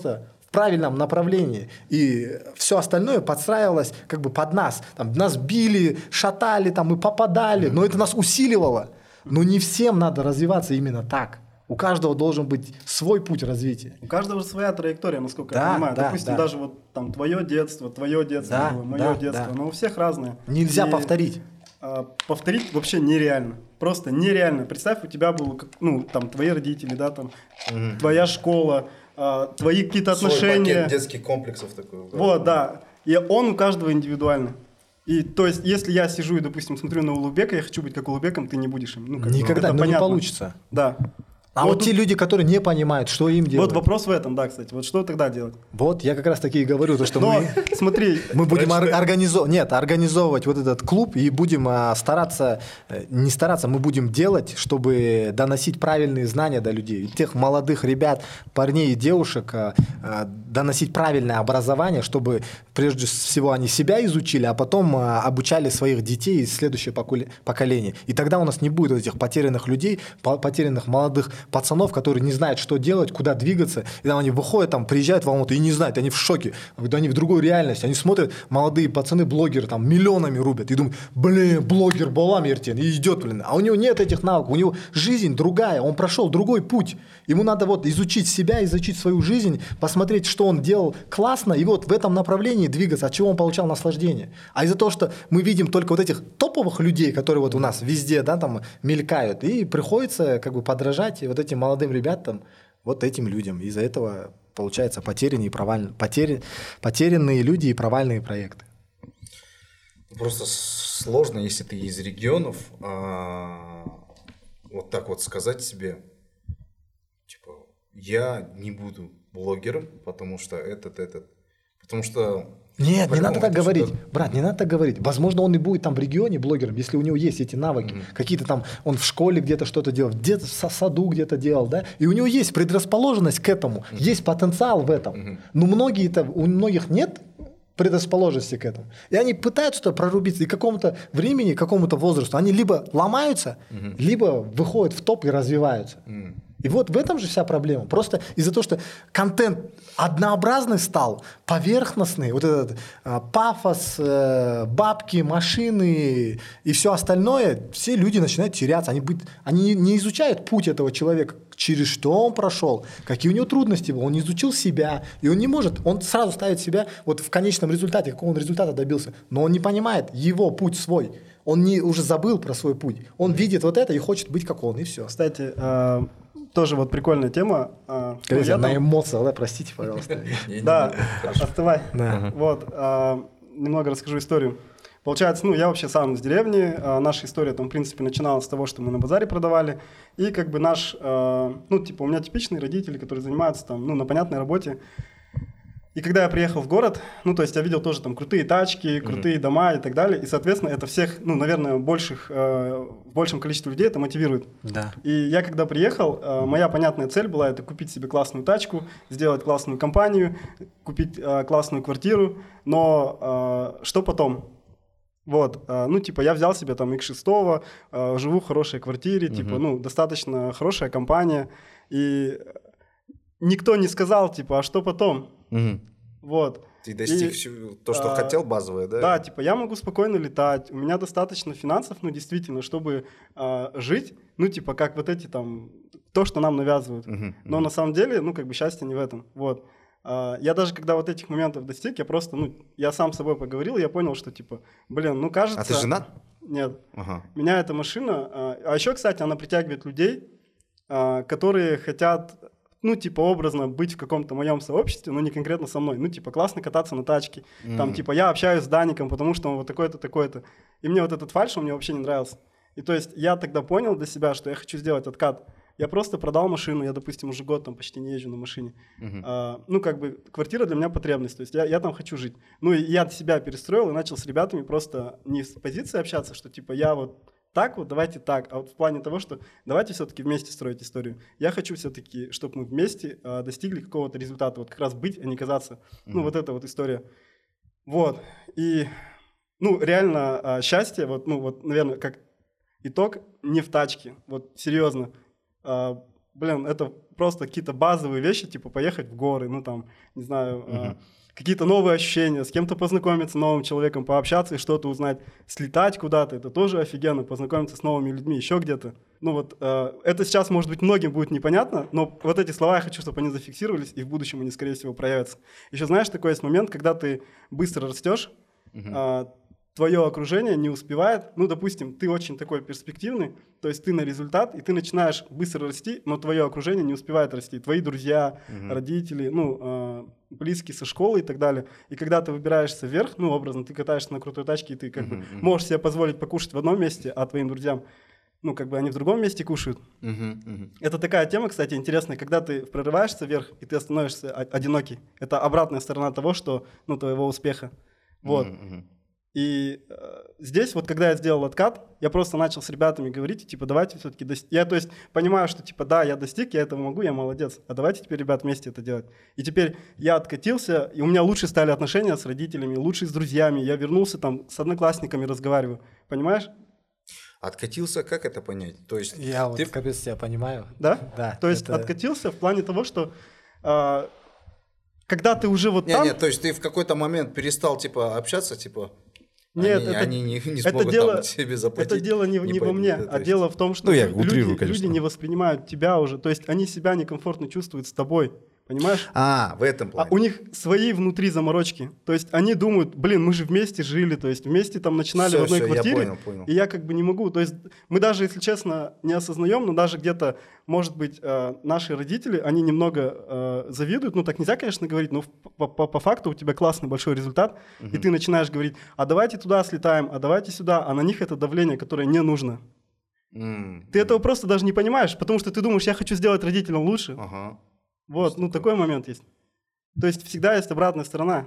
правильном направлении, и все остальное подстраивалось как бы под нас. Там, нас били, шатали, там, мы попадали, но это нас усиливало. Но не всем надо развиваться именно так. У каждого должен быть свой путь развития. У каждого своя траектория, насколько да, я понимаю. Да, Допустим, да. даже вот там твое детство, твое детство, да, было, мое да, детство, да. но у всех разное. Нельзя И, повторить. А, повторить вообще нереально. Просто нереально. Представь, у тебя было, ну, там, твои родители, да, там, угу. твоя школа, а, твои какие-то отношения. Свой пакет детских комплексов такой. Вот, да. И он у каждого индивидуальный. И то есть, если я сижу и, допустим, смотрю на Улугбека, я хочу быть как Улугбеком, ты не будешь им. Ну, как никогда, ну, не получится. Да. А вот, вот те люди, которые не понимают, что им делать. Вот вопрос в этом, да, кстати. Вот что тогда делать? Вот я как раз таки и говорю, то, что Но, мы, смотри, мы будем ор- организовывать, нет, организовывать вот этот клуб и будем а, стараться, не стараться, мы будем делать, чтобы доносить правильные знания до людей. Тех молодых ребят, парней и девушек а, а, доносить правильное образование, чтобы прежде всего они себя изучили, а потом а, обучали своих детей и следующее поколение. И тогда у нас не будет вот этих потерянных людей, потерянных молодых пацанов, которые не знают, что делать, куда двигаться, и там они выходят, там, приезжают в Алмату и не знают, они в шоке, они в другой реальности, они смотрят, молодые пацаны, блогеры, там, миллионами рубят, и думают, блин, блогер, балам ертен, и идет, блин, а у него нет этих навыков, у него жизнь другая, он прошел другой путь, ему надо вот изучить себя, изучить свою жизнь, посмотреть, что он делал классно, и вот в этом направлении двигаться, от чего он получал наслаждение. А из-за того, что мы видим только вот этих топовых людей, которые вот у нас везде, да, там, мелькают, и приходится как бы подражать вот этим молодым ребятам, вот этим людям. Из-за этого получается потерянные, и проваль... Потер... потерянные люди и провальные проекты. Просто сложно, если ты из регионов, а, вот так вот сказать себе, типа, я не буду блогером, потому что этот, этот, потому что... Нет, не надо так говорить, сюда... брат, не надо так говорить. Возможно, он и будет там в регионе блогером, если у него есть эти навыки. Mm-hmm. Какие-то там, он в школе где-то что-то делал, где-то в саду где-то делал, да, и у него есть предрасположенность к этому, mm-hmm. есть потенциал в этом. Mm-hmm. Но многие-то, у многих нет предрасположенности к этому. И они пытаются прорубиться, и к какому-то времени, к какому-то возрасту, они либо ломаются, mm-hmm. либо выходят в топ и развиваются. Mm-hmm. И вот в этом же вся проблема. Просто из-за того, что контент однообразный стал, поверхностный, вот этот а, пафос, э, бабки, машины и все остальное, все люди начинают теряться. Они, быть, они не изучают путь этого человека, через что он прошел, какие у него трудности были. Он не изучил себя, и он не может, он сразу ставит себя вот в конечном результате, какого он результата добился, но он не понимает его путь свой. Он не, уже забыл про свой путь. Он видит вот это и хочет быть как он, и все. Кстати, э, тоже вот прикольная тема. Э, Скажите, на эмоциях, да, простите, пожалуйста. Да, остывай. Вот, немного расскажу историю. Получается, ну, я вообще сам из деревни, наша история там, в принципе, начиналась с того, что мы на базаре продавали, и как бы наш, ну, типа, у меня типичные родители, которые занимаются там, ну, на понятной работе. И когда я приехал в город, ну, то есть я видел тоже там крутые тачки, крутые mm-hmm. дома и так далее, и, соответственно, это всех, ну, наверное, больших, э, в большем количестве людей это мотивирует. Да. И я когда приехал, э, моя понятная цель была это купить себе классную тачку, сделать классную компанию, купить э, классную квартиру, но э, что потом? Вот, э, ну, типа, я взял себе там икс шесть, э, живу в хорошей квартире, mm-hmm. типа, ну, достаточно хорошая компания, и никто не сказал, типа, а что потом? Угу. Вот. Ты достиг и, всего, то, что а, хотел, базовое, да? Да, типа я могу спокойно летать, у меня достаточно финансов, ну, действительно, чтобы а, жить, ну, типа, как вот эти там, то, что нам навязывают. Uh-huh, Но uh-huh. на самом деле, ну, как бы счастье не в этом, вот. А, я даже, когда вот этих моментов достиг, я просто, ну, я сам с собой поговорил, я понял, что, типа, блин, ну, кажется... А ты женат? Нет. Uh-huh. Меня эта машина... А, а еще, кстати, она притягивает людей, а, которые хотят... ну, типа, образно быть в каком-то моем сообществе, но не конкретно со мной. Ну, типа, классно кататься на тачке. Mm. Там, типа, я общаюсь с Даником, потому что он вот такой-то, такой-то. И мне вот этот фальш, он мне вообще не нравился. И то есть я тогда понял для себя, что я хочу сделать откат. Я просто продал машину, я, допустим, уже год там почти не езжу на машине. Mm-hmm. А, ну, как бы, квартира для меня потребность, то есть я, я там хочу жить. Ну, и я себя перестроил и начал с ребятами просто не с позиции общаться, что, типа, я вот так вот, давайте так, а вот в плане того, что давайте все-таки вместе строить историю. Я хочу все-таки, чтобы мы вместе э, достигли какого-то результата, вот как раз быть, а не казаться. Mm-hmm. Ну, вот эта вот история. Вот. И, ну, реально э, счастье, вот, ну, вот, наверное, как итог, не в тачке, вот, серьезно. Э, блин, это просто какие-то базовые вещи, типа поехать в горы, ну там, не знаю, uh-huh. э, какие-то новые ощущения, с кем-то познакомиться, новым человеком, пообщаться и что-то узнать, слетать куда-то, это тоже офигенно, познакомиться с новыми людьми, еще где-то. Ну вот, э, это сейчас, может быть, многим будет непонятно, но вот эти слова я хочу, чтобы они зафиксировались, и в будущем они, скорее всего, проявятся. Еще знаешь, такой есть момент, когда ты быстро растешь, uh-huh. э, твое окружение не успевает, ну, допустим, ты очень такой перспективный, то есть ты на результат, и ты начинаешь быстро расти, но твое окружение не успевает расти. Твои друзья, uh-huh. родители, ну, э, близкие со школы и так далее. И когда ты выбираешься вверх, ну, образно, ты катаешься на крутой тачке, и ты как uh-huh. бы можешь себе позволить покушать в одном месте, а твоим друзьям, ну, как бы они в другом месте кушают. Uh-huh. Uh-huh. Это такая тема, кстати, интересная, когда ты прорываешься вверх, и ты становишься одинокий. Это обратная сторона того, что, ну, твоего успеха. Вот. Uh-huh. И э, здесь вот, когда я сделал откат, я просто начал с ребятами говорить, типа, давайте все-таки достичь. Я, то есть, понимаю, что, типа, да, я достиг, я этого могу, я молодец, а давайте теперь, ребят, вместе это делать. И теперь я откатился, и у меня лучше стали отношения с родителями, лучше с друзьями, я вернулся там, с одноклассниками разговариваю, понимаешь? Откатился, как это понять? То есть я ты... вот капец тебя понимаю. Да? Да. То есть, это... откатился в плане того, что... Э, когда ты уже вот не, там... Нет, то есть ты в какой-то момент перестал, типа, общаться, типа... Нет, они, это, они не, не смогут это дело, там себе заплатить. Это дело не, не, не во мне, да, а есть... дело в том, что ну, я люди, утрирую, люди не воспринимают тебя уже. То есть они себя некомфортно чувствуют с тобой. Понимаешь? А, в этом плане. А у них свои внутри заморочки. То есть они думают, блин, мы же вместе жили, то есть вместе там начинали все, в одной все, квартире. Я понял, понял. И я как бы не могу. То есть мы даже, если честно, не осознаем, но даже где-то, может быть, э, наши родители, они немного э, завидуют. Ну так нельзя, конечно, говорить, но по, по, по факту у тебя классный большой результат. Uh-huh. И ты начинаешь говорить, а давайте туда слетаем, а давайте сюда. А на них это давление, которое не нужно. Mm-hmm. Ты этого просто даже не понимаешь, потому что ты думаешь, я хочу сделать родителям лучше. Uh-huh. Вот, ну такой момент есть. То есть всегда есть обратная сторона.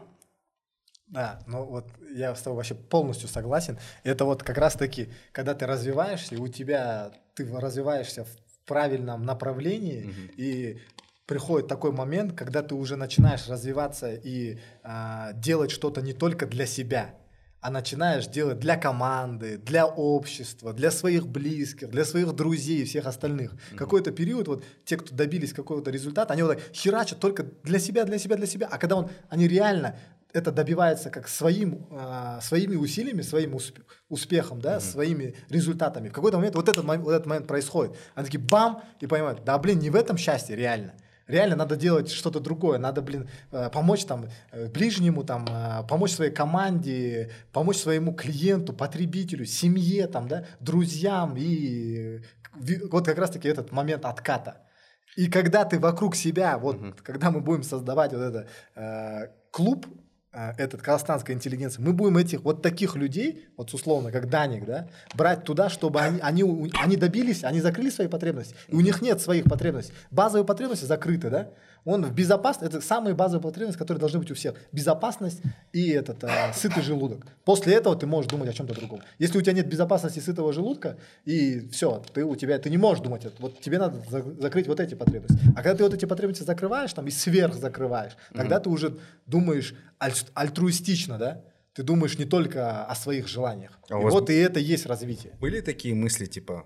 Да, ну вот я с тобой вообще полностью согласен. Это вот как раз-таки, когда ты развиваешься, у тебя, ты развиваешься в правильном направлении, mm-hmm. и приходит такой момент, когда ты уже начинаешь развиваться и а, делать что-то не только для себя, а начинаешь делать для команды, для общества, для своих близких, для своих друзей и всех остальных. Mm-hmm. Какой-то период, вот те, кто добились какого-то результата, они вот так херачат только для себя, для себя, для себя. А когда он, они реально это добиваются как своим, э, своими усилиями, своим усп- успехом, да, mm-hmm. своими результатами, в какой-то момент вот этот, вот этот момент происходит. Они такие бам, и понимают, да блин, не в этом счастье реально. Реально надо делать что-то другое, надо, блин, помочь там ближнему, там, помочь своей команде, помочь своему клиенту, потребителю, семье, там, да, друзьям, и вот как раз-таки этот момент отката. И когда ты вокруг себя, вот, uh-huh. когда мы будем создавать вот этот э, клуб, этот казахстанской интеллигенции, мы будем этих вот таких людей, вот условно, как Даник, да, брать туда, чтобы они, они, они добились, они закрыли свои потребности, и у них нет своих потребностей. Базовые потребности закрыты, да? Он в безопасности, это самые базовые потребности, которые должны быть у всех. Безопасность и этот а, сытый желудок. После этого ты можешь думать о чем-то другом. Если у тебя нет безопасности сытого желудка, и все, ты, у тебя, ты не можешь думать, вот тебе надо за, закрыть вот эти потребности. А когда ты вот эти потребности закрываешь, там, и сверх закрываешь, тогда mm-hmm. ты уже думаешь аль, альтруистично, да? Ты думаешь не только о своих желаниях. А и вот и это и есть развитие. Были такие мысли, типа,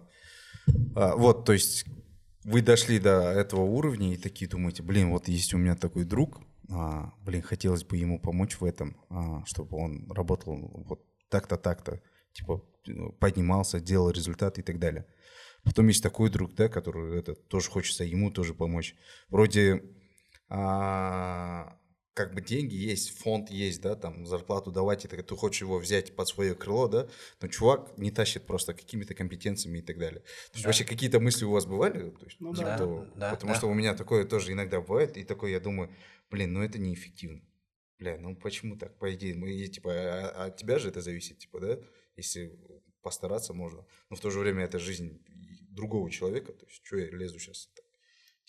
а, вот, то есть... Вы дошли до этого уровня и такие думаете, блин, вот есть у меня такой друг, а, блин, хотелось бы ему помочь в этом, а, чтобы он работал вот так-то, так-то, типа поднимался, делал результаты и так далее. Потом есть такой друг, да, который это, тоже хочется ему тоже помочь. Вроде а, как бы деньги есть, фонд есть, да, там зарплату давать, и ты хочешь его взять под свое крыло, да, но чувак не тащит просто какими-то компетенциями и так далее. То есть да. Вообще какие-то мысли у вас бывали? То есть, ну, типа да, того, да, потому да. что у меня такое тоже иногда бывает, и такое я думаю, блин, ну это неэффективно. Бля, ну почему так, по идее, мы, типа, а, от тебя же это зависит, типа, да, если постараться можно, но в то же время это жизнь другого человека, то есть что я лезу сейчас,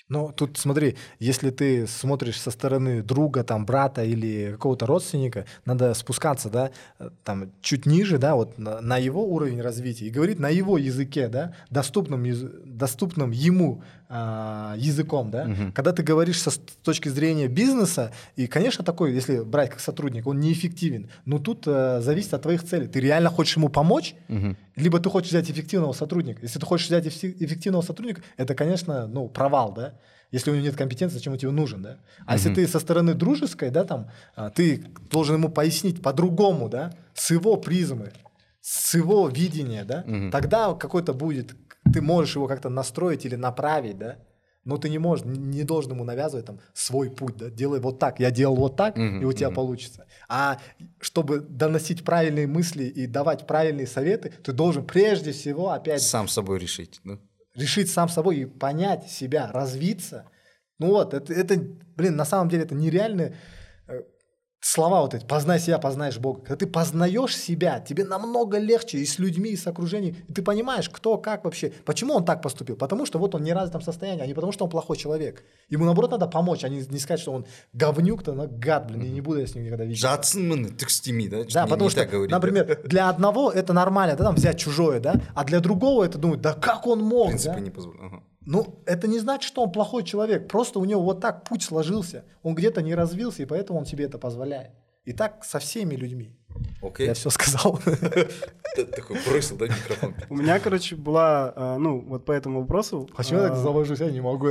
Ну, тут смотри, если ты смотришь со стороны друга, там, брата или какого-то родственника, надо спускаться, да, там, чуть ниже, да, вот на, на его уровень развития и говорить на его языке, да, доступным, доступным ему а, языком, да. Угу. Когда ты говоришь со, с точки зрения бизнеса, и, конечно, такой, если брать как сотрудник, он неэффективен, но тут а, зависит от твоих целей. Ты реально хочешь ему помочь, угу. либо ты хочешь взять эффективного сотрудника. Если ты хочешь взять эффективного сотрудника, это, конечно, ну, провал, да. Если у него нет компетенции, зачем он тебе нужен, да? А uh-huh. если ты со стороны дружеской, да, там, ты должен ему пояснить по-другому, да, с его призмы, с его видения, да, uh-huh. тогда какой-то будет, ты можешь его как-то настроить или направить, да, но ты не можешь, не должен ему навязывать там свой путь, да, делай вот так, я делал вот так, uh-huh. и у тебя uh-huh. получится. А чтобы доносить правильные мысли и давать правильные советы, ты должен прежде всего опять... Сам собой решить, да? Решить сам собой и понять себя, развиться. Ну вот, это, это блин, на самом деле это нереальные э, слова вот эти. Познай себя, познаешь Бога. Когда ты познаешь себя, тебе намного легче и с людьми, и с окружением. И ты понимаешь, кто, как вообще. Почему он так поступил? Потому что вот он в неразвитом состоянии, а не потому, что он плохой человек. Ему, наоборот, надо помочь, а не, не сказать, что он говнюк-то, но гад, блин, и не буду я с ним никогда видеть. Жатсман, ты с теми, да? Да, не, потому не что, говорить, например, да? Для одного это нормально, да, там взять чужое, да, а для другого это думать, да как он мог, В принципе, да? не позволил. Ага. Ну, это не значит, что он плохой человек, просто у него вот так путь сложился, он где-то не развился, и поэтому он себе это позволяет. И так со всеми людьми. Окей. Я все сказал. Такой бросил, да, микрофон? У меня, короче, была, ну, вот по этому вопросу... Почему я так завожусь? Я не могу.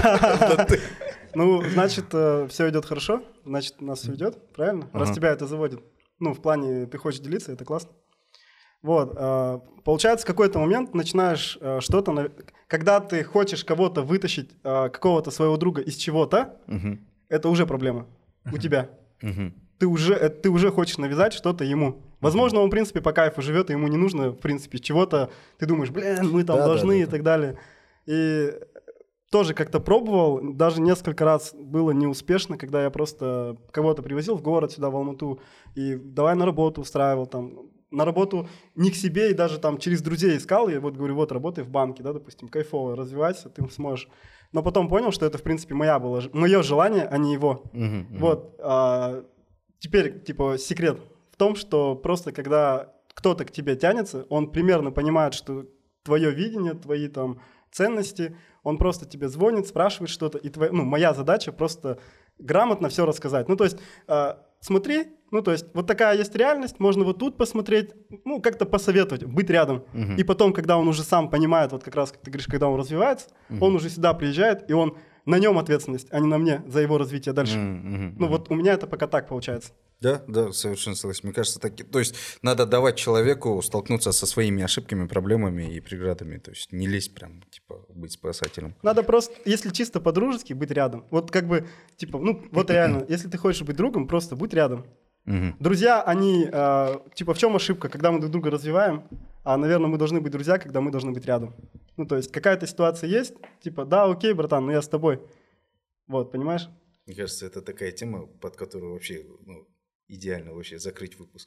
Ну, значит, все идет хорошо, значит, у нас все идет, правильно? Раз тебя это заводит. Ну, в плане, ты хочешь делиться, это классно. Вот, получается, в какой-то момент начинаешь что-то... Когда ты хочешь кого-то вытащить, какого-то своего друга из чего-то, это уже проблема у тебя. Ты уже, ты уже хочешь навязать что-то ему. Возможно, он, в принципе, по кайфу живет, и ему не нужно, в принципе, чего-то. Ты думаешь, блин, мы там да, должны да, да, и так далее. И тоже как-то пробовал, даже несколько раз было неуспешно, когда я просто кого-то привозил в город сюда, в Алмату, и давай на работу устраивал там. На работу не к себе, и даже там через друзей искал. Я вот говорю, вот работай в банке, да, допустим, кайфово, развивайся, ты сможешь. Но потом понял, что это, в принципе, моя было, мое желание, а не его. Uh-huh, uh-huh. Вот. А, теперь, типа, секрет в том, что просто когда кто-то к тебе тянется, он примерно понимает, что твое видение, твои там ценности, он просто тебе звонит, спрашивает что-то, и твоя, ну, моя задача просто грамотно все рассказать. Ну, то есть, а, смотри, ну, то есть, вот такая есть реальность, можно вот тут посмотреть, ну, как-то посоветовать, быть рядом. Uh-huh. И потом, когда он уже сам понимает, вот как раз, как ты говоришь, когда он развивается, uh-huh. он уже сюда приезжает, и он на нем ответственность, а не на мне за его развитие дальше. Uh-huh. Uh-huh. Ну, вот у меня это пока так получается. Да, да, совершенно согласен. Мне кажется, так, то есть надо давать человеку столкнуться со своими ошибками, проблемами и преградами. То есть не лезть прям, типа, быть спасателем. Надо просто, если чисто по-дружески, быть рядом. Вот как бы, типа, ну, вот реально, если ты хочешь быть другом, просто будь рядом. Угу. Друзья, они, э, типа, в чем ошибка? Когда мы друг друга развиваем, а, наверное, мы должны быть друзья, когда мы должны быть рядом. Ну, то есть какая-то ситуация есть, типа, да, окей, братан, но я с тобой. Вот, понимаешь? Мне кажется, это такая тема, под которую вообще, ну, идеально вообще закрыть выпуск.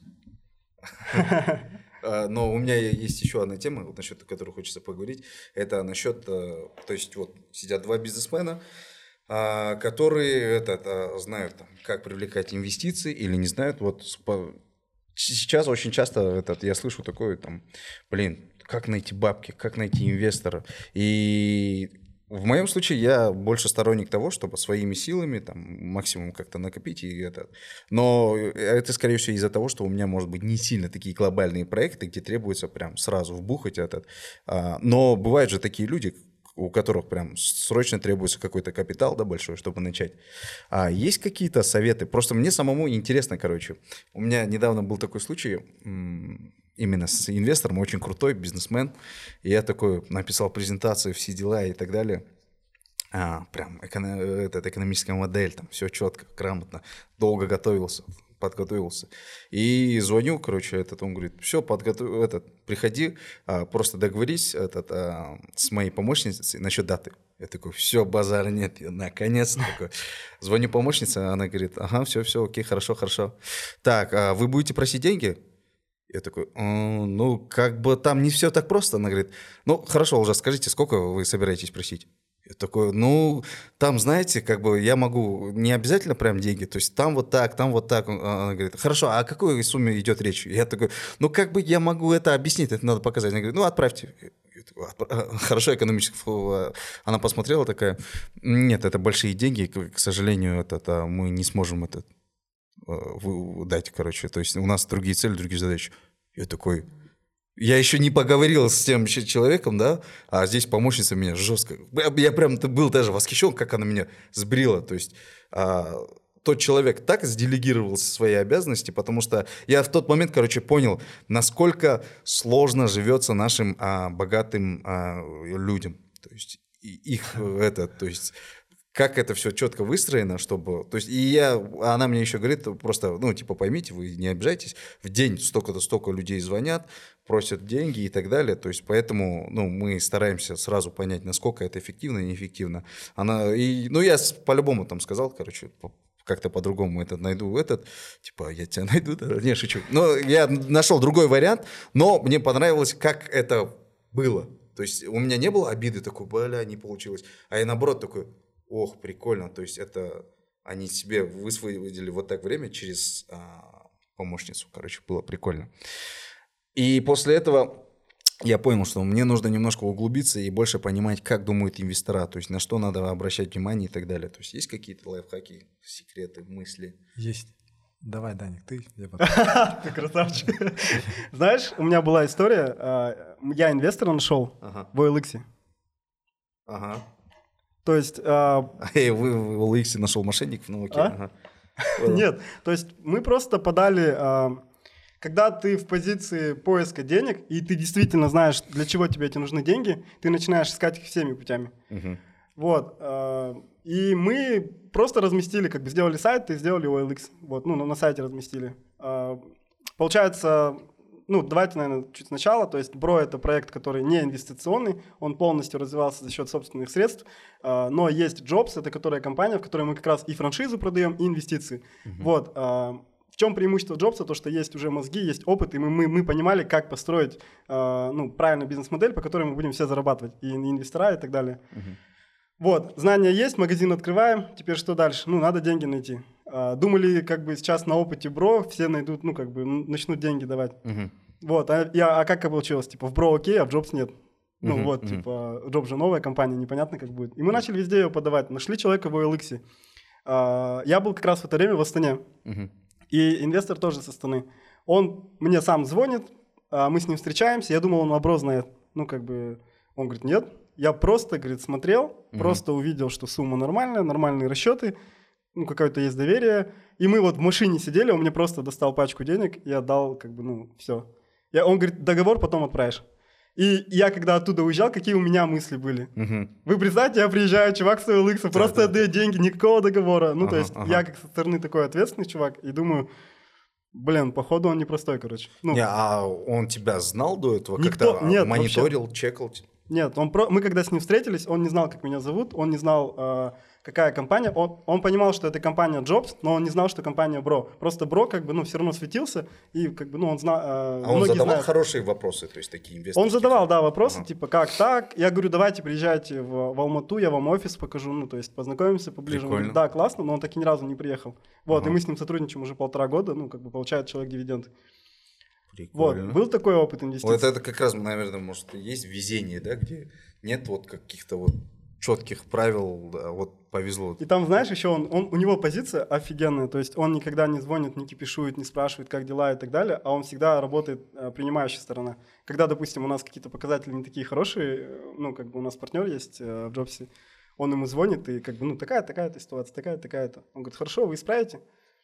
Но у меня есть еще одна тема, насчет которой хочется поговорить. Это насчет, то есть вот сидят два бизнесмена, которые этот, знают, там, как привлекать инвестиции или не знают. Вот сейчас очень часто этот, я слышу такое, там, блин, как найти бабки, как найти инвестора. И в моем случае я больше сторонник того, чтобы своими силами там, максимум как-то накопить. И это. Но это, скорее всего, из-за того, что у меня, может быть, не сильно такие глобальные проекты, где требуется прям сразу вбухать этот. Но бывают же такие люди, у которых прям срочно требуется какой-то капитал, да, большой, чтобы начать. А есть какие-то советы? Просто мне самому интересно, короче. У меня недавно был такой случай, именно с инвестором, очень крутой бизнесмен. И я такой написал презентацию, все дела и так далее. А, прям эко- этот, экономическая модель, там все четко, грамотно. Долго готовился, подготовился. И звоню, короче, этот, он говорит, все, подготов... этот, приходи, а, просто договорись этот, а, с моей помощницей насчет даты. Я такой, все, базара нет, я наконец-то такой. Звоню помощнице, она говорит, ага, все, все, окей, хорошо, хорошо. Так, а вы будете просить деньги? Я такой, ну, как бы там не все так просто. Она говорит, ну, хорошо, уже скажите, сколько вы собираетесь просить? Я Я такой, ну, там, знаете, как бы я могу, не обязательно прям деньги, то есть там вот так, там вот так. Она говорит, хорошо, а о какой сумме идет речь? Я такой, ну, как бы я могу это объяснить, это надо показать. Она говорит, ну, отправьте. Хорошо, экономически. Она посмотрела такая, нет, это большие деньги, к сожалению, это, это мы не сможем это дать, короче. То есть у нас другие цели, другие задачи. Я такой... Я еще не поговорил с тем человеком, да, а здесь помощница меня жестко... Я прям был даже восхищен, как она меня сбрила. То есть а, тот человек так сделегировал свои обязанности, потому что я в тот момент, короче, понял, насколько сложно живется нашим а, богатым а, людям. То есть их это, то есть... Как это все четко выстроено, чтобы... То есть, и я, она мне еще говорит, просто, ну, типа, поймите, вы не обижайтесь, в день столько-то, столько людей звонят, просят деньги и так далее, то есть, поэтому, ну, мы стараемся сразу понять, насколько это эффективно и неэффективно. Она, и, ну, я по-любому там сказал, короче, как-то по-другому этот найду, этот, типа, я тебя найду, да, не, шучу. Но я нашел другой вариант, но мне понравилось, как это было. То есть, у меня не было обиды такой, бля, не получилось, а я, наоборот, такой... Ох, прикольно, то есть это они себе высвободили вот так время через а, помощницу, короче, было прикольно. И после этого я понял, что мне нужно немножко углубиться и больше понимать, как думают инвестора, то есть на что надо обращать внимание и так далее. То есть есть какие-то лайфхаки, секреты, мысли? Есть. Давай, Даник, ты. Ты красавчик. Знаешь, у меня была история, я инвестора нашел в о эл икс. Ага. То есть... А... Эй, вы в о эл икс нашел мошенников? Ну окей. А? Ага. Нет, то есть мы просто подали... А... Когда ты в позиции поиска денег, и ты действительно знаешь, для чего тебе эти нужны деньги, ты начинаешь искать их всеми путями. Угу. Вот. А... И мы просто разместили, как бы сделали сайт и сделали о эл икс. Вот, ну, на сайте разместили. А... Получается... Ну, давайте, наверное, чуть сначала. То есть Бро — это проект, который не инвестиционный, он полностью развивался за счет собственных средств. Но есть Jobs, это которая компания, в которой мы как раз и франшизу продаем, и инвестиции. Uh-huh. Вот. В чем преимущество Jobs? То, что есть уже мозги, есть опыт, и мы, мы, мы понимали, как построить ну, правильную бизнес-модель, по которой мы будем все зарабатывать, и инвестора, и так далее. Uh-huh. Вот, знания есть, магазин открываем, теперь что дальше? Ну, надо деньги найти. А, думали, как бы сейчас на опыте Бро все найдут, ну, как бы начнут деньги давать. Uh-huh. Вот, а, я, а как получилось? Типа в Бро окей, а в Jobs нет. Ну, uh-huh, вот, uh-huh. типа, Jobs же новая компания, непонятно, как будет. И мы начали везде ее подавать. Нашли человека в о эл икс. А, я был как раз в это время в Астане. Uh-huh. И инвестор тоже с Астаны. Он мне сам звонит, а мы с ним встречаемся. Я думал, он о Бро знает. Ну, как бы, он говорит, нет. Я просто, говорит, смотрел, uh-huh. просто увидел, что сумма нормальная, нормальные расчеты, ну, какое-то есть доверие. И мы вот в машине сидели, он мне просто достал пачку денег, я дал, как бы, ну, все. Я, он говорит, договор потом отправишь. И я, когда оттуда уезжал, какие у меня мысли были? Uh-huh. Вы представьте, я приезжаю, чувак с о эл икс, да, просто да, отдает да. деньги, никакого договора. Ну, uh-huh, то есть uh-huh. я как со стороны такой ответственный чувак, и думаю... Блин, походу он непростой, короче. Ну, не, а он тебя знал до этого? Никто, как-то нет, мониторил, вообще. чекал? Нет, он про... мы когда с ним встретились, он не знал, как меня зовут, он не знал, э, какая компания. Он, он понимал, что это компания Jobs, но он не знал, что компания Бро. Просто Бро как бы, ну, все равно светился, и как бы, ну, он знал... Э, а он задавал знают. Хорошие вопросы, то есть такие инвесторские? Он задавал, да, вопросы, ага. типа, как так? Я говорю, давайте приезжайте в, в Алмату, я вам офис покажу, ну, то есть познакомимся поближе. Он говорит, да, классно, но он так и ни разу не приехал. Вот, ага. и мы с ним сотрудничаем уже полтора года, ну, как бы получает человек дивиденды. Прикольно. Вот, был такой опыт инвестиций. Вот это как раз, наверное, может, есть везение, да, где нет вот каких-то вот четких правил, да, вот повезло. И там, знаешь, еще он, он, у него позиция офигенная, то есть он никогда не звонит, не кипишует, не спрашивает, как дела и так далее, а он всегда работает а, принимающая сторона. Когда, допустим, у нас какие-то показатели не такие хорошие, ну, как бы у нас партнер есть а, в Джобсе, он ему звонит и как бы, ну, такая-такая-то ситуация, такая-такая-то. Он говорит, хорошо, вы исправите?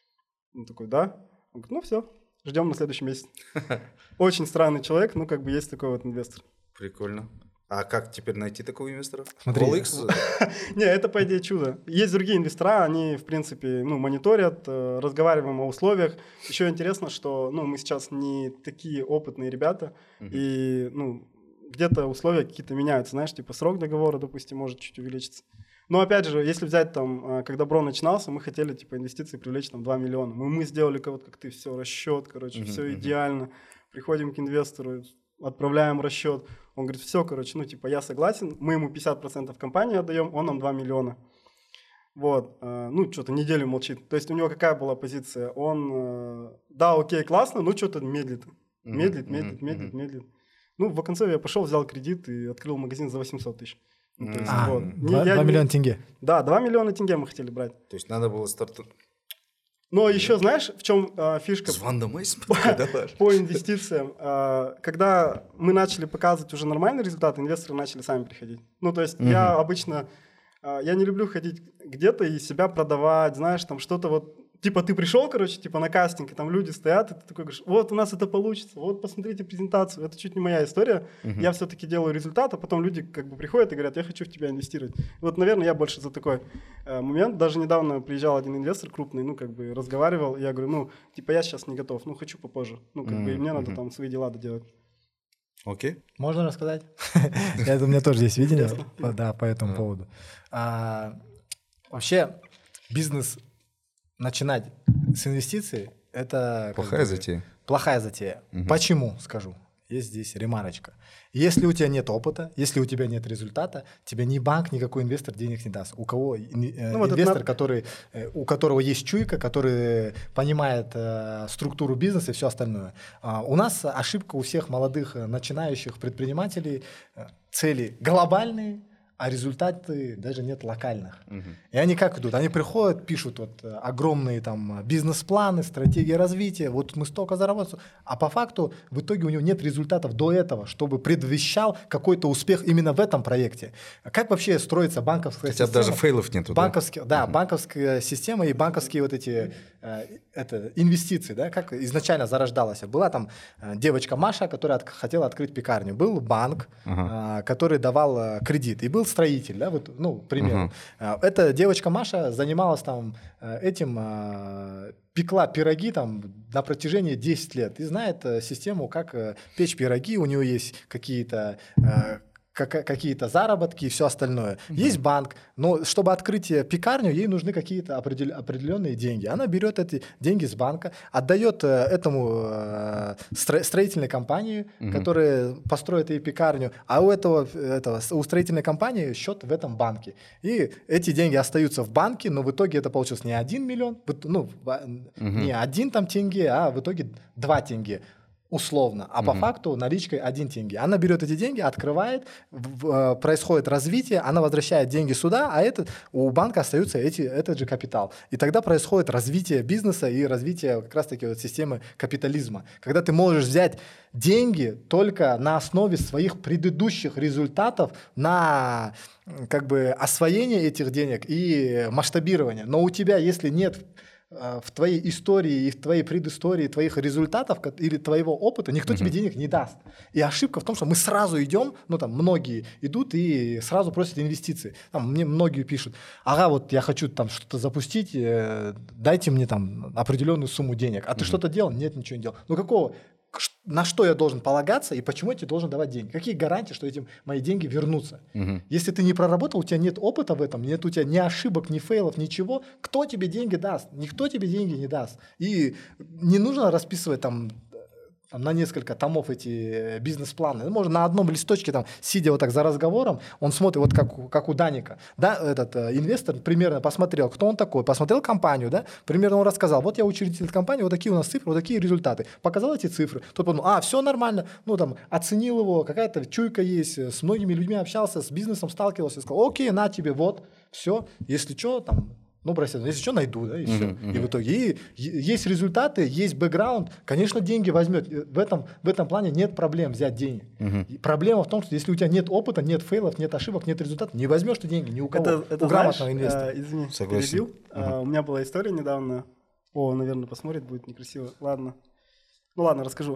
Он такой, да. Он говорит, ну, все. Ждем на следующий месяц. Очень странный человек, ну, как бы есть такой вот инвестор. Прикольно. А как теперь найти такого инвестора? Смотри. о эл икс? Не, это, по идее, чудо. Есть другие инвестора, они, в принципе, ну, мониторят, разговариваем о условиях. Еще интересно, что, ну, мы сейчас не такие опытные ребята, и, ну, где-то условия какие-то меняются, знаешь, типа срок договора, допустим, может чуть увеличиться. Но опять же, если взять там, когда Бро начинался, мы хотели типа инвестиции привлечь там два миллиона. Мы, мы сделали вот как ты, все, расчет, короче, uh-huh, все uh-huh. идеально. Приходим к инвестору, отправляем расчет. Он говорит, все, короче, ну, типа, я согласен, мы ему пятьдесят процентов компании отдаем, он нам два миллиона. Вот, ну, что-то неделю молчит. То есть у него какая была позиция? Он, да, окей, классно, но что-то медлит. Медлит, mm-hmm. медлит, медлит, mm-hmm. медлит. Ну, в конце я пошел, взял кредит и открыл магазин за восемьсот тысяч. Ну, то есть, а, вот. два, два миллиона тенге? Да, два миллиона тенге мы хотели брать. То есть надо было стартовать. Но еще, знаешь, в чем а, фишка? По инвестициям. А, когда мы начали показывать уже нормальный результат, инвесторы начали сами приходить. Ну, то есть mm-hmm. я обычно... А, я не люблю ходить где-то и себя продавать, знаешь, там что-то вот... Типа ты пришел, короче, типа на кастинг, и там люди стоят, и ты такой говоришь, вот у нас это получится, вот посмотрите презентацию. Это чуть не моя история. Uh-huh. Я все-таки делаю результат, а потом люди как бы приходят и говорят, я хочу в тебя инвестировать. И вот, наверное, я больше за такой э, момент. Даже недавно приезжал один инвестор крупный, ну, как бы разговаривал, и я говорю, ну, типа я сейчас не готов, ну, хочу попозже. Ну, как uh-huh. бы и мне надо там свои дела доделать. Окей. Okay. Можно рассказать? У меня тоже есть видение по этому поводу. Вообще, бизнес... Начинать с инвестиций – это… Плохая затея. Плохая затея. Угу. Почему, скажу? Есть здесь ремарочка. Если у тебя нет опыта, если у тебя нет результата, тебе ни банк, никакой инвестор денег не даст. У кого э, ну, инвестор, вот который, э, у которого есть чуйка, который понимает э, структуру бизнеса и все остальное. А у нас ошибка у всех молодых начинающих предпринимателей э, – цели глобальные, а результаты даже нет локальных. Uh-huh. И они как идут? Они приходят, пишут вот огромные там бизнес-планы, стратегии развития, вот мы столько заработали, а по факту в итоге у него нет результатов до этого, чтобы предвещал какой-то успех именно в этом проекте. Как вообще строится банковская Хотя система? Хотя даже фейлов нету. Банковские, да, да uh-huh. банковская система и банковские вот эти э, это, инвестиции, да, как изначально зарождалась. Была там э, девочка Маша, которая от, хотела открыть пекарню. Был банк, uh-huh. э, который давал э, кредит, и был строитель, да, вот, ну, к примеру. Uh-huh. Эта девочка Маша занималась там этим, пекла пироги там на протяжении десяти лет и знает систему, как печь пироги, у нее есть какие-то какие-то заработки и все остальное. Mm-hmm. Есть банк, но чтобы открыть пекарню, ей нужны какие-то определ- определенные деньги. Она берет эти деньги с банка, отдает этому э, стро- строительной компании, mm-hmm. которая построит ей пекарню, а у этого, этого у строительной компании счет в этом банке. И эти деньги остаются в банке, но в итоге это получилось не один миллион, ну, mm-hmm. не один там тенге, а в итоге два тенге. Условно, а mm-hmm. по факту наличкой один тенге. Она берет эти деньги, открывает, в, происходит развитие, она возвращает деньги сюда, а этот, у банка остаются эти, этот же капитал. И тогда происходит развитие бизнеса и развитие как раз-таки вот системы капитализма. Когда ты можешь взять деньги только на основе своих предыдущих результатов, на как бы освоение этих денег и масштабирование. Но у тебя, если нет в твоей истории и в твоей предыстории твоих результатов или твоего опыта никто uh-huh. тебе денег не даст. И ошибка в том, что мы сразу идем, ну там многие идут и сразу просят инвестиции. Там мне многие пишут, ага, вот я хочу там что-то запустить, э, дайте мне там определенную сумму денег. А uh-huh. ты что-то делал? Нет, ничего не делал. Ну какого? На что я должен полагаться и почему я тебе должен давать деньги? Какие гарантии, что эти мои деньги вернутся? Угу. Если ты не проработал, у тебя нет опыта в этом, нет у тебя ни ошибок, ни фейлов, ничего, кто тебе деньги даст? Никто тебе деньги не даст. И не нужно расписывать там, там на несколько томов эти бизнес-планы. Можно на одном листочке, там, сидя вот так за разговором, он смотрит, вот как, как у Даника. Да, этот э, инвестор примерно посмотрел, кто он такой, посмотрел компанию, да, примерно он рассказал, вот я учредитель компании, вот такие у нас цифры, вот такие результаты. Показал эти цифры. Тот подумал, а, все нормально, ну там, оценил его, какая-то чуйка есть, с многими людьми общался, с бизнесом сталкивался, сказал, окей, на тебе, вот, все, если что, там, ну, бросят, если что, найду, да, и все. Uh-huh, uh-huh. И в итоге и, есть результаты, есть бэкграунд, конечно, деньги возьмет. В этом, в этом плане нет проблем взять деньги. Uh-huh. Проблема в том, что если у тебя нет опыта, нет фейлов, нет ошибок, нет результатов, не возьмешь ты деньги ни у кого. Это, это у грамотного инвестора. А, извини, перебил. Uh-huh. А, у меня была история недавно. О, наверное, посмотрит, будет некрасиво. Ладно. Ну ладно, расскажу.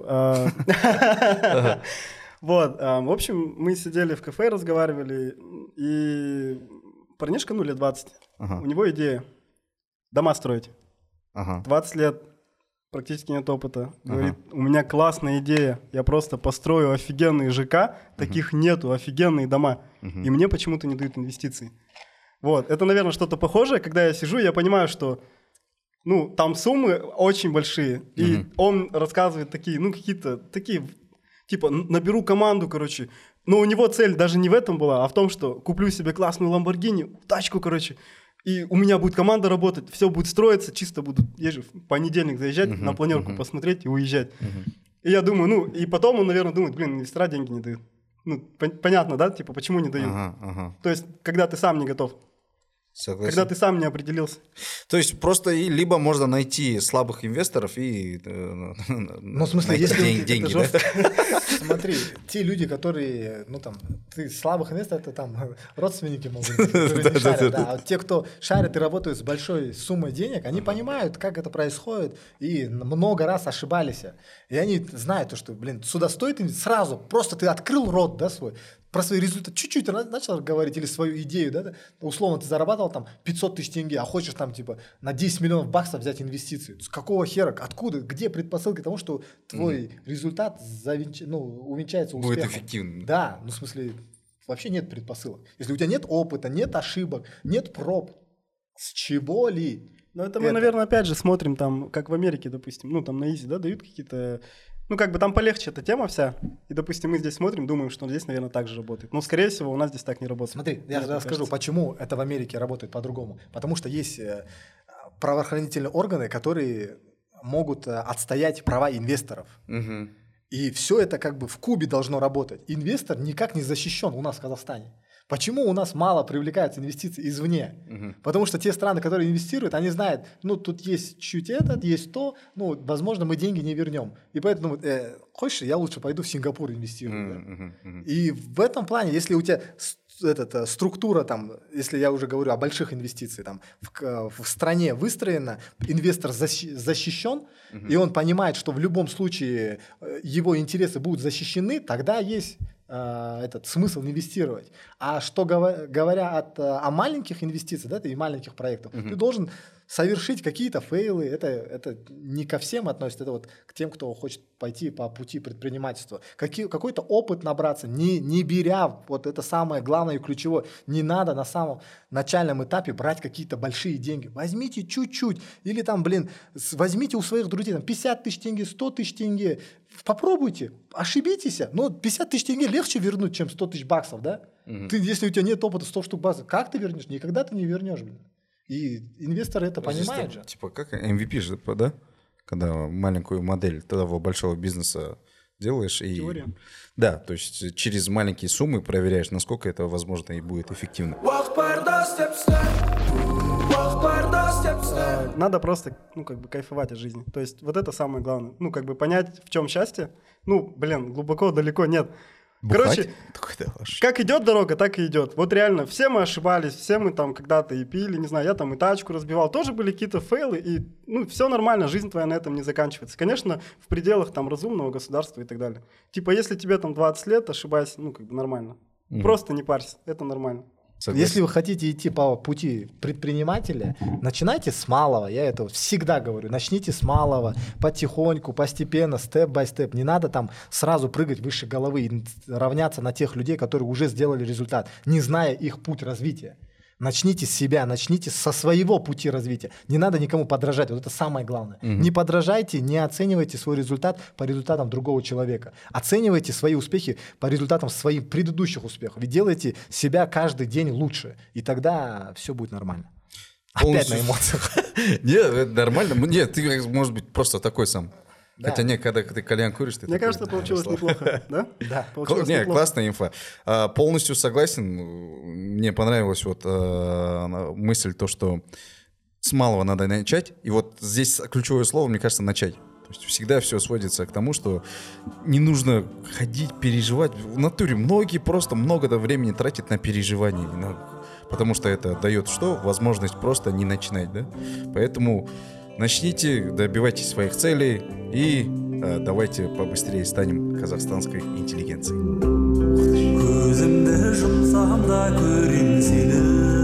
Вот, в общем, мы сидели в кафе, разговаривали, и парнишка, ну, лет двадцать, ага. у него идея дома строить. Ага. двадцать лет, практически нет опыта. Говорит, ага. у меня классная идея, я просто построю офигенные ЖК, таких uh-huh. нету, офигенные дома, uh-huh. и мне почему-то не дают инвестиций. Вот, это, наверное, что-то похожее, когда я сижу, я понимаю, что, ну, там суммы очень большие, uh-huh. и он рассказывает такие, ну, какие-то такие Типа, наберу команду, короче. Но у него цель даже не в этом была, а в том, что куплю себе классную Lamborghini, тачку, короче, и у меня будет команда работать, все будет строиться, чисто буду, я же в понедельник заезжать, uh-huh, на планерку uh-huh. посмотреть и уезжать. Uh-huh. И я думаю, ну, и потом он, наверное, думает, блин, инвестора деньги не дают. Ну, пон- понятно, да, типа, почему не дают? Uh-huh, uh-huh. То есть, когда ты сам не готов. Согласен. Когда ты сам не определился. То есть просто и либо можно найти слабых инвесторов и ну, в смысле, если деньги, деньги да? Смотри, те люди, которые, ну там, ты слабых инвесторов, это там родственники могут быть, которые не шарят, да. А те, кто шарят и работают с большой суммой денег, они понимают, как это происходит, и много раз ошибались. И они знают, что, блин, сюда стоит сразу, просто ты открыл рот, да, свой, про свои результаты чуть-чуть начал говорить или свою идею, да, условно ты зарабатывал там пятьсот тысяч тенге, а хочешь там типа на десять миллионов баксов взять инвестиции. С какого хера, откуда, где предпосылки к тому, что твой mm-hmm. результат завенч... ну, увенчается успехом? Будет эффективным. Да, ну в смысле вообще нет предпосылок. Если у тебя нет опыта, нет ошибок, нет проб, с чего ли? Ну это мы, это... наверное, опять же смотрим там, как в Америке, допустим, ну там на Изи, да, дают какие-то... Ну, как бы там полегче эта тема вся. И, допустим, мы здесь смотрим, думаем, что здесь, наверное, так же работает. Но, скорее всего, у нас здесь так не работает. Смотри, я расскажу, кажется. Почему это в Америке работает по-другому. Потому что есть правоохранительные органы, которые могут отстоять права инвесторов. Угу. И все это как бы в кубе должно работать. Инвестор никак не защищен у нас в Казахстане. Почему у нас мало привлекаются инвестиции извне? Uh-huh. Потому что те страны, которые инвестируют, они знают, ну, тут есть чуть этот, есть то, ну, возможно, мы деньги не вернем. И поэтому, э, хочешь, я лучше пойду в Сингапур инвестирую. Uh-huh. Да? Uh-huh. И в этом плане, если у тебя этот, структура, там, если я уже говорю о больших инвестициях, там, в, в стране выстроена, инвестор защи- защищен, uh-huh. и он понимает, что в любом случае его интересы будут защищены, тогда есть... этот смысл инвестировать. А что говоря от, о маленьких инвестициях, да, и маленьких проектах, uh-huh. ты должен совершить какие-то фейлы. Это, это не ко всем относится, это вот к тем, кто хочет пойти по пути предпринимательства. Какие, какой-то опыт набраться, не, не беря, вот это самое главное и ключевое, не надо на самом начальном этапе брать какие-то большие деньги. Возьмите чуть-чуть, или там, блин, возьмите у своих друзей там, пятьдесят тысяч тенге, сто тысяч тенге, попробуйте, ошибитесь, но пятьдесят тысяч тенге легче вернуть, чем сто тысяч баксов, да? Угу. Ты, если у тебя нет опыта сто штук баксов, как ты вернешь? Никогда ты не вернешь, блин. И инвесторы это Здесь понимают там, же. Типа как эм ви пи же, да? Когда маленькую модель того большого бизнеса делаешь. И... Теория. Да, то есть через маленькие суммы проверяешь, насколько это возможно и будет эффективно. Надо просто, ну, как бы кайфовать от жизни. То есть вот это самое главное. Ну, как бы понять, в чем счастье. Ну, блин, глубоко, далеко нет. Бухать? Короче, как идет дорога, так и идет. Вот реально, все мы ошибались, все мы там когда-то и пили, не знаю, я там и тачку разбивал. Тоже были какие-то фейлы, и, ну, все нормально, жизнь твоя на этом не заканчивается. Конечно, в пределах там разумного государства и так далее. Типа, если тебе там двадцать лет, ошибайся, ну, как бы нормально. Mm-hmm. Просто не парься, это нормально. Согласен. Если вы хотите идти по пути предпринимателя, начинайте с малого. Я это всегда говорю. Начните с малого, потихоньку, постепенно, степ-бай-степ. Не надо там сразу прыгать выше головы и равняться на тех людей, которые уже сделали результат, не зная их путь развития. Начните с себя, начните со своего пути развития. Не надо никому подражать, вот это самое главное. Угу. Не подражайте, не оценивайте свой результат по результатам другого человека. Оценивайте свои успехи по результатам своих предыдущих успехов. Вы делаете себя каждый день лучше, и тогда все будет нормально. Полностью... Опять на эмоциях. Нет, это нормально. Нет, ты, может быть, просто такой сам. Да. Хотя нет, когда ты кальян куришь, ты Мне такой, кажется, получилось неплохо, да? Да. Получилось не, неплохо. Классная инфа. А, полностью согласен. Мне понравилась вот а, мысль, то, что с малого надо начать. И вот здесь ключевое слово, мне кажется, начать. То есть всегда все сводится к тому, что не нужно ходить, переживать. В натуре многие просто много времени тратят на переживание. На... Потому что это дает что? Возможность просто не начинать, да? Поэтому... Начните, добивайтесь своих целей и э, давайте побыстрее станем казахстанской интеллигенцией.